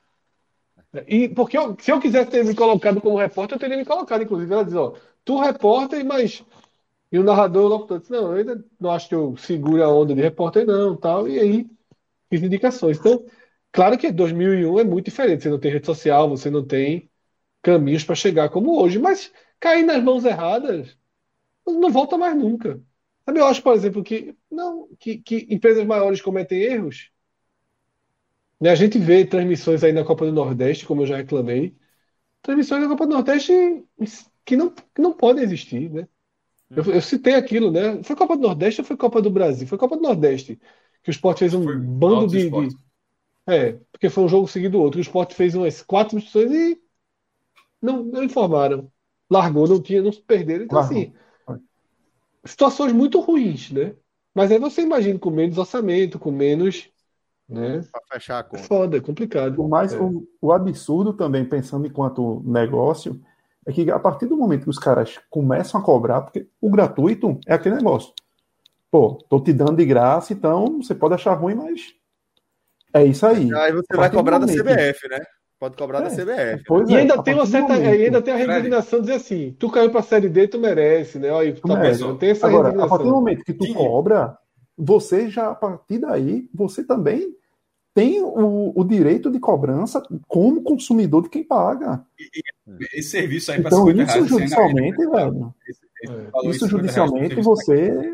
E porque se eu quisesse ter me colocado como repórter, eu teria me colocado, inclusive. Ela diz: tu repórter, mas... E o narrador, o locutor, disse: não, eu ainda não acho que eu seguro a onda de repórter, não, tal. E aí, fiz indicações. Então, claro que 2001 é muito diferente. Você não tem rede social, você não tem caminhos para chegar como hoje. Mas cair nas mãos erradas, não volta mais nunca. Sabe, eu acho, por exemplo, que empresas maiores cometem erros. A gente vê transmissões aí na Copa do Nordeste, como eu já reclamei. Transmissões da Copa do Nordeste que não podem existir, né? Eu citei aquilo, né? Foi Copa do Nordeste ou foi Copa do Brasil? Foi Copa do Nordeste. Que o Sport fez um bando de... porque foi um jogo seguido do outro. O Sport fez umas 4 missões e não informaram. Largou, não se perderam. Então, assim, situações muito ruins, né? Mas aí você imagina com menos orçamento, com menos... né? Para fechar a conta. É foda, é complicado. Por mais o absurdo também, pensando enquanto negócio... é que a partir do momento que os caras começam a cobrar, porque o gratuito é aquele negócio. Pô, tô te dando de graça, então você pode achar ruim, mas é isso aí. Aí você vai cobrar da CBF, né? Pode cobrar da CBF. E ainda tem uma certa, ainda tem a resignação de dizer assim: tu caiu pra Série D, tu merece, né? Aí, tem essa agora, resignação. a partir do momento que tu cobra, você já, a partir daí, você também tem o direito de cobrança como consumidor de quem paga. Esse serviço aí para então, isso judicialmente, velho. Isso judicialmente você...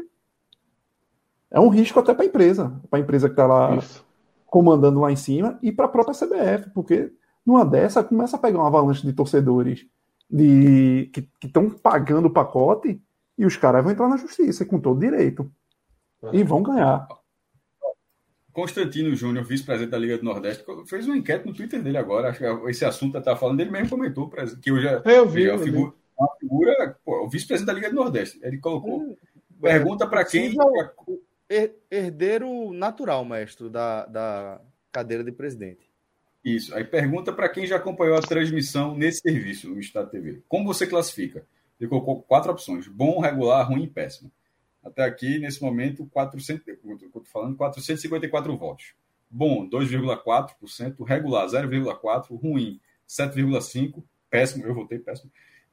é um risco até para a empresa que está lá comandando lá em cima e para a própria CBF, porque numa dessa começa a pegar uma avalanche de torcedores que estão pagando o pacote e os caras vão entrar na justiça com todo direito. E vão ganhar. Constantino Júnior, vice-presidente da Liga do Nordeste, fez uma enquete no Twitter dele agora. Acho que esse assunto está falando, ele mesmo comentou que hoje uma figura, o vice-presidente da Liga do Nordeste. Ele colocou. Pergunta para quem. Herdeiro natural, mestre, da cadeira de presidente. Isso. Aí pergunta para quem já acompanhou a transmissão nesse serviço, no Estado TV. Como você classifica? Ele colocou 4 opções: bom, regular, ruim e péssimo. Até aqui, nesse momento, 454 votos. Bom, 2,4%. Regular, 0,4%. Ruim, 7,5%. Péssimo, eu votei péssimo,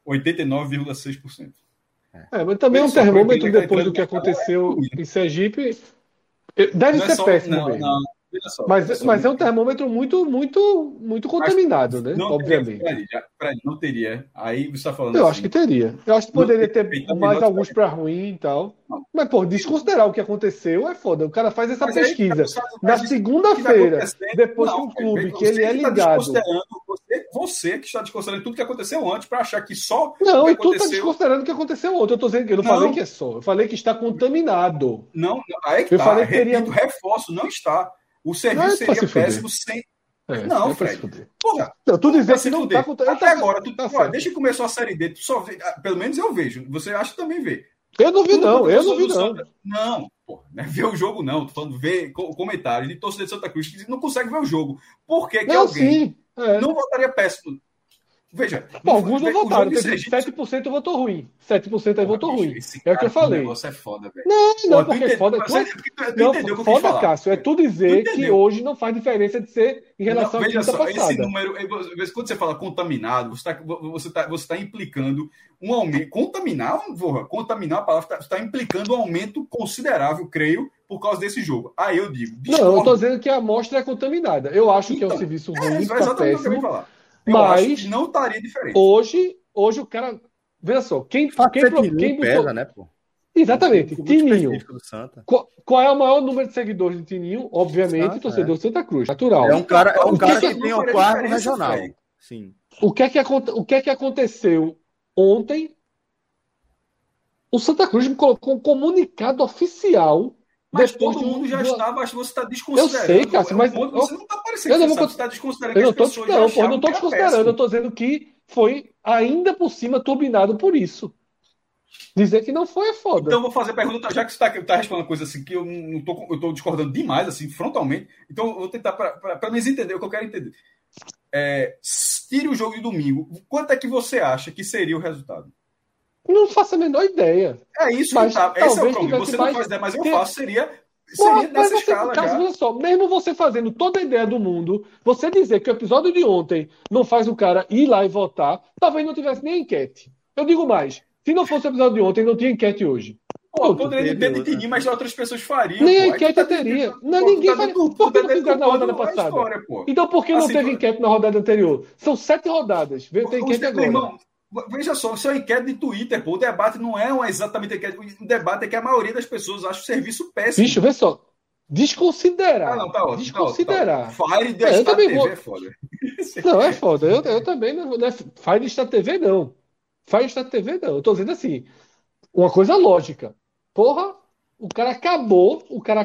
89,6%. Mas também é um termômetro depois do que aconteceu em Sergipe. Deve ser péssimo mesmo. Mas é um termômetro muito contaminado, né? Obviamente. Não teria. Aí você está falando. Eu acho que teria. Eu acho que poderia ter mais alguns para ruim e tal. Mas, pô, desconsiderar o que aconteceu é foda. O cara faz essa pesquisa na segunda-feira, depois que um clube que ele é ligado. Você que está desconsiderando tudo que aconteceu antes para achar que só. Não, e tu está desconsiderando o que aconteceu ontem. Eu tô dizendo que eu não falei que é só. Eu falei que está contaminado. Não, aí que eu falei que teria. Reforço, não está. O serviço seria péssimo sem. Não, Fred. Porra, tu dizer que não tá contaminado. Até agora, desde que começou a Série D, tu só vê, pelo menos eu vejo. Você acha que também vê. Eu não vi, não. Não, porra, não é ver o jogo, não. Tô falando ver comentários de torcedor de Santa Cruz que não consegue ver o jogo. Por que alguém não votaria péssimo? Veja. Alguns não votaram. 7% votou ruim. 7% aí votou ruim. É o que eu falei. O negócio é foda, velho. Não, porque é foda. Foda, Cássio. É tu dizer que hoje não faz diferença de ser em relação à quinta passada. Esse número, quando você fala contaminado, você tá implicando um aumento. Contaminar a palavra está implicando um aumento considerável, creio, por causa desse jogo. Aí eu digo. Não, eu tô dizendo que a amostra é contaminada. Eu acho que é um serviço ruim, tá péssimo. Mas acho que não estaria diferente. Hoje o cara. Veja só, quem pesa, né, pô? Exatamente, Tininho. Qual é o maior número de seguidores de Tininho? Obviamente, torcedor de Santa Cruz. Natural. É um cara que tem um quadro regional. Sim. O que é que aconteceu ontem? O Santa Cruz me colocou um comunicado oficial. Mas todo mundo já estava, acho que você está desconsiderando. Eu sei, Cássio, mas você não está parecendo que você está desconsiderando que as pessoas já achavam. Eu não estou desconsiderando, eu estou dizendo que foi ainda por cima turbinado por isso. Dizer que não foi é foda. Então eu vou fazer a pergunta, já que você está respondendo uma coisa assim que eu estou discordando demais, assim, frontalmente. Então eu vou tentar, para me entender o que eu quero entender. Tire o jogo de domingo. Quanto é que você acha que seria o resultado? Não faço a menor ideia. É isso que tá. Esse é o problema. Você não faz ideia, mas eu faço. Seria nessa escala já. Olha só, mesmo você fazendo toda a ideia do mundo, você dizer que o episódio de ontem não faz o cara ir lá e votar, talvez não tivesse nem enquete. Eu digo mais. Se não fosse o episódio de ontem, não tinha enquete hoje. Poderia ter entendido, mas outras pessoas fariam. Nem a enquete teria. Ninguém faria. Por que não fizeram na rodada passada? Então por que não teve enquete na rodada anterior? São 7 rodadas. Tem enquete agora. Irmão, veja só, isso é uma enquete de Twitter, pô. O debate não é exatamente enquete. O debate é que a maioria das pessoas acha o serviço péssimo. Bicho, vê só. Desconsiderar. Não, tá ótimo. Desconsiderar. Fire da Estado TV é foda. Não, é foda. Eu também não é Fire da Estado TV, não. Fire da Estado TV, não. Eu tô dizendo assim, uma coisa lógica. Porra, o cara acabou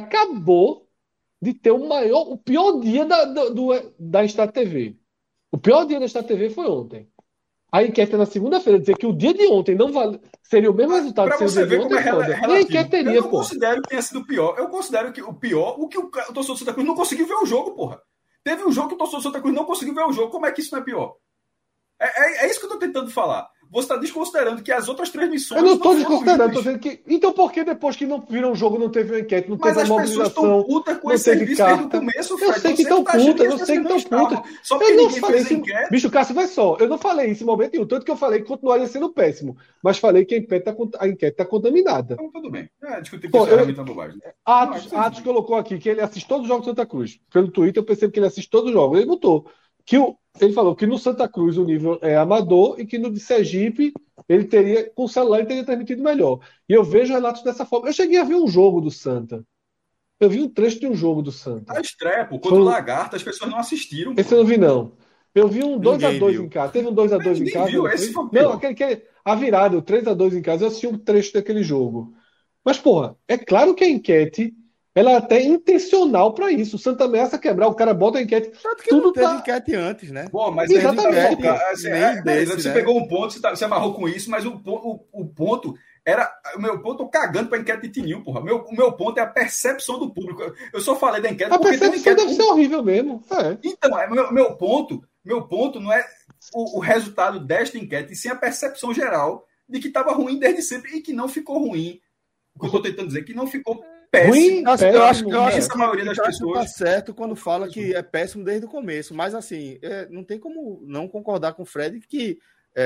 de ter o pior dia da Estado TV. O pior dia da Estado TV foi ontem. A enquete na segunda-feira dizer que o dia de ontem não seria o mesmo resultado para você ver como é relativo. A enquete teria, eu não considero que tenha sido pior. Eu considero que o pior, o torcedor do Santa Cruz não conseguiu ver o jogo, porra. Teve um jogo que o torcedor do Santa Cruz não conseguiu ver o jogo. Como é que isso não é pior? É isso que eu tô tentando falar. Você está desconsiderando que as outras transmissões. Eu não estou desconsiderando, estou dizendo que. Então por que depois que não viram o jogo não teve uma enquete, não teve uma mobilização, com esse serviço desde o começo, Fred. Eu sei que estão putas, eu sei que estão putas. Só porque ninguém fez enquete. Bicho, Cássio, vai só. Eu não falei isso em momento nenhum, tanto que eu falei que continuaria sendo péssimo. Mas falei que a enquete está contaminada. Então, tudo bem. Discutir com isso é bobagem. Atos colocou aqui que ele assiste todos os jogos do Santa Cruz. Pelo Twitter eu percebo que ele assiste todos os jogos. Ele botou. Ele falou que no Santa Cruz o nível é amador e que no de Sergipe ele teria, com o celular, ele teria transmitido melhor. E eu vejo relatos dessa forma. Eu cheguei a ver um jogo do Santa. Eu vi um trecho de um jogo do Santa. A estreia, pô. Contra o Lagarto, as pessoas não assistiram. Esse eu não vi, não. Eu vi um 2x2 em casa. Teve um 2x2 em casa. Viu? Esse foi o Não, pior. a virada, o 3x2 em casa, eu assisti um trecho daquele jogo. Mas, porra, é claro que a enquete ela é até intencional para isso. O Santa ameaça quebrar, o cara bota a enquete. Tanto que Tudo não teve tá. enquete antes, né? Bom, mas Exatamente. a gente tá focado. Nem desse, Você né? pegou um ponto, você amarrou com isso, mas o ponto era. O meu ponto, eu tô cagando pra enquete de Tininho, porra. O meu ponto é a percepção do público. Eu só falei da enquete A porque tem uma percepção enquete. deve ser horrível mesmo. É. Então, meu ponto não é o resultado desta enquete, e sim a percepção geral de que estava ruim desde sempre e que não ficou ruim. O que eu estou tentando dizer é que não ficou péssimo. Ruim, Eu acho péssimo, que essa maioria das pessoas tá certo quando fala que é péssimo desde o começo, mas assim, não tem como não concordar com o Fred que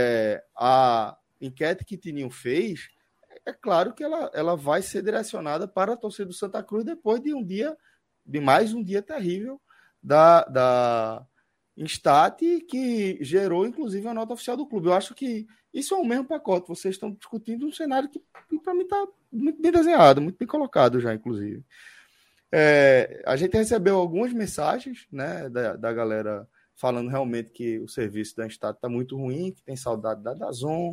a enquete que Tininho fez, é claro que ela vai ser direcionada para a torcida do Santa Cruz depois de mais um dia terrível da Instat, que gerou inclusive a nota oficial do clube. Eu acho que isso é o mesmo pacote. Vocês estão discutindo um cenário que para mim está muito bem desenhado, muito bem colocado já, inclusive. A gente recebeu algumas mensagens, né, da galera falando realmente que o serviço da Instat está muito ruim, que tem saudade da DAZN,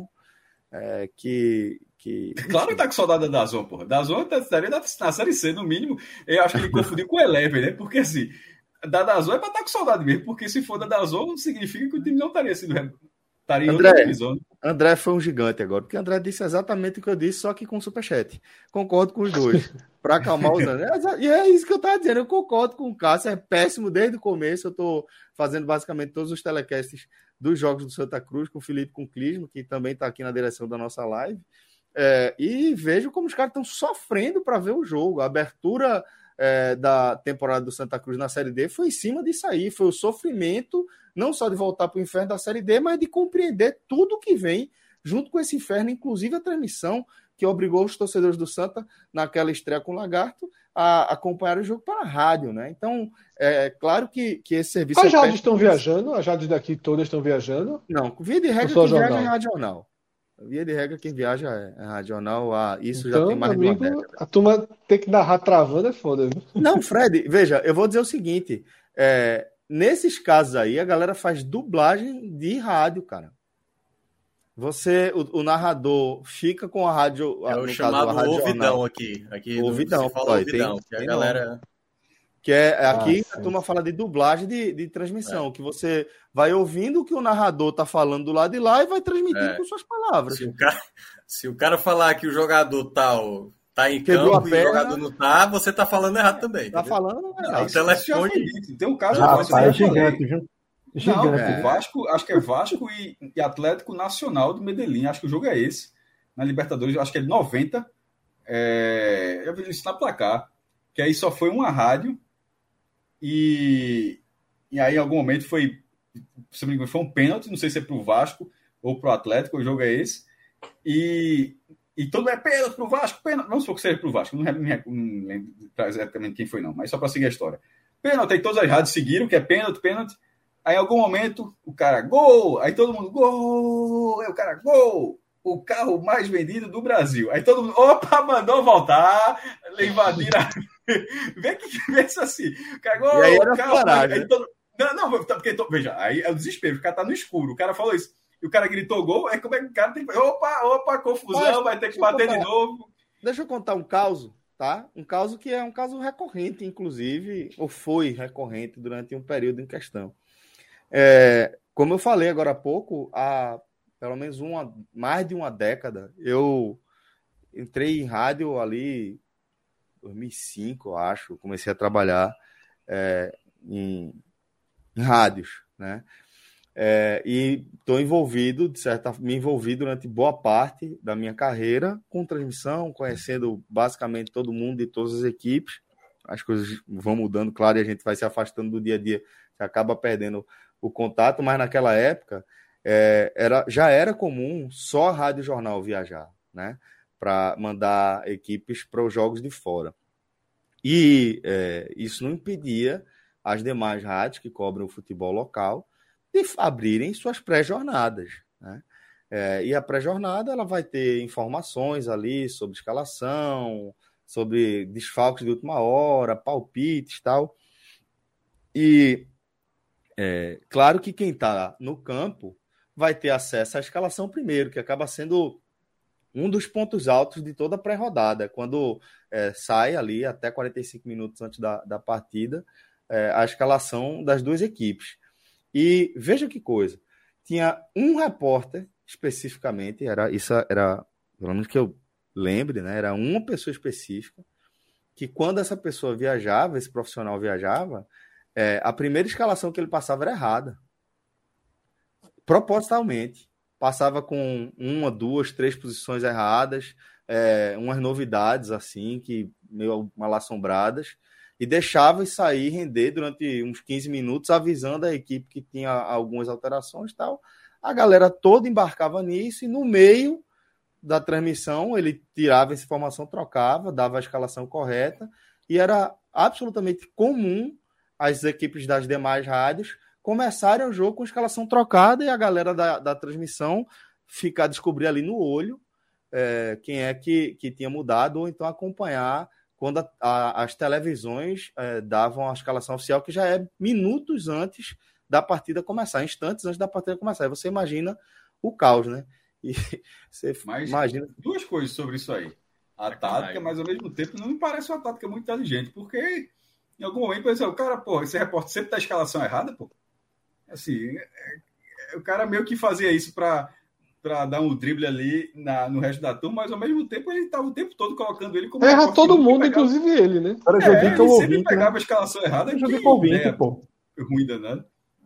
Claro que tá com saudade da DAZN, porra. DAZN estaria na Série C, no mínimo. Eu acho que ele confundiu com o Eleven, né? Porque assim, da DAZN é pra estar com saudade mesmo, porque se for da DAZN, significa que o time não estaria sendo. Estaria em outra divisão. André foi um gigante agora, porque André disse exatamente o que eu disse, só que com superchat. Concordo com os dois, para acalmar os anos. E é isso que eu estava dizendo, eu concordo com o Cássio, é péssimo desde o começo. Eu estou fazendo basicamente todos os telecasts dos jogos do Santa Cruz, com o Felipe, com o Clisma, que também está aqui na direção da nossa live. E vejo como os caras estão sofrendo para ver o jogo. A abertura da temporada do Santa Cruz na Série D foi em cima disso aí, foi o sofrimento, não só de voltar para o inferno da Série D, mas de compreender tudo que vem junto com esse inferno, inclusive a transmissão que obrigou os torcedores do Santa, naquela estreia com o Lagarto, a acompanhar o jogo para a rádio, né? Então, claro que esse serviço... As rádios estão viajando? As rádios daqui todas estão viajando? Não, via de regra quem viaja é radional. Via de regra quem viaja é radional. Isso então, já tem mais amigo, de uma década. A turma tem que narrar travando é foda. Viu? Não, Fred, veja, eu vou dizer o seguinte, nesses casos aí, a galera faz dublagem de rádio, cara. O narrador fica com a rádio... É o chamado ouvidão aqui. Ouvidão. Fala ouvidão, que a galera... Que aqui a turma fala de dublagem de transmissão, que você vai ouvindo o que o narrador tá falando do lado de lá e vai transmitindo com suas palavras. Se o cara falar que o jogador tal tá em campo e o jogador não tá, você tá falando errado também. Tá falando errado. O telefone... Tem um caso... é gigante, viu? Não, Vasco, acho que é Vasco e Atlético Nacional do Medellín. Acho que o jogo é esse. Na Libertadores, acho que é de 90. Eu vi isso na placar. Que aí só foi uma rádio. E aí, em algum momento, foi um pênalti. Não sei se é pro Vasco ou pro Atlético. O jogo é esse. E todo é pênalti pro Vasco. Pênalti. Vamos supor que seja pro Vasco. Não lembro exatamente quem foi, não. Mas só para seguir a história. Pênalti. Aí todas as rádios seguiram, que é pênalti. Aí, em algum momento, o cara, gol! Aí todo mundo, gol! Aí o cara, gol! O carro mais vendido do Brasil. Aí todo mundo, opa, mandou voltar, invadiram. Vê isso assim. O cara, gol! E aí era carro parado, aí todo... Não, porque, veja, aí é o desespero, o cara tá no escuro. O cara falou isso. E o cara gritou gol, aí como é que o cara tem que... Opa, confusão, vai ter que bater de novo. Deixa eu contar um caso, tá? Um caso que é um caso recorrente, inclusive, ou foi recorrente durante um período em questão. Como eu falei agora há pouco, há pelo menos mais de uma década, eu entrei em rádio ali em 2005, eu acho, comecei a trabalhar em rádios, né? E estou envolvido, me envolvi durante boa parte da minha carreira com transmissão, conhecendo basicamente todo mundo de todas as equipes. As coisas vão mudando, claro, e a gente vai se afastando do dia a dia, você acaba perdendo o contato, mas naquela época já era comum só a Rádio Jornal viajar, né, para mandar equipes para os jogos de fora. E isso não impedia as demais rádios que cobrem o futebol local de abrirem suas pré-jornadas, né? E a pré-jornada ela vai ter informações ali sobre escalação, sobre desfalques de última hora, palpites e tal. E Claro que quem está no campo vai ter acesso à escalação primeiro, que acaba sendo um dos pontos altos de toda a pré-rodada, quando sai ali até 45 minutos antes da partida, a escalação das duas equipes. E veja que coisa, tinha um repórter especificamente, era pelo menos que eu lembre, né, era uma pessoa específica, que quando essa pessoa viajava, esse profissional viajava, a primeira escalação que ele passava era errada. Propositalmente. Passava com 1, 2, 3 posições erradas, umas novidades assim, que meio mal assombradas, e deixava sair, render durante uns 15 minutos, avisando a equipe que tinha algumas alterações e tal. A galera toda embarcava nisso, e no meio da transmissão ele tirava essa informação, trocava, dava a escalação correta, e era absolutamente comum as equipes das demais rádios começarem o jogo com escalação trocada e a galera da transmissão descobrir ali no olho quem é que tinha mudado, ou então acompanhar quando as televisões davam a escalação oficial, que já é minutos antes da partida começar, instantes antes da partida começar. Aí você imagina o caos, né? E você imagina... Duas coisas sobre isso aí. A tática, mas ao mesmo tempo não me parece uma tática muito inteligente, porque em algum momento o cara, esse repórter sempre tá a escalação errada, pô. Assim, o cara meio que fazia isso para dar um drible ali no resto da turma, mas ao mesmo tempo ele estava o tempo todo colocando ele como... Erra todo mundo, inclusive ele, né? Ele sempre pegava a escalação errada. Ruim danado.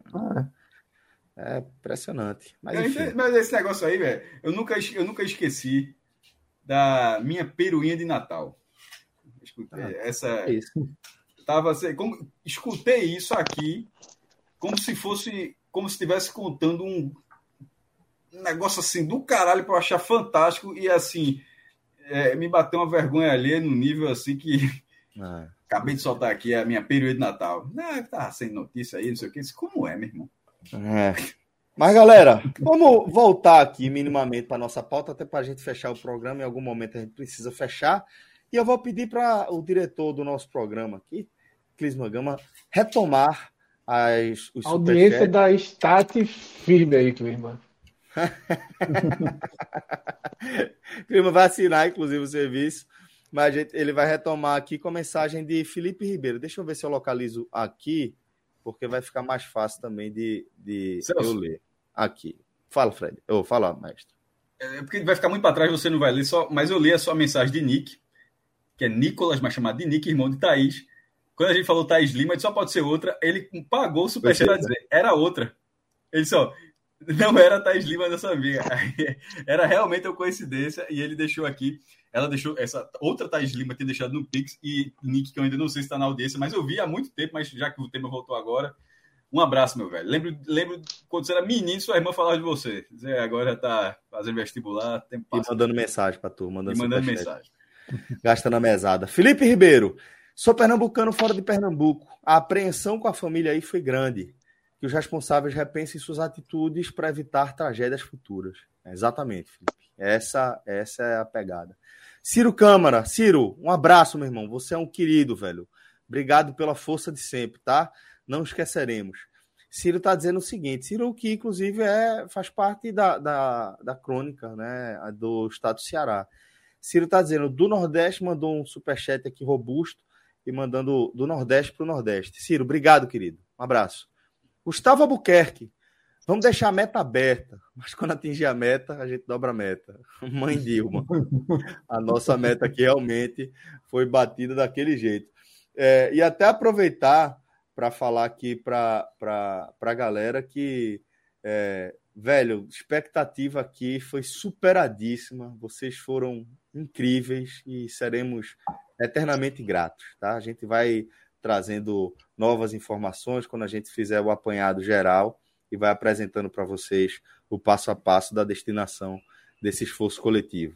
É impressionante. Mas esse negócio aí, velho, eu nunca esqueci da minha peruinha de Natal. Escutei isso aqui como se estivesse contando um negócio assim do caralho para eu achar fantástico, e assim me bateu uma vergonha alheia no nível assim que acabei de soltar aqui a minha peruinha de Natal. Tá sem notícia aí, não sei o que. Como é, meu irmão? Mas, galera, vamos voltar aqui minimamente para nossa pauta, até para a gente fechar o programa. Em algum momento a gente precisa fechar. E eu vou pedir para o diretor do nosso programa aqui, Clisma Gama, retomar os audiência da Stat firme aí, Clisma. Clisma vai assinar, inclusive, o serviço. Mas ele vai retomar aqui com a mensagem de Felipe Ribeiro. Deixa eu ver se eu localizo aqui, porque vai ficar mais fácil também de eu ler. Aqui. Fala, Fred. Fala, mestre. Porque vai ficar muito para trás, você não vai ler, mas eu li a sua mensagem de Nick, que é Nicolas, mas chamado de Nick, irmão de Thaís. Quando a gente falou Thaís Lima, só pode ser outra. Ele pagou o superchat para dizer, era outra. Ele só, não era Thaís Lima dessa amiga. Era realmente uma coincidência, e ele deixou aqui. Ela deixou, essa outra Thaís Lima tinha deixado no Pix, e Nick, que eu ainda não sei se está na audiência, mas eu vi há muito tempo, mas já que o tema voltou agora, um abraço, meu velho. Lembro quando você era menino, sua irmã falava de você. Agora está fazendo vestibular. Tempo e mandando mensagem para tu. Mandando mensagem. Gastando a mesada. Felipe Ribeiro, sou pernambucano fora de Pernambuco. A apreensão com a família aí foi grande. Que os responsáveis repensem suas atitudes para evitar tragédias futuras. Exatamente, Felipe. Essa é a pegada. Ciro Câmara. Ciro, um abraço, meu irmão. Você é um querido, velho. Obrigado pela força de sempre, tá? Não esqueceremos. Ciro está dizendo o seguinte, Ciro, que inclusive faz parte da crônica, né, do estado do Ceará. Ciro está dizendo, do Nordeste, mandou um superchat aqui robusto e mandando do Nordeste para o Nordeste. Ciro, obrigado, querido. Um abraço. Gustavo Albuquerque, vamos deixar a meta aberta, mas quando atingir a meta, a gente dobra a meta. Mãe Dilma. A nossa meta aqui realmente foi batida daquele jeito. E até aproveitar para falar aqui para a galera que, velho, expectativa aqui foi superadíssima. Vocês foram incríveis e seremos eternamente gratos, tá? A gente vai trazendo novas informações quando a gente fizer o apanhado geral e vai apresentando para vocês o passo a passo da destinação desse esforço coletivo.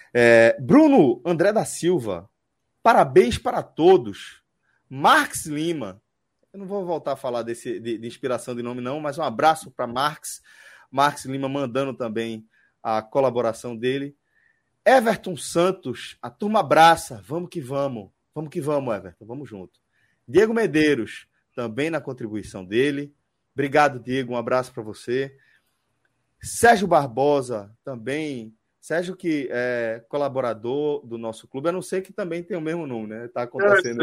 Bruno André da Silva, parabéns para todos. Marx Lima, eu não vou voltar a falar de inspiração de nome não, mas um abraço para Marx Lima mandando também a colaboração dele. Everton Santos, a turma abraça, vamos que vamos, Everton, vamos junto. Diego Medeiros, também na contribuição dele. Obrigado, Diego. Um abraço para você. Sérgio Barbosa, também. Sérgio, que é colaborador do nosso clube, a não ser que também tem o mesmo nome, né? Tá acontecendo.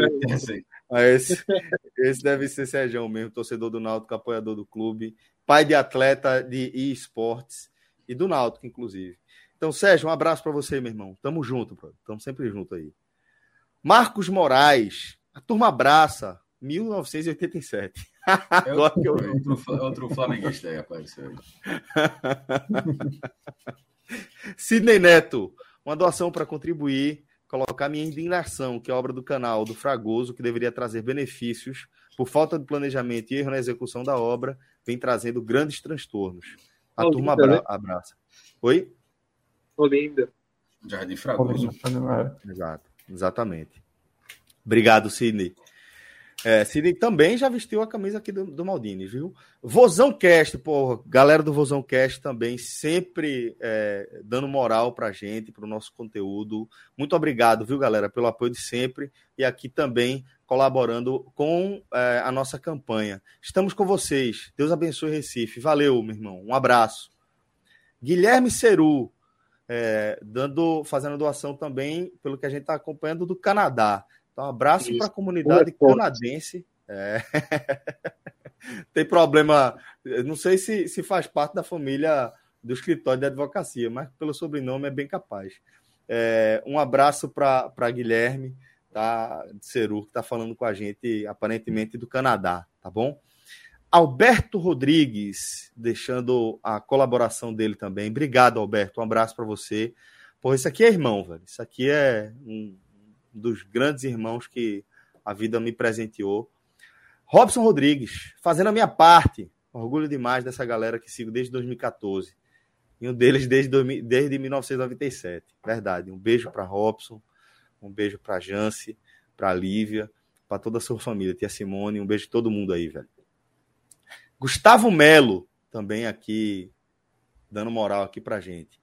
Esse deve ser Sérgio mesmo, torcedor do Náutico, apoiador do clube, pai de atleta de eSports e do Náutico, inclusive. Então, Sérgio, um abraço para você, meu irmão. Tamo junto, bro. Tamo sempre junto aí. Marcos Moraes, a turma abraça, 1987. Outro flamenguista aí, rapaz. Sidney Neto, uma doação para contribuir, colocar minha indignação, que é obra do canal do Fragoso, que deveria trazer benefícios, por falta de planejamento e erro na execução da obra, vem trazendo grandes transtornos. A turma abraça. Oi? Olinda. Jardim Fragoso. Exato, exatamente. Obrigado, Sidney. Sidney também já vestiu a camisa aqui do Maldini, viu? Vozão Cast, porra, galera do Vozão Cast também sempre dando moral pra gente, pro nosso conteúdo. Muito obrigado, viu, galera, pelo apoio de sempre e aqui também colaborando com a nossa campanha. Estamos com vocês. Deus abençoe Recife. Valeu, meu irmão. Um abraço. Guilherme Ceru, fazendo doação também, pelo que a gente está acompanhando, do Canadá. Então, um abraço para a comunidade canadense. Tem problema, não sei se faz parte da família do escritório de advocacia, mas pelo sobrenome é bem capaz. Um abraço para Guilherme, tá, de Ceru, que está falando com a gente, aparentemente do Canadá, tá bom? Alberto Rodrigues, deixando a colaboração dele também. Obrigado, Alberto. Um abraço para você. Pô, isso aqui é irmão, velho. Isso aqui é um dos grandes irmãos que a vida me presenteou. Robson Rodrigues, fazendo a minha parte. Orgulho demais dessa galera que sigo desde 2014. E um deles desde 1997. Verdade. Um beijo para Robson, um beijo para Jance, para Lívia, para toda a sua família. Tia Simone, um beijo de todo mundo aí, velho. Gustavo Melo, também aqui, dando moral aqui pra gente.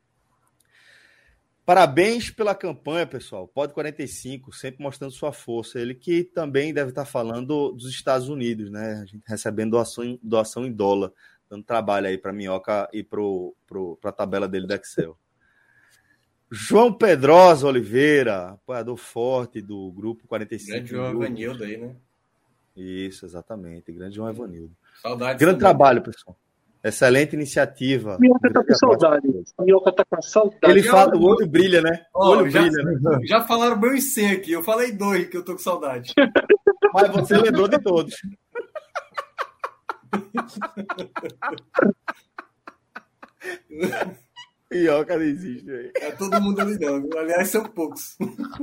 Parabéns pela campanha, pessoal. Pod 45, sempre mostrando sua força. Ele que também deve estar falando dos Estados Unidos, né? A gente recebendo doação em dólar, dando trabalho aí para Minhoca e para a tabela dele do Excel. João Pedrosa Oliveira, apoiador forte do grupo 45. Grande João Evanildo aí, né? Isso, exatamente. Grande João Evanildo. Saudades. Grande trabalho, pessoal. Excelente iniciativa. Minhoca tá com saudade. Minhoca tá com saudade. Ele fala, o olho brilha, né? O olho brilha, né? Já falaram meu IC aqui. Eu falei 2 que eu tô com saudade. Mas você lembrou de todos. Minhoca não existe aí. É todo mundo ali não. Aliás, são poucos.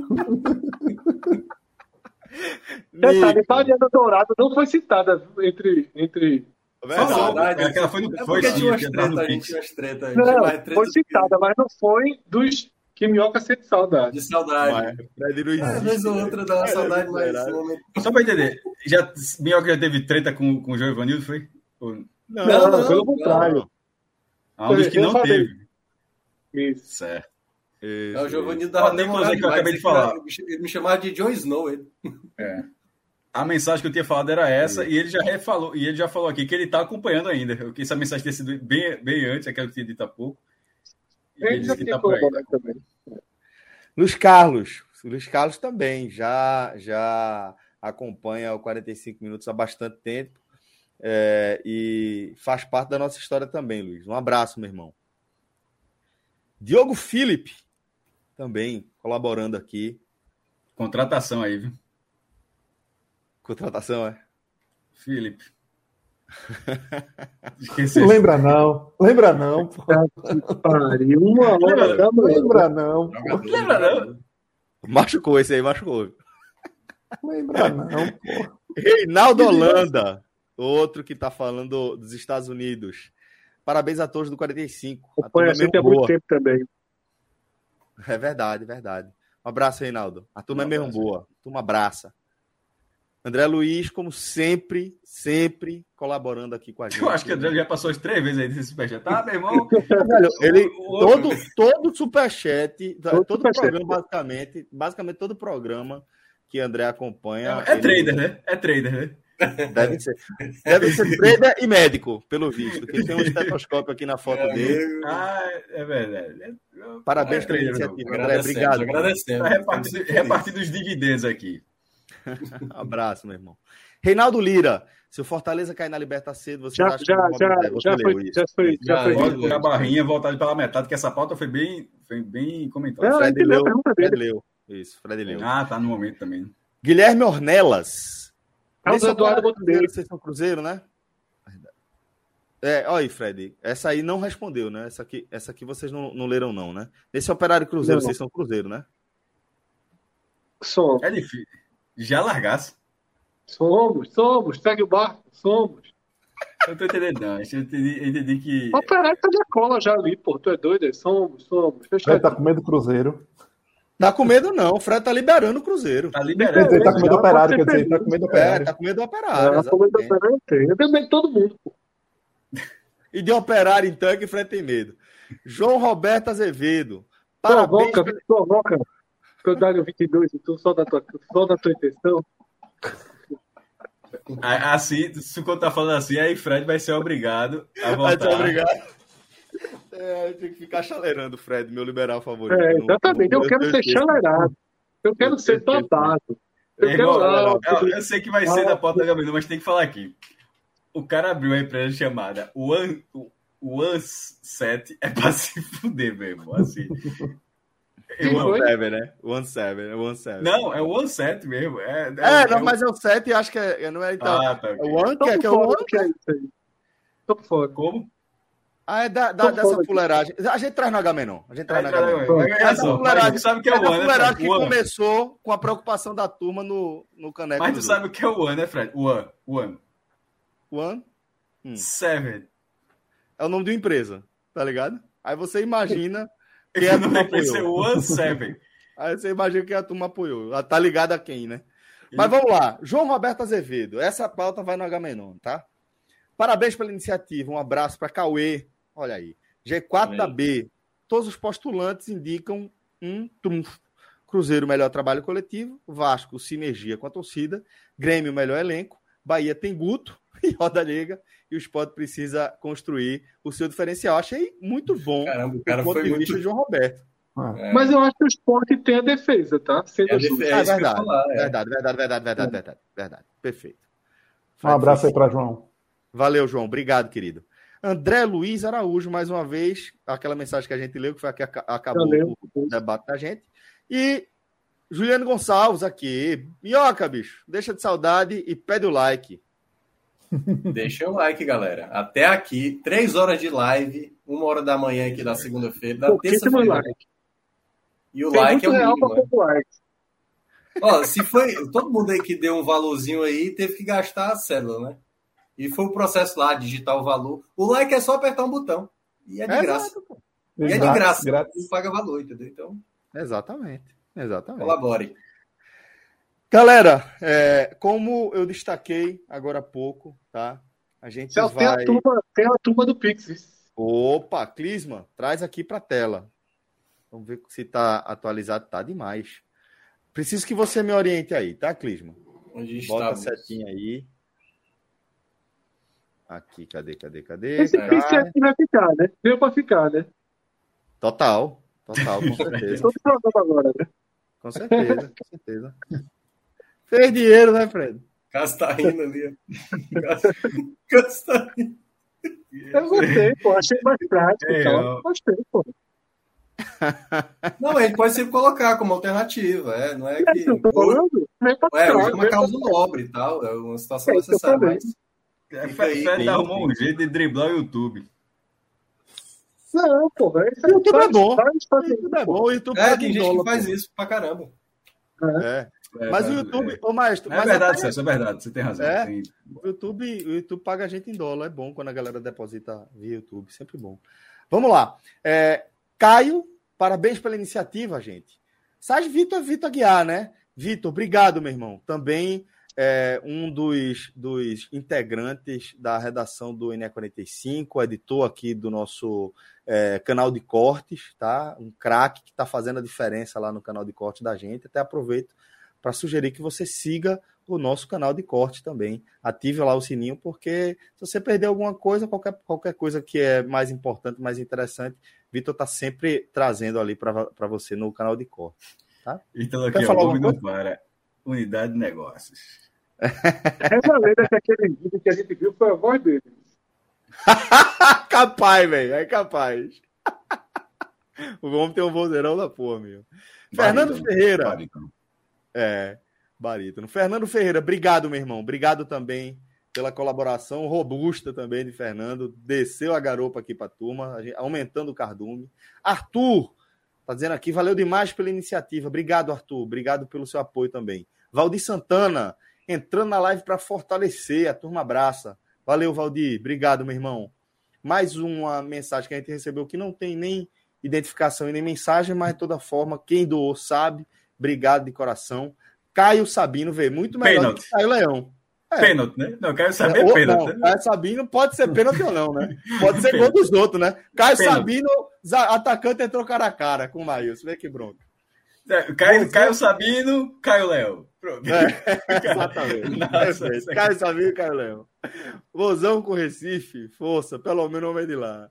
Detalhe, Fabiana Dourado não foi citada entre... Saudade. Aquela foi tinha umas tretas. Foi citada, mas não foi dos que Minhoca sente saudade. De saudade. Às vezes ou outra dá uma saudade, mas... Só pra entender, Minhoca já teve treta com o João Evanildo, foi? Não, pelo contrário. Um dos que não teve. Isso. Certo. O Giovanni dava nem coisa que eu acabei de falar. Ele me chamava de Jon Snow. A mensagem que eu tinha falado era essa, e ele já falou aqui que ele está acompanhando ainda. Eu quis essa mensagem ter sido bem antes, aquela que eu tinha dito há pouco. Ele já tinha colocado também. Luiz Carlos também já acompanha o 45 Minutos há bastante tempo e faz parte da nossa história também, Luiz. Um abraço, meu irmão. Diogo Felipe também colaborando aqui. Contratação aí, viu? Contratação, Felipe. Lembra não. Lembra não, pô. Lembra não. Machucou esse aí, machucou. Lembra não, pô. Reinaldo Holanda, outro que tá falando dos Estados Unidos. Parabéns a todos do 45. Acompanha a gente há muito tempo também. É verdade. Um abraço, Reinaldo. A turma é mesmo boa. A turma abraça. André Luiz, como sempre colaborando aqui com a gente. Eu acho que o André já passou as 3 vezes aí desse superchat. Tá, meu irmão? Velho, todo superchat, todo programa, basicamente todo programa que André acompanha... Trader, né? É trader, né? Deve ser trader e médico, pelo visto, que tem um estetoscópio aqui na foto dele. É verdade. Parabéns pela iniciativa, André. Obrigado. Agradecendo. Repartindo os dividendos aqui. Abraço, meu irmão. Reinaldo Lira, se o Fortaleza cair na Liberta cedo, você acha que já foi. Pode a barrinha voltar pela metade, que essa pauta foi bem comentada. Fred leu. Isso, Fred leu. Ah, tá no momento também. Guilherme Ornelas. Carlos Eduardo Monteiro. Vocês são Cruzeiro, né? Olha aí, Fred. Essa aí não respondeu, né? Essa aqui vocês não leram, não, né? Nesse Operário Cruzeiro, vocês são Cruzeiro, né? Somos. É difícil. Já largasse. Somos. Segue o barco. Somos. Eu tô entendendo, não. Eu entendi que... O Operário tá de cola já ali, pô. Tu é doido? Somos. Fred tá com medo do Cruzeiro. Tá com medo, não. O Fred tá liberando o Cruzeiro. Tá liberando. Ele tá com medo do Operário, quer dizer, ele tá com medo do Operário. Tá com medo do Operário. Tá com medo do Operário. Eu tenho medo de todo mundo, pô. E de Operário, então, que Fred tem medo. João Roberto Azevedo. Parabéns. Provoca. Eu daria 22 e tu só da tua intenção. Assim, se o tá falando assim, aí Fred vai ser obrigado a voltar. Vai ser obrigado. Eu tenho que ficar chaleirando o Fred, meu liberal favorito. Exatamente. Eu quero ser chalerado. Eu quero ser topado. Eu sei que vai ser da porta da Gabriel, mas tem que falar aqui. O cara abriu a empresa chamada One7 é pra se fuder mesmo, assim. One7, né? One7. Não, é o One7 mesmo. Mas é o 7 e acho que não é então. Tá. É o One, que é o One. Que é isso aí? Tô por fora. Como? É dessa fuleiragem. A gente traz no H-Menon. Essa fuleiragem. Sabe o que é o One, né, fuleiragem que começou com a preocupação da turma no caneco. Mas tu sabe o que é o One, né, Fred? One. 7. É o nome de uma empresa, tá ligado? Aí você imagina que a turma apoiou. One 7. Aí você imagina que a turma apoiou. Tá ligado a quem, né? Mas vamos lá. João Roberto Azevedo. Essa pauta vai no H-Menon, tá? Parabéns pela iniciativa. Um abraço para Cauê. Olha aí. G4 da B. Todos os postulantes indicam um trunfo. Cruzeiro, melhor trabalho coletivo. Vasco, sinergia com a torcida. Grêmio, melhor elenco. Bahia tem Guto e Roda Liga. E o Sport precisa construir o seu diferencial. Achei muito bom. Caramba, o cara do ponto foi de muito... vista de João Roberto. Mas eu acho que o Sport tem a defesa, tá? Sendo verdade. Perfeito. Um abraço aí para João. Valeu, João. Obrigado, querido. André Luiz Araújo, mais uma vez, aquela mensagem que a gente leu, que foi a que acabou o debate da gente. E Juliano Gonçalves aqui. Minhoca, bicho, deixa de saudade e pede o like. Deixa o like, galera. Até aqui, 3 horas de live, 1h da manhã aqui da segunda-feira, da terça-feira. E o tem like é o mínimo. Ó, se foi todo mundo aí que deu um valorzinho aí, teve que gastar a cédula, né? E foi o processo lá, digitar o valor. O like é só apertar um botão. E é de graça. Pô. E é de graça. Não paga valor, entendeu? Então. Exatamente. Colabore. Galera, como eu destaquei agora há pouco, tá? A gente vai... Tem a turma do Pix. Opa, Clisma, traz aqui pra tela. Vamos ver se tá atualizado. Tá demais. Preciso que você me oriente aí, tá, Clisma? Onde bota a setinha aí. Aqui, cadê? Esse Pix aqui vai ficar, né? Veio pra ficar, né? Total, com certeza. Todo programa agora, né? Com certeza. Fez dinheiro, né, Fred? Cássio tá rindo ali. Cássio tá rindo. Eu gostei, pô. Achei mais prático e tal. Gostei, pô. Não, a gente pode sempre colocar como alternativa, não é que... Eu tô falando? É uma causa nobre e tal, é uma situação necessária, mas... Fred arrumou um jeito de driblar o YouTube. Não, pô, o YouTube é bom. O YouTube tem gente que faz isso pra caramba. Mas o YouTube, ô Maestro... É verdade, Celso, é verdade, você tem razão. O YouTube paga a gente em dólar, é bom quando a galera deposita via YouTube, sempre bom. Vamos lá. Caio, parabéns pela iniciativa, gente. Sage Vitor Aguiar, né? Vitor, obrigado, meu irmão. Também um dos integrantes da redação do NE45, editor aqui do nosso canal de cortes, tá? Um craque que está fazendo a diferença lá no canal de cortes da gente. Até aproveito para sugerir que você siga o nosso canal de corte também. Ative lá o sininho, porque se você perder alguma coisa, qualquer coisa que é mais importante, mais interessante, Vitor está sempre trazendo ali para você no canal de corte. Tá? Então aqui, o nome não para. Unidade de Negócios. Essa lenda que aquele vídeo que a gente viu foi a voz dele. Capaz, velho. É capaz. O homem tem um vozeirão da porra, meu. Fernando Ferreira. Barítono. Fernando Ferreira, obrigado, meu irmão. Obrigado também pela colaboração robusta também de Fernando. Desceu a garopa aqui pra turma, aumentando o cardume. Arthur, tá dizendo aqui, valeu demais pela iniciativa. Obrigado, Arthur. Obrigado pelo seu apoio também. Valdir Santana, entrando na live para fortalecer. A turma abraça. Valeu, Valdir. Obrigado, meu irmão. Mais uma mensagem que a gente recebeu que não tem nem identificação e nem mensagem, mas de toda forma, quem doou sabe. Obrigado de coração. Caio Sabino, vê, muito melhor do que Caio Leão. Pênalti, né? Não, Caio Sabino é pênalti. Não, Caio Sabino pode ser pênalti ou não, né? Pode ser gol dos outros, né? Caio Sabino, atacante, entrou cara a cara com o Maílson. Vê que bronca. Caio Sabino, Caio Leão. Pronto. Exatamente. Perfeito. Caio Sabino, Caio Leão. Vozão com Recife, força, pelo menos homem de lá.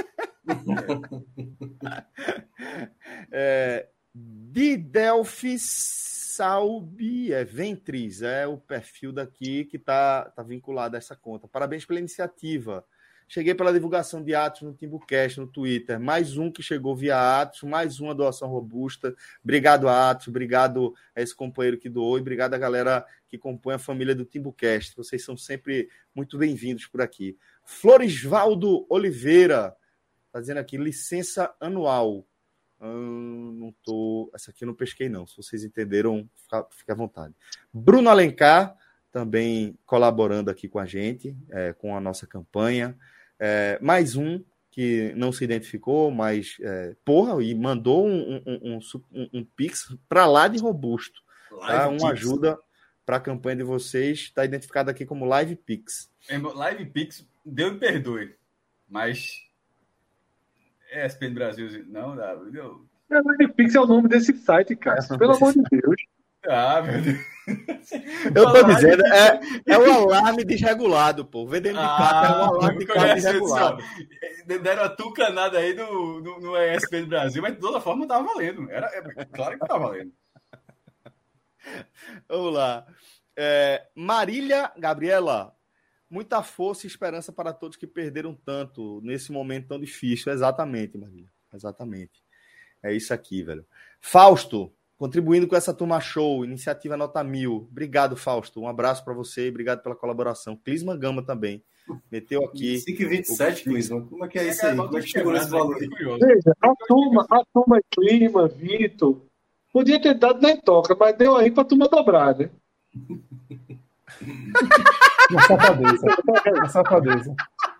Didelfis Salbi, Ventris, é o perfil daqui que tá vinculado a essa conta. Parabéns pela iniciativa. Cheguei pela divulgação de Atos no Timbucast, no Twitter. Mais um que chegou via Atos, mais uma doação robusta. Obrigado, Atos. Obrigado a esse companheiro que doou e obrigado a galera que compõe a família do Timbucast. Vocês são sempre muito bem-vindos por aqui. Florisvaldo Oliveira está dizendo aqui, licença anual. Não tô. Essa aqui eu não pesquei, não. Se vocês entenderam, fica à vontade. Bruno Alencar, também colaborando aqui com a gente, com a nossa campanha. Mais um que não se identificou, mas e mandou um Pix para lá de robusto. Tá? Uma ajuda para a campanha de vocês. Está identificado aqui como Live Pix. Live Pix, Deus me perdoe, mas. ESPN Brasil, não dá. Live Pix é o nome desse site, cara. Pelo amor de Deus. Meu Deus. Eu tô dizendo, é o alarme desregulado, pô. Vendendo de carta é o alarme de carta desregulado. Deram a tucanada aí no ESPN Brasil, mas de toda forma tava valendo. Claro que tava valendo. Vamos lá. Marília Gabriela. Muita força e esperança para todos que perderam tanto nesse momento tão difícil. Exatamente, Maria. Exatamente. É isso aqui, velho. Fausto, contribuindo com essa turma show, iniciativa Nota 1000. Obrigado, Fausto. Um abraço para você e obrigado pela colaboração. Clisman Gama também. Meteu aqui. 5,27, Clisman. Como é que é isso aí? Como é que chegou nesse valor? Veja, a turma Clima, Vitor, podia ter dado na toca, mas deu aí para a turma dobrar, né? Na safadeza.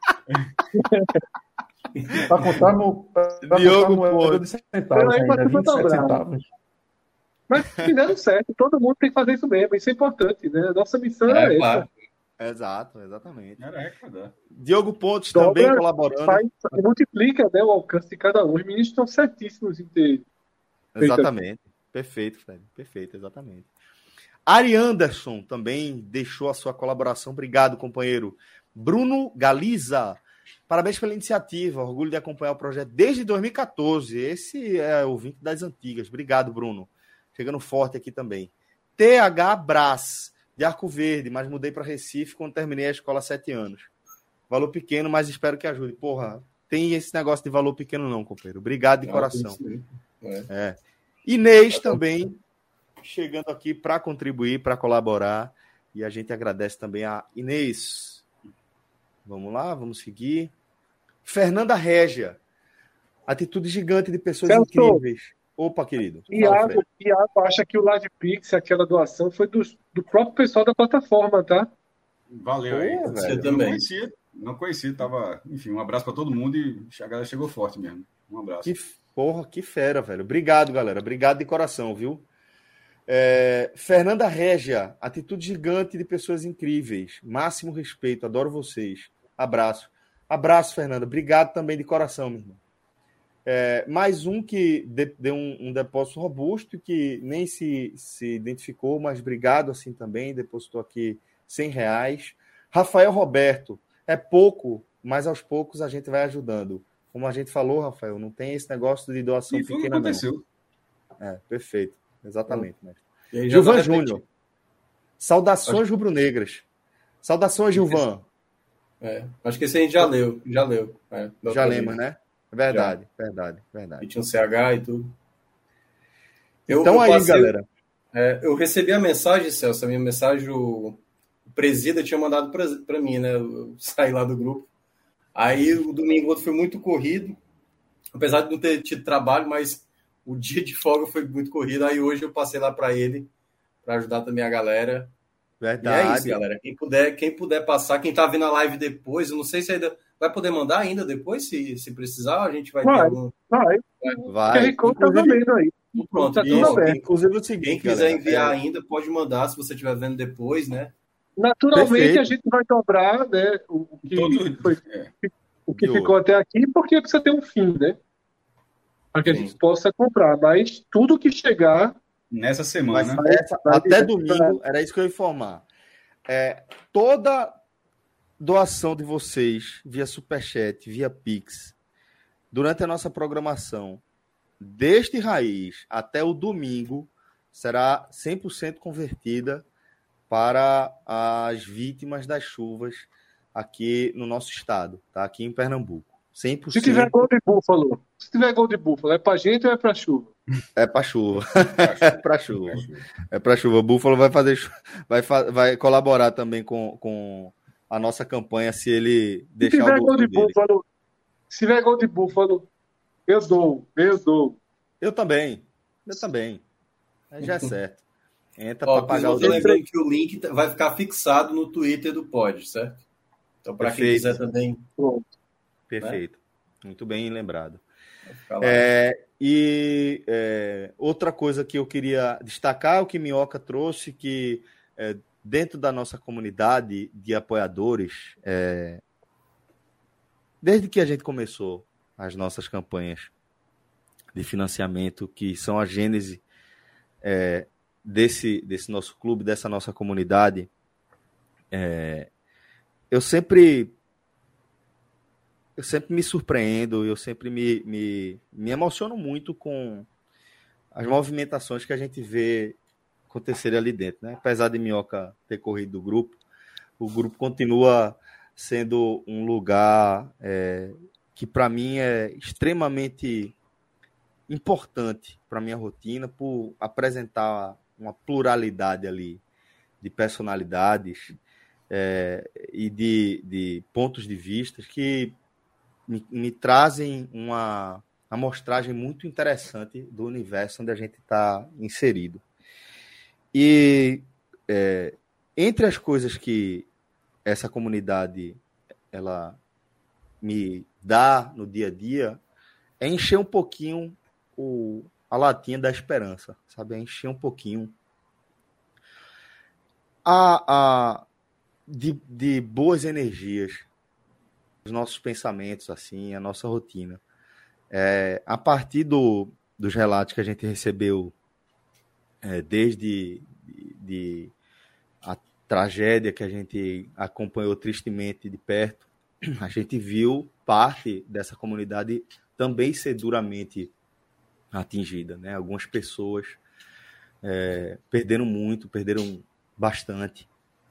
Para contar no Diogo moeda de centavos ainda, 27 centavos. Mas fizeram certo, todo mundo tem que fazer isso mesmo, isso é importante, né? Nossa missão é claro. essa. Exato, exatamente. Caraca, Diogo Pontes também colaborando. Multiplica, né, o alcance de cada um. Os meninos estão certíssimos em ter. Exatamente. Perfeito, Fred. Perfeito, exatamente. Ari Anderson também deixou a sua colaboração. Obrigado, companheiro. Bruno Galiza, parabéns pela iniciativa. Orgulho de acompanhar o projeto desde 2014. Esse é o ouvinte das antigas. Obrigado, Bruno. Chegando forte aqui também. TH Brás, de Arco Verde, mas mudei para Recife quando terminei a escola há 7 anos. Valor pequeno, mas espero que ajude. Porra, tem esse negócio de valor pequeno não, companheiro. Obrigado de coração. Inês também chegando aqui para contribuir, para colaborar. E a gente agradece também a Inês. Vamos lá, vamos seguir. Fernanda Régia. Atitude gigante de pessoas incríveis. Opa, querido. Iago acha que o Live Pix, aquela doação, foi do próprio pessoal da plataforma, tá? Valeu aí. Você também. Não conhecia, tava... Enfim, um abraço para todo mundo e a galera chegou forte mesmo. Um abraço. Que fera, velho. Obrigado, galera. Obrigado de coração, viu? Fernanda Régia, atitude gigante de pessoas incríveis. Máximo respeito, adoro vocês. Abraço. Abraço, Fernanda. Obrigado também de coração, meu irmão. Mais um que deu um depósito robusto e que nem se identificou, mas obrigado assim também, depositou aqui R$100. Rafael Roberto, é pouco, mas aos poucos a gente vai ajudando. Como a gente falou, Rafael, não tem esse negócio de doação E foi o que pequena, aconteceu. não. Perfeito, exatamente. Gilvan Júnior, saudações rubro-negras. Saudações, Gilvan. Acho que esse a gente já leu. Já lemos, né? Verdade. E tinha um CH e tudo. Galera. Eu recebi a mensagem, Celso, a minha mensagem, o presida tinha mandado para mim, né? Eu saí lá do grupo. Aí o domingo outro foi muito corrido, apesar de não ter tido trabalho, mas o dia de folga foi muito corrido. Aí hoje eu passei lá para ele, para ajudar também a galera. Verdade. E é isso, galera. Quem puder passar, quem tá vendo a live depois, eu não sei se ainda vai poder mandar ainda depois, se precisar, a gente vai ter algum... Vai. Tá valendo aí. Pronto, tá tudo aberto. Inclusive o seguinte, quem quiser enviar ainda, pode mandar, se você estiver vendo depois, né? Naturalmente, Perfeito. a gente vai dobrar, né, o que ficou até aqui, porque precisa ter um fim, né? Para que a gente possa comprar. Mas tudo que chegar... Nessa semana. Até domingo, era isso que eu ia informar. Toda doação de vocês, via Superchat, via Pix, durante a nossa programação, desde raiz até o domingo, será 100% convertida para as vítimas das chuvas aqui no nosso estado, tá? Aqui em Pernambuco. 100%. Se tiver gol de búfalo, é pra gente ou é pra chuva? É pra chuva. É pra chuva. O Búfalo vai colaborar também com a nossa campanha se ele deixar o gol dele. Se tiver gol de búfalo, eu dou. Eu também. Já é certo. Entra para pagar os... Lembrando que o link vai ficar fixado no Twitter do Pod, certo? Então, para quem quiser também... Pronto. Perfeito. Né? Muito bem lembrado. Outra coisa que eu queria destacar, o que Minhoca trouxe, que dentro da nossa comunidade de apoiadores, desde que a gente começou as nossas campanhas de financiamento, que são a gênese desse nosso clube, dessa nossa comunidade, eu sempre me surpreendo, eu sempre me emociono muito com as movimentações que a gente vê acontecerem ali dentro, né? Apesar de Minhoca ter corrido do grupo, o grupo continua sendo um lugar que para mim é extremamente importante para minha rotina, por apresentar uma pluralidade ali de personalidades e de pontos de vista que me trazem uma amostragem muito interessante do universo onde a gente está inserido. E entre as coisas que essa comunidade ela me dá no dia a dia é encher um pouquinho a latinha da esperança, sabe? É encher um pouquinho de boas energias, os nossos pensamentos, assim, a nossa rotina. A partir dos relatos que a gente recebeu desde a tragédia que a gente acompanhou tristemente de perto, a gente viu parte dessa comunidade também ser duramente atingida, né? Algumas pessoas perderam bastante.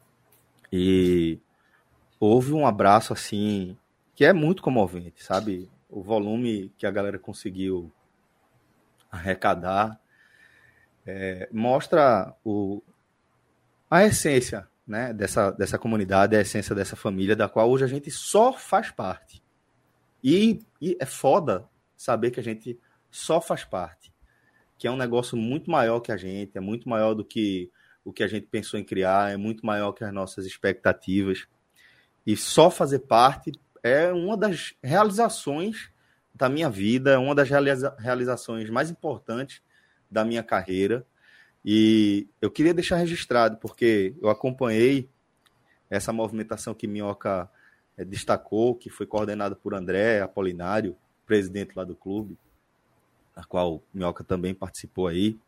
E houve um abraço, assim, que é muito comovente, sabe? O volume que a galera conseguiu arrecadar mostra a essência, né, dessa comunidade, a essência dessa família, da qual hoje a gente só faz parte. E é foda saber que a gente só faz parte, que é um negócio muito maior que a gente, é muito maior do que o que a gente pensou em criar, é muito maior que as nossas expectativas. E só fazer parte é uma das realizações da minha vida, é uma das realizações mais importantes da minha carreira. E eu queria deixar registrado, porque eu acompanhei essa movimentação que Minhoca destacou, que foi coordenada por André Apolinário, presidente lá do clube. a qual o Minhoca também participou aí.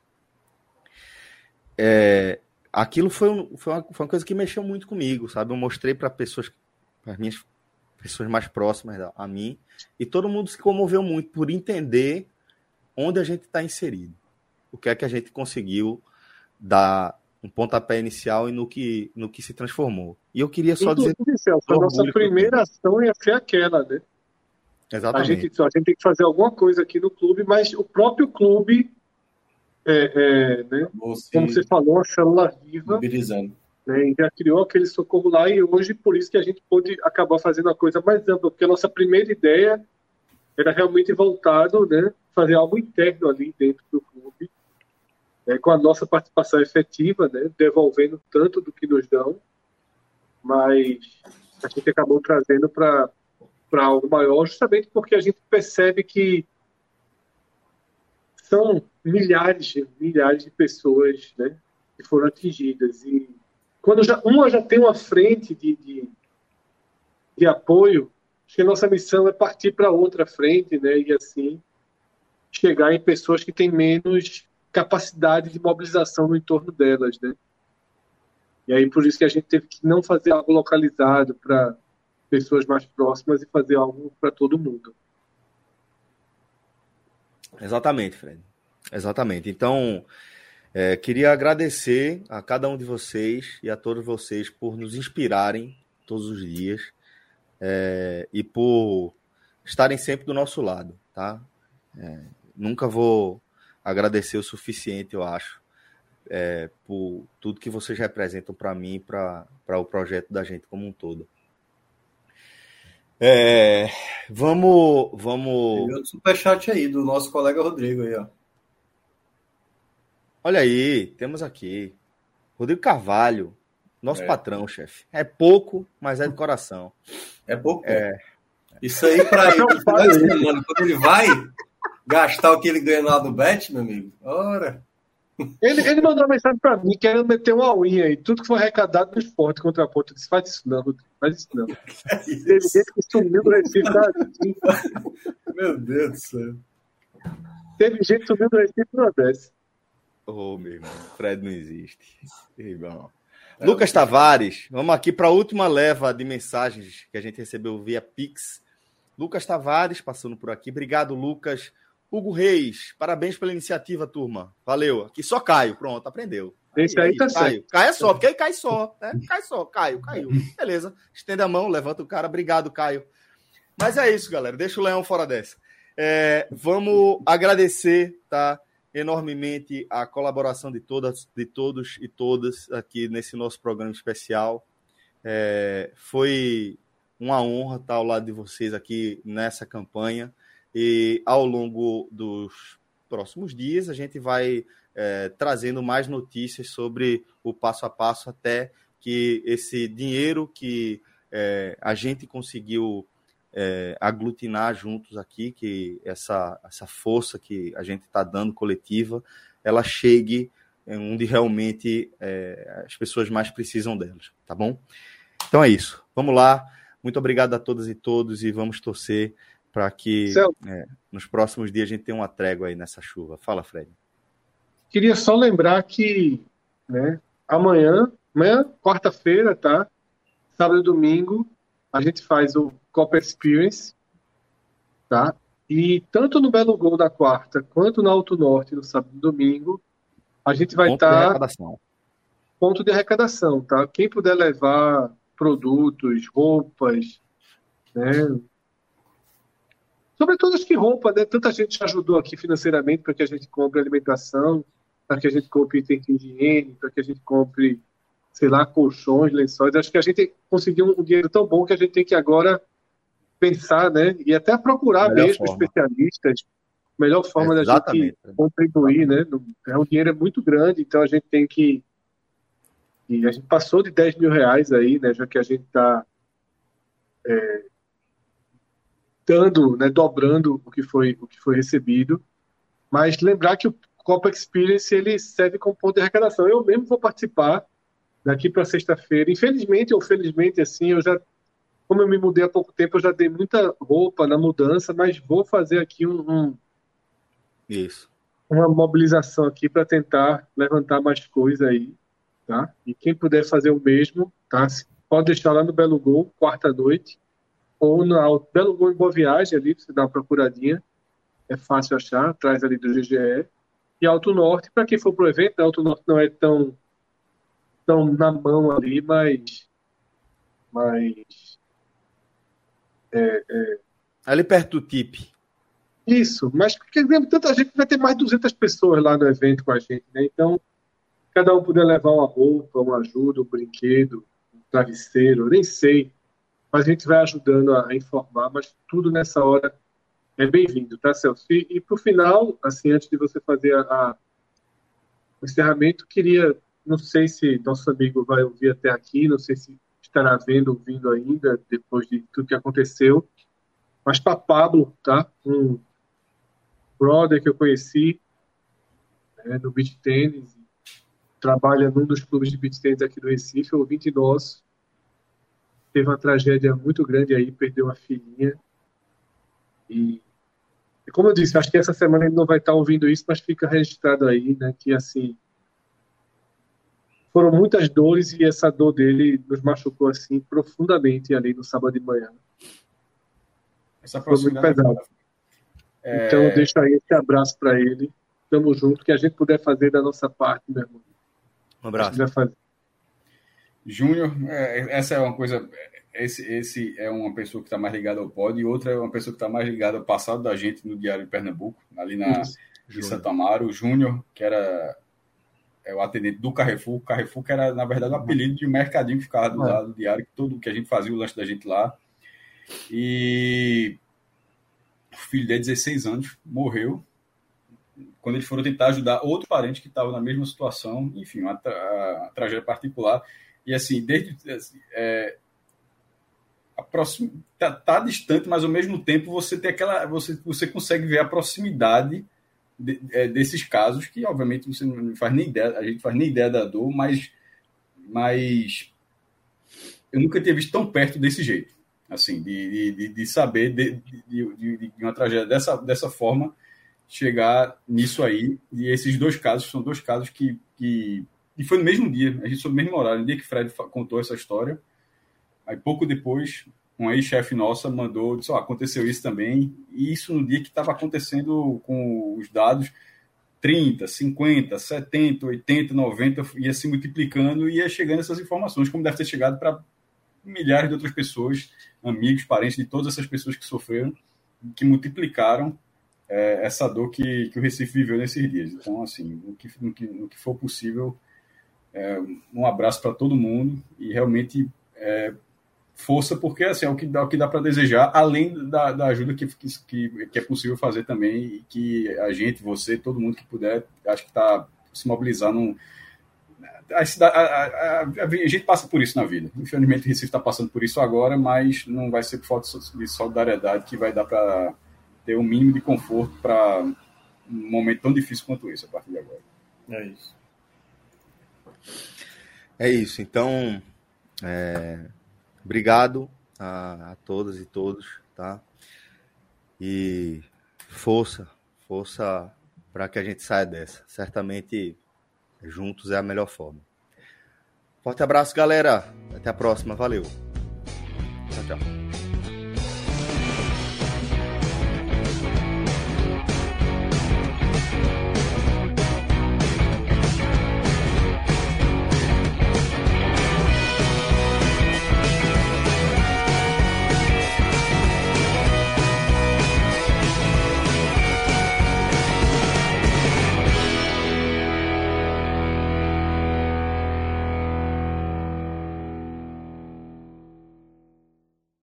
Aquilo foi uma coisa que mexeu muito comigo, sabe? Eu mostrei para as minhas pessoas mais próximas a mim, e todo mundo se comoveu muito por entender onde a gente está inserido. O que é que a gente conseguiu dar um pontapé inicial e no que se transformou. E eu queria só dizer... Celso, a nossa primeira ação ia ser aquela, né? Exatamente. A gente tem que fazer alguma coisa aqui no clube, mas o próprio clube, né? Como você falou, a célula viva, né? Já criou aquele socorro lá, e hoje por isso que a gente pôde acabar fazendo a coisa mais ampla, porque a nossa primeira ideia era realmente voltado, né? Fazer algo interno ali dentro do clube, com a nossa participação efetiva, né? Devolvendo tanto do que nos dão, mas a gente acabou trazendo para algo maior, justamente porque a gente percebe que são milhares de pessoas, né, que foram atingidas. E quando uma já tem uma frente de apoio, acho que a nossa missão é partir para outra frente, né, e assim chegar em pessoas que têm menos capacidade de mobilização no entorno delas, né? E aí por isso que a gente teve que não fazer algo localizado para pessoas mais próximas e fazer algo para todo mundo. Exatamente, Fred. Exatamente. Então, queria agradecer a cada um de vocês e a todos vocês por nos inspirarem todos os dias e por estarem sempre do nosso lado, tá? Nunca vou agradecer o suficiente, eu acho, por tudo que vocês representam para mim e para o projeto da gente como um todo. Vamos. Tem outro superchat aí do nosso colega Rodrigo aí, ó. Olha aí, temos aqui Rodrigo Carvalho, nosso patrão, chefe. É pouco, mas é de coração. É pouco? Isso aí para ele, quando ele vai gastar o que ele ganha lá do Bet, meu amigo. Ora. Ele mandou uma mensagem para mim querendo meter uma unha aí. Tudo que foi arrecadado no esporte contra a ponta. Eu disse, faz isso não, Rodrigo. Faz isso não. Teve gente que sumiu do Recife. Meu Deus do céu. Teve gente que sumiu do Recife e não desce. Ô, meu irmão. Fred não existe. Irmão. Lucas Tavares. Vamos aqui para a última leva de mensagens que a gente recebeu via Pix. Lucas Tavares passando por aqui. Obrigado, Lucas. Hugo Reis, parabéns pela iniciativa, turma. Valeu. Aqui só Caio. Pronto, aprendeu. Esse aí tá certo. Cai é só, porque aí cai só. Né? Cai só. Caiu. Beleza. Estende a mão, levanta o cara. Obrigado, Caio. Mas é isso, galera. Deixa o leão fora dessa. Vamos agradecer, tá, enormemente a colaboração de todos e todas aqui nesse nosso programa especial. Foi uma honra estar ao lado de vocês aqui nessa campanha. E ao longo dos próximos dias a gente vai trazendo mais notícias sobre o passo a passo até que esse dinheiro que a gente conseguiu aglutinar juntos aqui, que essa força que a gente está dando coletiva, ela chegue onde realmente as pessoas mais precisam delas, tá bom? Então é isso. Vamos lá. Muito obrigado a todas e todos e vamos torcer para que nos próximos dias a gente tenha uma trégua aí nessa chuva. Fala, Fred. Queria só lembrar que, né, amanhã, quarta-feira, tá? Sábado e domingo, a gente faz o Copa Experience, tá? E tanto no Belo Gol da quarta, quanto no Alto Norte, no sábado e domingo, a gente vai estar... Ponto de arrecadação, tá? Quem puder levar produtos, roupas, né? Sobretudo acho que roupa, né? Tanta gente ajudou aqui financeiramente para que a gente compre alimentação, para que a gente compre itens de higiene, para que a gente compre, sei lá, colchões, lençóis. Acho que a gente conseguiu um dinheiro tão bom que a gente tem que agora pensar, né? E até procurar mesmo especialistas, melhor forma da gente contribuir, né? Um dinheiro muito grande, então a gente tem que... E a gente passou de 10 mil reais aí, né? Já que a gente está dando, né, dobrando o que foi recebido, mas lembrar que o Copa Experience ele serve como ponto de arrecadação. Eu mesmo vou participar daqui para sexta-feira. Infelizmente ou felizmente, assim, como eu me mudei há pouco tempo, eu já dei muita roupa na mudança, mas vou fazer aqui um Isso. uma mobilização aqui para tentar levantar mais coisa aí, tá? E quem puder fazer o mesmo, tá? Pode deixar lá no Belo Gol, quarta-noite, ou no Belo Gol em Boa Viagem ali, você dá uma procuradinha, é fácil achar, atrás ali do GGE. E Alto Norte, para quem for pro evento, né? Alto Norte não é tão na mão ali, mas Ali perto do TIP. isso, mas porque tanta gente, vai ter mais de 200 pessoas lá no evento com a gente, né? Então, cada um puder levar uma roupa, uma ajuda, um brinquedo, um travesseiro, eu nem sei, mas a gente vai ajudando a informar, mas tudo nessa hora é bem-vindo, tá, Celso? E pro final, assim, antes de você fazer o encerramento, queria, não sei se nosso amigo vai ouvir até aqui, não sei se estará ouvindo ainda, depois de tudo que aconteceu, mas para Pablo, tá? Um brother que eu conheci no beach tênis, trabalha num dos clubes de beach tênis aqui do Recife, ouvinte nosso, teve uma tragédia muito grande aí, perdeu uma filhinha, e como eu disse, acho que essa semana ele não vai estar ouvindo isso, mas fica registrado aí, né, que assim, foram muitas dores e essa dor dele nos machucou assim profundamente ali no sábado de manhã. Essa foi muito pesado. Então eu deixo aí esse abraço para ele. Tamo junto, que a gente puder fazer da nossa parte, meu irmão. Um abraço. Júnior, essa é uma coisa. Esse é uma pessoa que está mais ligada ao pódio, e outra é uma pessoa que está mais ligada ao passado da gente no Diário de Pernambuco, ali em Santo Amaro. O Júnior, que era o atendente do Carrefour. O Carrefour, que era, na verdade, o apelido de um mercadinho que ficava do lado do Diário, que tudo que a gente fazia, o lanche da gente lá. E o filho dele, 16 anos, morreu quando eles foram tentar ajudar outro parente que estava na mesma situação. Enfim, uma tragédia particular. E assim, tá distante, mas ao mesmo tempo você tem você consegue ver a proximidade desses casos, que obviamente você não faz nem ideia, a gente faz nem ideia da dor, mas eu nunca tinha visto tão perto desse jeito, assim, de saber de uma tragédia dessa forma chegar nisso aí. E esses dois casos são dois casos que foi no mesmo dia, a gente soube no mesmo horário, no dia que Fred contou essa história. Aí, pouco depois, um ex-chefe nossa mandou, disse, aconteceu isso também, e isso no dia que estava acontecendo com os dados, 30, 50, 70, 80, 90, ia se multiplicando e ia chegando essas informações, como deve ter chegado para milhares de outras pessoas, amigos, parentes de todas essas pessoas que sofreram, que multiplicaram essa dor que o Recife viveu nesses dias. Então, assim, no que for possível, um abraço para todo mundo, e realmente força, porque assim, é o que dá para desejar, além da ajuda que é possível fazer também, e que a gente, você, todo mundo que puder, acho que está se mobilizando. A gente passa por isso na vida. Infelizmente, o Recife está passando por isso agora, mas não vai ser por falta de solidariedade que vai dar para ter um mínimo de conforto para um momento tão difícil quanto esse a partir de agora. É isso. Então, obrigado a todas e todos, tá? E força para que a gente saia dessa. Certamente, juntos é a melhor forma. Forte abraço, galera. Até a próxima. Valeu. Tchau, tchau.